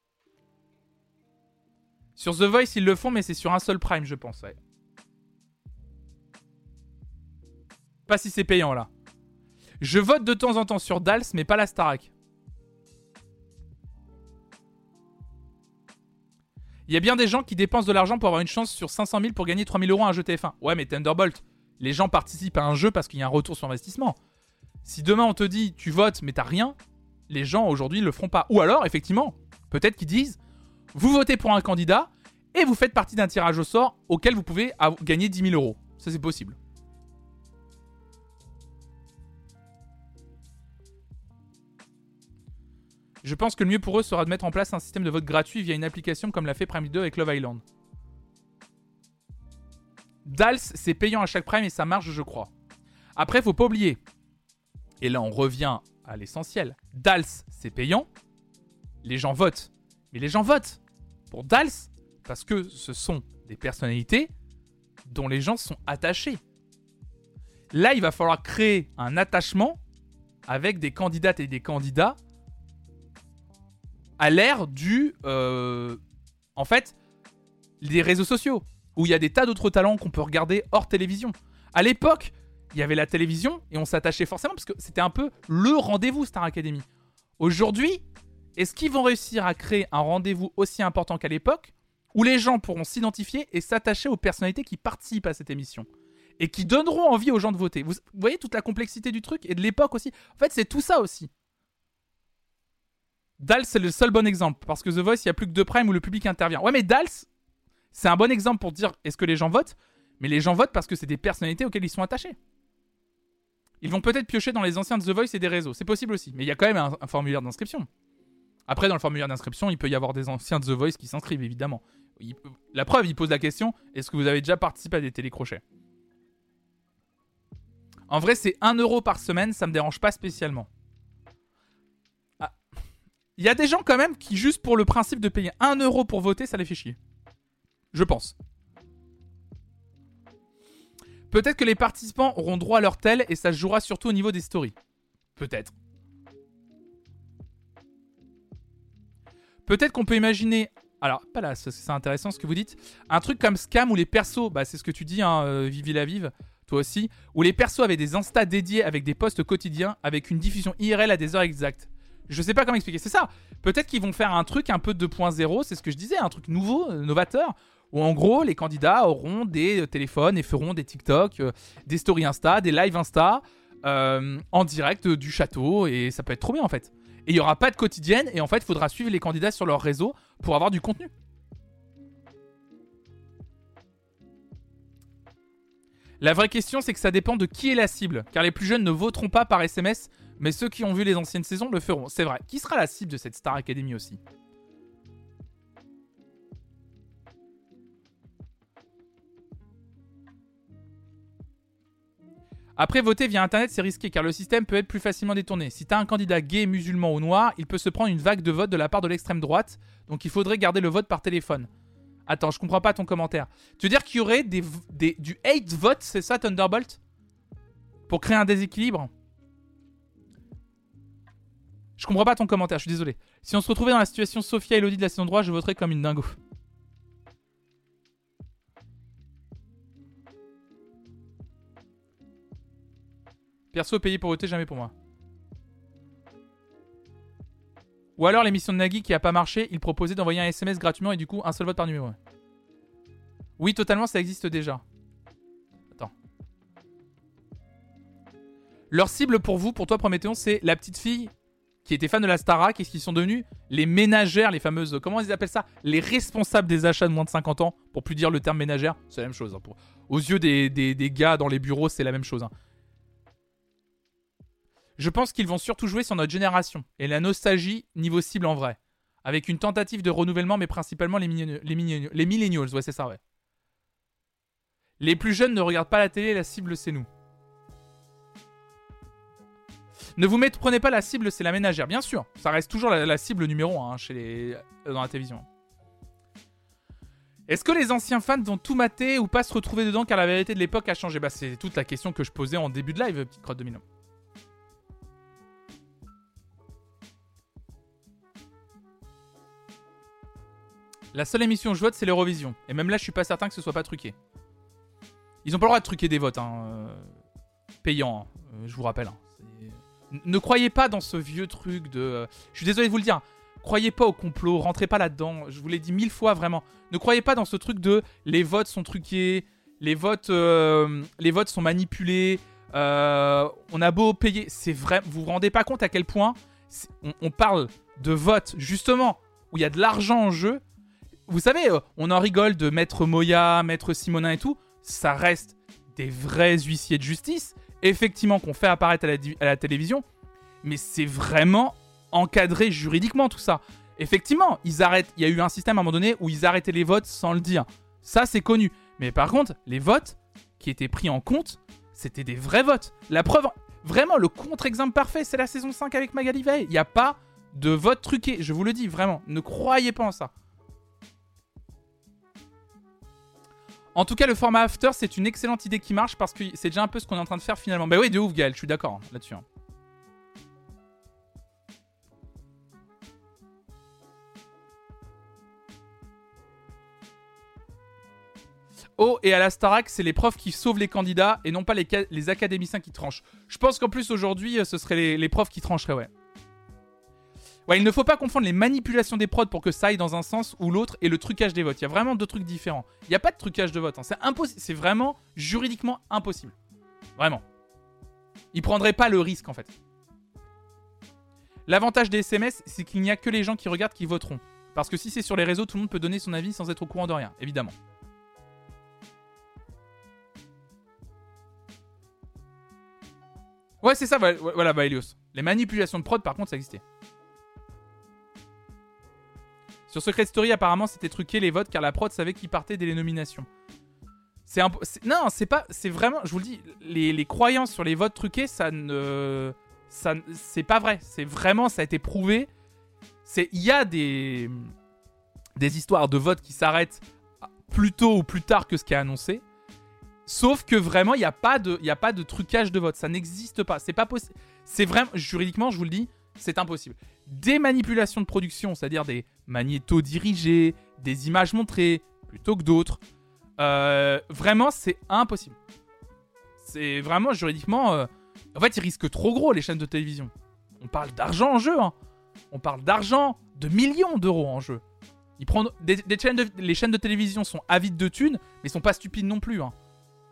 Sur The Voice, ils le font, mais c'est sur un seul Prime, je pense. Ouais. Pas si c'est payant, là. Je vote de temps en temps sur Dals, mais pas la Starac. Il y a bien des gens qui dépensent de l'argent pour avoir une chance sur 500 000 pour gagner 3 000 € à un jeu TF1. Ouais, mais Thunderbolt, les gens participent à un jeu parce qu'il y a un retour sur investissement. Si demain on te dit tu votes mais t'as rien, les gens aujourd'hui le feront pas. Ou alors, effectivement, peut-être qu'ils disent vous votez pour un candidat et vous faites partie d'un tirage au sort auquel vous pouvez gagner 10 000 €. Ça, c'est possible. Je pense que le mieux pour eux sera de mettre en place un système de vote gratuit via une application comme l'a fait Prime Video avec Love Island. Dals, c'est payant à chaque Prime et ça marche, je crois. Après, faut pas oublier. Et là, on revient à l'essentiel. Dals, c'est payant. Les gens votent. Mais les gens votent pour Dals parce que ce sont des personnalités dont les gens sont attachés. Là, il va falloir créer un attachement avec des candidates et des candidats à l'ère du... en fait, des réseaux sociaux, où il y a des tas d'autres talents qu'on peut regarder hors télévision. À l'époque, il y avait la télévision, et on s'attachait forcément, parce que c'était un peu le rendez-vous, Star Academy. Aujourd'hui, est-ce qu'ils vont réussir à créer un rendez-vous aussi important qu'à l'époque, où les gens pourront s'identifier et s'attacher aux personnalités qui participent à cette émission, et qui donneront envie aux gens de voter. Vous voyez toute la complexité du truc, et de l'époque aussi. En fait, c'est tout ça aussi. Dals, c'est le seul bon exemple, parce que The Voice, il n'y a plus que 2 Prime où le public intervient. Ouais, mais Dals, c'est un bon exemple pour dire est-ce que les gens votent, mais les gens votent parce que c'est des personnalités auxquelles ils sont attachés. Ils vont peut-être piocher dans les anciens de The Voice et des réseaux, c'est possible aussi, mais il y a quand même un formulaire d'inscription. Après, dans le formulaire d'inscription, il peut y avoir des anciens de The Voice qui s'inscrivent, évidemment. La preuve, il pose la question, est-ce que vous avez déjà participé à des télécrochets? En vrai, c'est 1 € par semaine, ça me dérange pas spécialement. Il y a des gens quand même qui, juste pour le principe de payer 1 € pour voter, ça les fait chier. Je pense. Peut-être que les participants auront droit à leur tel et ça se jouera surtout au niveau des stories. Peut-être. Peut-être qu'on peut imaginer... Alors, pas là, c'est intéressant ce que vous dites. Un truc comme Scam où les persos... Bah, c'est ce que tu dis, hein, Vivi la Vive, toi aussi. Où les persos avaient des Insta dédiés avec des posts quotidiens avec une diffusion IRL à des heures exactes. Je sais pas comment expliquer, c'est ça. Peut-être qu'ils vont faire un truc un peu 2.0, c'est ce que je disais, un truc nouveau, novateur, où en gros, les candidats auront des téléphones et feront des TikTok, des stories Insta, des lives Insta, en direct du château, et ça peut être trop bien en fait. Et il n'y aura pas de quotidienne, et en fait, il faudra suivre les candidats sur leur réseau pour avoir du contenu. La vraie question, c'est que ça dépend de qui est la cible, car les plus jeunes ne voteront pas par SMS, mais ceux qui ont vu les anciennes saisons le feront. C'est vrai. Qui sera la cible de cette Star Academy aussi? Après, voter via Internet, c'est risqué, car le système peut être plus facilement détourné. Si t'as un candidat gay, musulman ou noir, il peut se prendre une vague de vote de la part de l'extrême droite, donc il faudrait garder le vote par téléphone. Attends, je comprends pas ton commentaire. Tu veux dire qu'il y aurait du hate vote, c'est ça, Thunderbolt? Pour créer un déséquilibre? Je comprends pas ton commentaire, je suis désolé. Si on se retrouvait dans la situation Sophia et Elodie de la saison 3, je voterais comme une dingo. Perso payé pour voter, jamais pour moi. Ou alors l'émission de Nagui qui a pas marché, il proposait d'envoyer un SMS gratuitement et du coup un seul vote par numéro. Oui, totalement, ça existe déjà. Attends. Leur cible pour vous, pour toi Prométhéon, c'est la petite fille qui étaient fans de la Starac et qui sont devenus les ménagères, les fameuses... Comment ils appellent ça? Les responsables des achats de moins de 50 ans, pour plus dire le terme ménagère. C'est la même chose. Hein. Aux yeux des gars dans les bureaux, c'est la même chose. Hein. Je pense qu'ils vont surtout jouer sur notre génération et la nostalgie niveau cible en vrai. Avec une tentative de renouvellement, mais principalement les millennials. Ouais, c'est ça, ouais. Les plus jeunes ne regardent pas la télé, la cible, c'est nous. Ne vous prenez pas la cible, c'est la ménagère. Bien sûr, ça reste toujours la cible numéro 1 dans la télévision. Est-ce que les anciens fans vont tout mater ou pas se retrouver dedans car la vérité de l'époque a changé? Bah, c'est toute la question que je posais en début de live, petite crotte 2001. La seule émission où je vote, c'est l'Eurovision. Et même là, je suis pas certain que ce soit pas truqué. Ils ont pas le droit de truquer des votes, hein. Payants, hein. Je vous rappelle. Hein. Ne croyez pas dans ce vieux truc de... Je suis désolé de vous le dire. Croyez pas au complot, rentrez pas là-dedans. Je vous l'ai dit 1000 fois, vraiment. Ne croyez pas dans ce truc de les votes sont truqués, les votes sont manipulés, on a beau payer. C'est vrai, vous vous rendez pas compte à quel point on parle de votes, justement, où il y a de l'argent en jeu. Vous savez, on en rigole de Maître Moya, Maître Simonin et tout. Ça reste des vrais huissiers de justice, effectivement, qu'on fait apparaître à la télévision. Mais c'est vraiment encadré juridiquement, tout ça. Effectivement, ils arrêtent. Il y a eu un système à un moment donné où ils arrêtaient les votes sans le dire. Ça, c'est connu. Mais par contre, les votes qui étaient pris en compte, c'était des vrais votes. La preuve, vraiment, le contre-exemple parfait, c'est la saison 5 avec Magali Veil. Il n'y a pas de vote truqué. Je vous le dis, vraiment. Ne croyez pas en ça. En tout cas, le format After, c'est une excellente idée qui marche parce que c'est déjà un peu ce qu'on est en train de faire finalement. Bah oui, de ouf, Gaël, je suis d'accord hein, là-dessus. Hein. Oh, et à la Starac, c'est les profs qui sauvent les candidats et non pas les académiciens qui tranchent. Je pense qu'en plus, aujourd'hui, ce seraient les profs qui trancheraient, ouais. Ouais, il ne faut pas confondre les manipulations des prods pour que ça aille dans un sens ou l'autre et le trucage des votes. Il y a vraiment deux trucs différents. Il n'y a pas de trucage de vote. Hein. C'est impossible. C'est vraiment juridiquement impossible. Vraiment. Ils prendraient pas le risque, en fait. L'avantage des SMS, c'est qu'il n'y a que les gens qui regardent qui voteront. Parce que si c'est sur les réseaux, tout le monde peut donner son avis sans être au courant de rien, évidemment. Ouais, c'est ça, voilà, Helios. Les manipulations de prod, par contre, ça existait. Sur Secret Story, apparemment, c'était truqué les votes car la prod savait qui partait dès les nominations. Non, c'est pas... C'est vraiment... Je vous le dis, les croyances sur les votes truqués, c'est pas vrai. C'est vraiment... Ça a été prouvé. Il y a des histoires de votes qui s'arrêtent plus tôt ou plus tard que ce qui est annoncé. Sauf que vraiment, il n'y a pas de trucage de vote. Ça n'existe pas. C'est pas possible. C'est vraiment... Juridiquement, je vous le dis, c'est impossible. Des manipulations de production, c'est-à-dire des magnétos dirigés, des images montrées plutôt que d'autres. Vraiment, c'est impossible. C'est vraiment juridiquement... En fait, ils risquent trop gros, les chaînes de télévision. On parle d'argent en jeu. Hein. On parle d'argent, de millions d'euros en jeu. Ils prennent les chaînes de télévision sont avides de thunes, mais ils sont pas stupides non plus. Hein.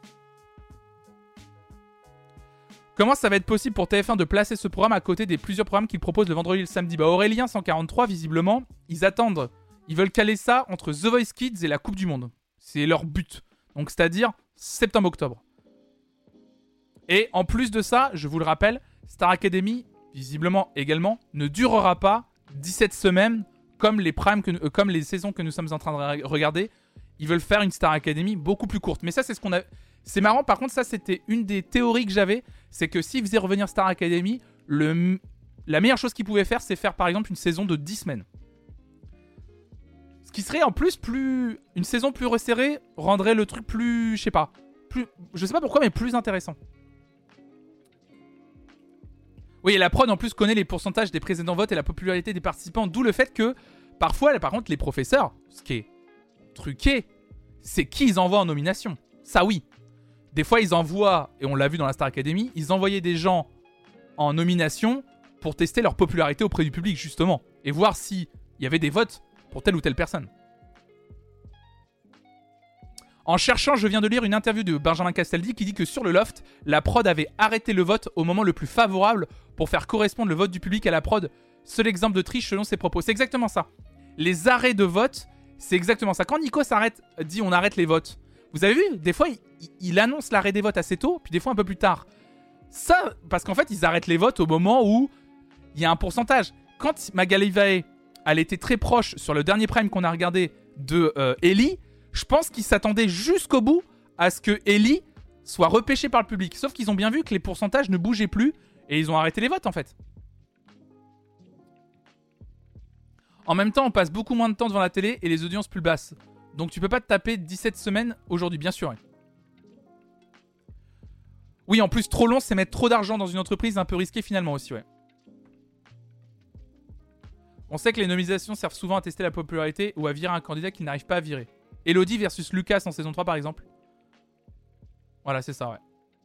Comment ça va être possible pour TF1 de placer ce programme à côté des plusieurs programmes qu'ils proposent le vendredi et le samedi? Bah Aurélien 143, visiblement, ils attendent. Ils veulent caler ça entre The Voice Kids et la Coupe du Monde. C'est leur but. Donc c'est-à-dire septembre-octobre. Et en plus de ça, je vous le rappelle, Star Academy, visiblement également, ne durera pas 17 semaines comme les saisons que nous sommes en train de regarder. Ils veulent faire une Star Academy beaucoup plus courte. Mais ça, c'est ce qu'on a... C'est marrant, par contre, ça, c'était une des théories que j'avais. C'est que s'ils faisaient revenir Star Academy, la meilleure chose qu'ils pouvaient faire, c'est faire, par exemple, une saison de 10 semaines. Ce qui serait, en plus, une saison plus resserrée rendrait le truc plus... Je sais pas pourquoi, mais plus intéressant. Oui, et la prod, en plus, connaît les pourcentages des précédents votes et la popularité des participants. D'où le fait que, parfois, par contre, les professeurs, ce qui est truqué, c'est qui ils envoient en nomination. Ça, oui. Des fois, ils envoient, et on l'a vu dans la Star Academy, ils envoyaient des gens en nomination pour tester leur popularité auprès du public, justement. Et voir s'il y avait des votes pour telle ou telle personne. En cherchant, je viens de lire une interview de Benjamin Castaldi qui dit que sur le loft, la prod avait arrêté le vote au moment le plus favorable pour faire correspondre le vote du public à la prod. Seul exemple de triche selon ses propos. C'est exactement ça. Les arrêts de vote, c'est exactement ça. Quand Nico dit on arrête les votes, vous avez vu, des fois, il annonce l'arrêt des votes assez tôt, puis des fois un peu plus tard. Ça, parce qu'en fait, ils arrêtent les votes au moment où il y a un pourcentage. Quand Magali Veil, elle était très proche sur le dernier prime qu'on a regardé de Ellie, je pense qu'ils s'attendaient jusqu'au bout à ce que Ellie soit repêchée par le public. Sauf qu'ils ont bien vu que les pourcentages ne bougeaient plus et ils ont arrêté les votes, en fait. En même temps, on passe beaucoup moins de temps devant la télé et les audiences plus basses. Donc tu peux pas te taper 17 semaines aujourd'hui, bien sûr. Ouais. Oui, en plus, trop long, c'est mettre trop d'argent dans une entreprise un peu risqué finalement aussi, ouais. On sait que les nominations servent souvent à tester la popularité ou à virer un candidat qu'ils n'arrivent pas à virer. Elodie versus Lucas en saison 3 par exemple. Voilà, c'est ça, ouais.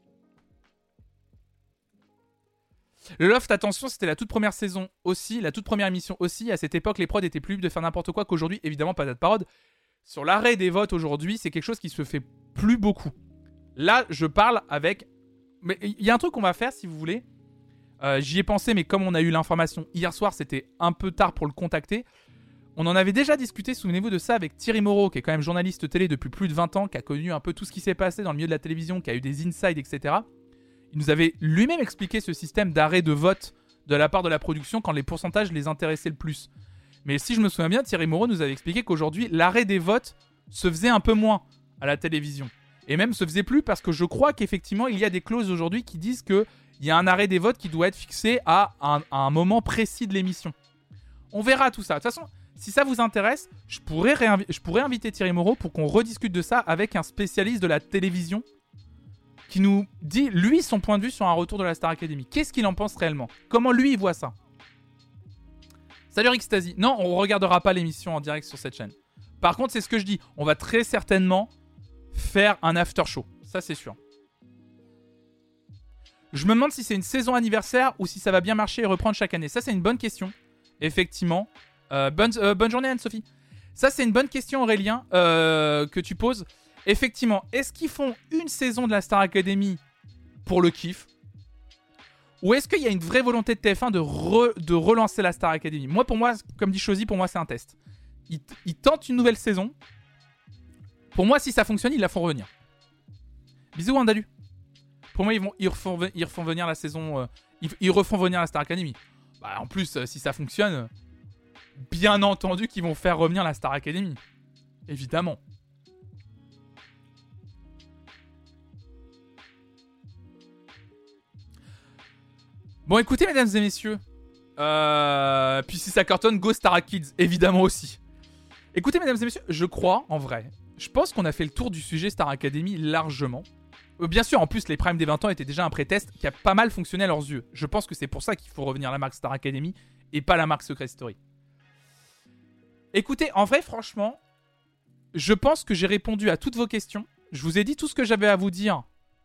Le Loft, attention, c'était la toute première saison aussi, la toute première émission aussi. À cette époque, les prods étaient plus libres de faire n'importe quoi qu'aujourd'hui. Évidemment, pas de parode. Sur l'arrêt des votes aujourd'hui, c'est quelque chose qui se fait plus beaucoup. Là, je parle avec... Mais il y a un truc qu'on va faire, si vous voulez. J'y ai pensé, mais comme on a eu l'information hier soir, c'était un peu tard pour le contacter. On en avait déjà discuté, souvenez-vous de ça, avec Thierry Moreau, qui est quand même journaliste télé depuis plus de 20 ans, qui a connu un peu tout ce qui s'est passé dans le milieu de la télévision, qui a eu des insides, etc. Il nous avait lui-même expliqué ce système d'arrêt de vote de la part de la production quand les pourcentages les intéressaient le plus. Mais si je me souviens bien, Thierry Moreau nous avait expliqué qu'aujourd'hui, l'arrêt des votes se faisait un peu moins à la télévision. Et même se faisait plus parce que je crois qu'effectivement, il y a des clauses aujourd'hui qui disent qu'il y a un arrêt des votes qui doit être fixé à un moment précis de l'émission. On verra tout ça. De toute façon, si ça vous intéresse, je pourrais inviter Thierry Moreau pour qu'on rediscute de ça avec un spécialiste de la télévision qui nous dit, lui, son point de vue sur un retour de la Star Academy. Qu'est-ce qu'il en pense réellement? Comment lui, il voit ça? Salut Rixtasy. Non, on regardera pas l'émission en direct sur cette chaîne. Par contre, c'est ce que je dis. On va très certainement faire un after show. Ça, c'est sûr. Je me demande si c'est une saison anniversaire ou si ça va bien marcher et reprendre chaque année. Ça, c'est une bonne question. Effectivement. Bonne journée, Anne-Sophie. Ça, c'est une bonne question, Aurélien, que tu poses. Effectivement, est-ce qu'ils font une saison de la Star Academy pour le kiff? Ou est-ce qu'il y a une vraie volonté de TF1 de relancer la Star Academy? Moi, pour moi, comme dit Chosy, pour moi, c'est un test. Ils tentent une nouvelle saison. Pour moi, si ça fonctionne, ils la font revenir. Bisous, Andalu. Pour moi, ils refont venir la saison... ils refont venir la Star Academy. Bah, en plus, si ça fonctionne, bien entendu qu'ils vont faire revenir la Star Academy. Évidemment. Bon, écoutez, mesdames et messieurs. Puis si ça cartonne, go Star Kids, évidemment aussi. Écoutez, mesdames et messieurs, je crois, en vrai, je pense qu'on a fait le tour du sujet Star Academy largement. Bien sûr, en plus, les primes des 20 ans étaient déjà un pré-test qui a pas mal fonctionné à leurs yeux. Je pense que c'est pour ça qu'il faut revenir à la marque Star Academy et pas la marque Secret Story. Écoutez, en vrai, franchement, je pense que j'ai répondu à toutes vos questions. Je vous ai dit tout ce que j'avais à vous dire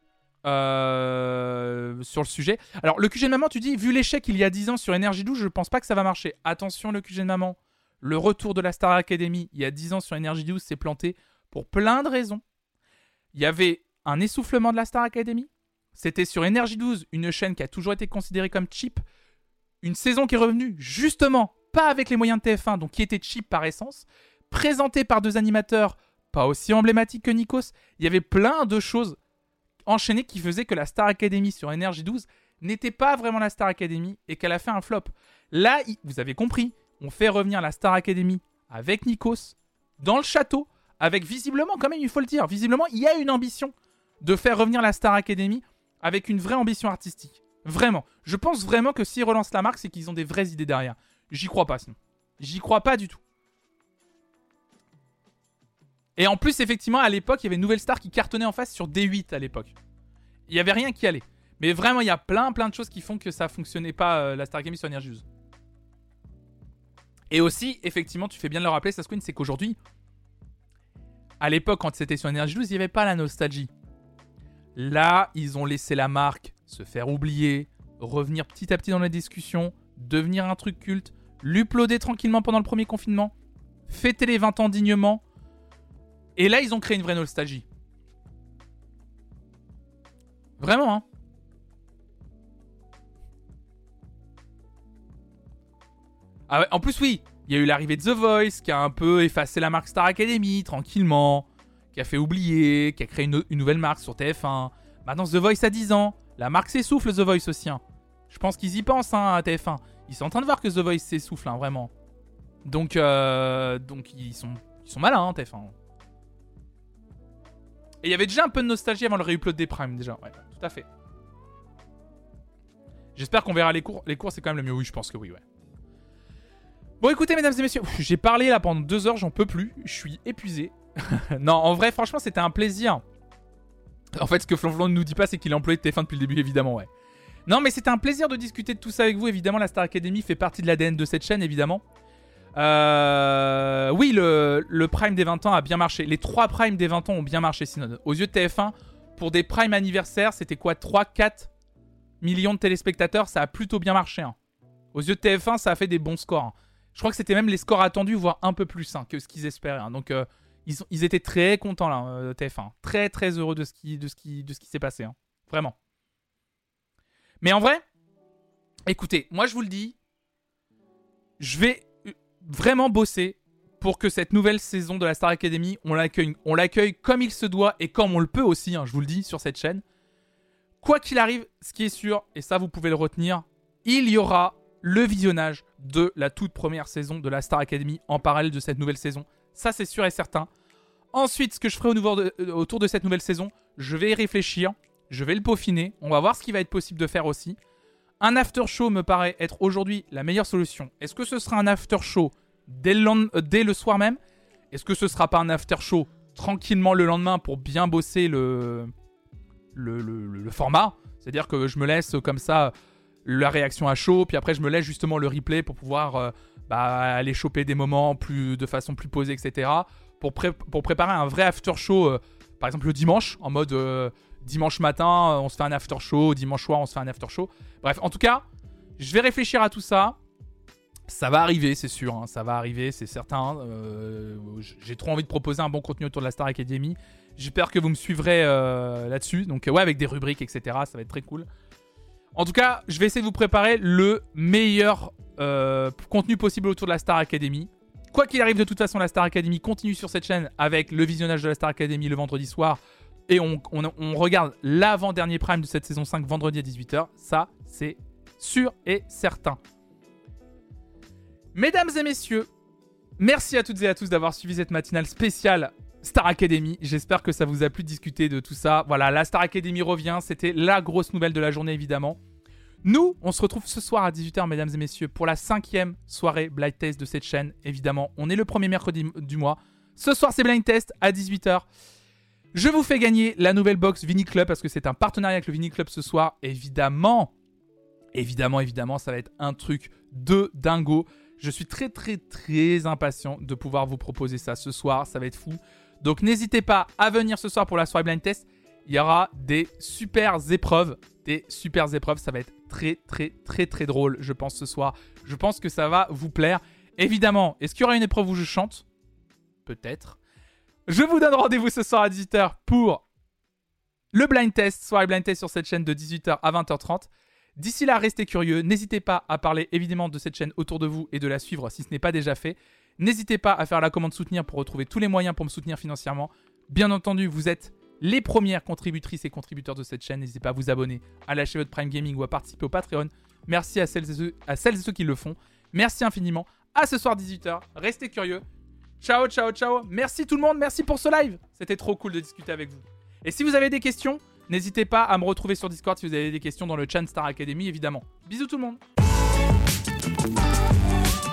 sur le sujet. Alors, le QG de maman, tu dis, vu l'échec il y a 10 ans sur Energy 12, je pense pas que ça va marcher. Attention, le QG de maman, le retour de la Star Academy il y a 10 ans sur Energy 12 s'est planté pour plein de raisons. Il y avait un essoufflement de la Star Academy. C'était sur Energy 12, une chaîne qui a toujours été considérée comme cheap. Une saison qui est revenue, justement, pas avec les moyens de TF1, donc qui était cheap par essence. Présentée par deux animateurs pas aussi emblématiques que Nikos. Il y avait plein de choses enchaînées qui faisaient que la Star Academy sur Energy 12 n'était pas vraiment la Star Academy et qu'elle a fait un flop. Là, vous avez compris, on fait revenir la Star Academy avec Nikos dans le château, avec visiblement, quand même, il faut le dire, visiblement, il y a une ambition de faire revenir la Star Academy avec une vraie ambition artistique. Vraiment. Je pense vraiment que s'ils relancent la marque, c'est qu'ils ont des vraies idées derrière. J'y crois pas, sinon. J'y crois pas du tout. Et en plus, effectivement, à l'époque, il y avait une nouvelle star qui cartonnait en face sur D8 à l'époque. Il n'y avait rien qui allait. Mais vraiment, il y a plein de choses qui font que ça fonctionnait pas, la Star Academy sur Energy 12. Et aussi, effectivement, tu fais bien de le rappeler, Sasquin, c'est qu'aujourd'hui, à l'époque, quand c'était sur Energy 12, il n'y avait pas la nostalgie. Là, ils ont laissé la marque se faire oublier, revenir petit à petit dans la discussion, devenir un truc culte, l'uploader tranquillement pendant le premier confinement, fêter les 20 ans dignement. Et là, ils ont créé une vraie nostalgie. Vraiment, hein. Ah ouais, en plus, oui, il y a eu l'arrivée de The Voice, qui a un peu effacé la marque Star Academy, tranquillement, qui a fait oublier, qui a créé une nouvelle marque sur TF1. Maintenant, The Voice a 10 ans. La marque s'essouffle, The Voice aussi. Hein. Je pense qu'ils y pensent, hein, à TF1. Ils sont en train de voir que The Voice s'essouffle, hein, vraiment. Donc ils sont malins, hein, TF1. Et il y avait déjà un peu de nostalgie avant le re-upload des primes, déjà. Ouais, tout à fait. J'espère qu'on verra les cours. Les cours, c'est quand même le mieux. Oui, je pense que oui, ouais. Bon, écoutez, mesdames et messieurs, j'ai parlé là pendant 2 heures, j'en peux plus. Je suis épuisé. Non, en vrai, franchement, c'était un plaisir. En fait, ce que Flonflon ne nous dit pas, c'est qu'il est employé de TF1 depuis le début, évidemment, ouais. Non, mais c'était un plaisir de discuter de tout ça avec vous. Évidemment, la Star Academy fait partie de l'ADN de cette chaîne, évidemment. Oui, le Prime des 20 ans a bien marché. Les 3 Primes des 20 ans ont bien marché, sinon. Aux yeux de TF1, pour des Prime anniversaires, c'était quoi, 3-4 millions de téléspectateurs, ça a plutôt bien marché. Hein. Aux yeux de TF1, ça a fait des bons scores. Hein. Je crois que c'était même les scores attendus, voire un peu plus que ce qu'ils espéraient. Hein. Donc, ils étaient très contents, là, TF1. Très, très heureux de ce qui s'est passé. Hein. Vraiment. Mais en vrai, écoutez, moi, je vous le dis, je vais vraiment bosser pour que cette nouvelle saison de la Star Academy, on l'accueille comme il se doit et comme on le peut aussi, hein, je vous le dis, sur cette chaîne. Quoi qu'il arrive, ce qui est sûr, et ça vous pouvez le retenir, il y aura le visionnage de la toute première saison de la Star Academy en parallèle de cette nouvelle saison. Ça, c'est sûr et certain. Ensuite, ce que je ferai autour de cette nouvelle saison, je vais y réfléchir, je vais le peaufiner, on va voir ce qui va être possible de faire aussi. Un after show me paraît être aujourd'hui la meilleure solution. Est-ce que ce sera un after show dès le soir même ? Est-ce que ce sera pas un after show tranquillement le lendemain pour bien bosser le format ? C'est-à-dire que je me laisse comme ça la réaction à chaud, puis après je me laisse justement le replay pour pouvoir aller choper des moments de façon plus posée, etc. Pour préparer un vrai after show, par exemple le dimanche, en mode dimanche matin, on se fait un after show, dimanche soir, on se fait un after show. Bref, en tout cas, je vais réfléchir à tout ça. Ça va arriver, c'est sûr, hein, ça va arriver, c'est certain. J'ai trop envie de proposer un bon contenu autour de la Star Academy. J'espère que vous me suivrez là-dessus. Donc ouais, avec des rubriques, etc. Ça va être très cool. En tout cas, je vais essayer de vous préparer le meilleur contenu possible autour de la Star Academy. Quoi qu'il arrive, de toute façon, la Star Academy continue sur cette chaîne avec le visionnage de la Star Academy le vendredi soir. Et on regarde l'avant-dernier prime de cette saison 5 vendredi à 18h. Ça, c'est sûr et certain. Mesdames et messieurs, merci à toutes et à tous d'avoir suivi cette matinale spéciale Star Academy. J'espère que ça vous a plu de discuter de tout ça. Voilà, la Star Academy revient. C'était la grosse nouvelle de la journée, évidemment. Nous, on se retrouve ce soir à 18h, mesdames et messieurs, pour la 5e soirée Blind Test de cette chaîne. Évidemment, on est le premier mercredi du mois. Ce soir, c'est Blind Test à 18h. Je vous fais gagner la nouvelle box Vini Club parce que c'est un partenariat avec le Vini Club ce soir. Évidemment, ça va être un truc de dingo. Je suis très, très, très impatient de pouvoir vous proposer ça ce soir. Ça va être fou. Donc, n'hésitez pas à venir ce soir pour la soirée Blind Test. Il y aura des super épreuves. Ça va être très, très, très, très drôle, je pense, ce soir. Je pense que ça va vous plaire. Évidemment, est-ce qu'il y aura une épreuve où je chante ? Peut-être. Je vous donne rendez-vous ce soir à 18h pour le Blind Test, soirée Blind Test sur cette chaîne de 18h à 20h30. D'ici là, restez curieux. N'hésitez pas à parler évidemment de cette chaîne autour de vous et de la suivre si ce n'est pas déjà fait. N'hésitez pas à faire la commande soutenir pour retrouver tous les moyens pour me soutenir financièrement. Bien entendu, vous êtes les premières contributrices et contributeurs de cette chaîne. N'hésitez pas à vous abonner, à lâcher votre Prime Gaming ou à participer au Patreon. Merci à celles et ceux qui le font. Merci infiniment. À ce soir 18h. Restez curieux. Ciao, ciao, ciao. Merci tout le monde. Merci pour ce live. C'était trop cool de discuter avec vous. Et si vous avez des questions, n'hésitez pas à me retrouver sur Discord si vous avez des questions dans le chat Star Academy, évidemment. Bisous tout le monde.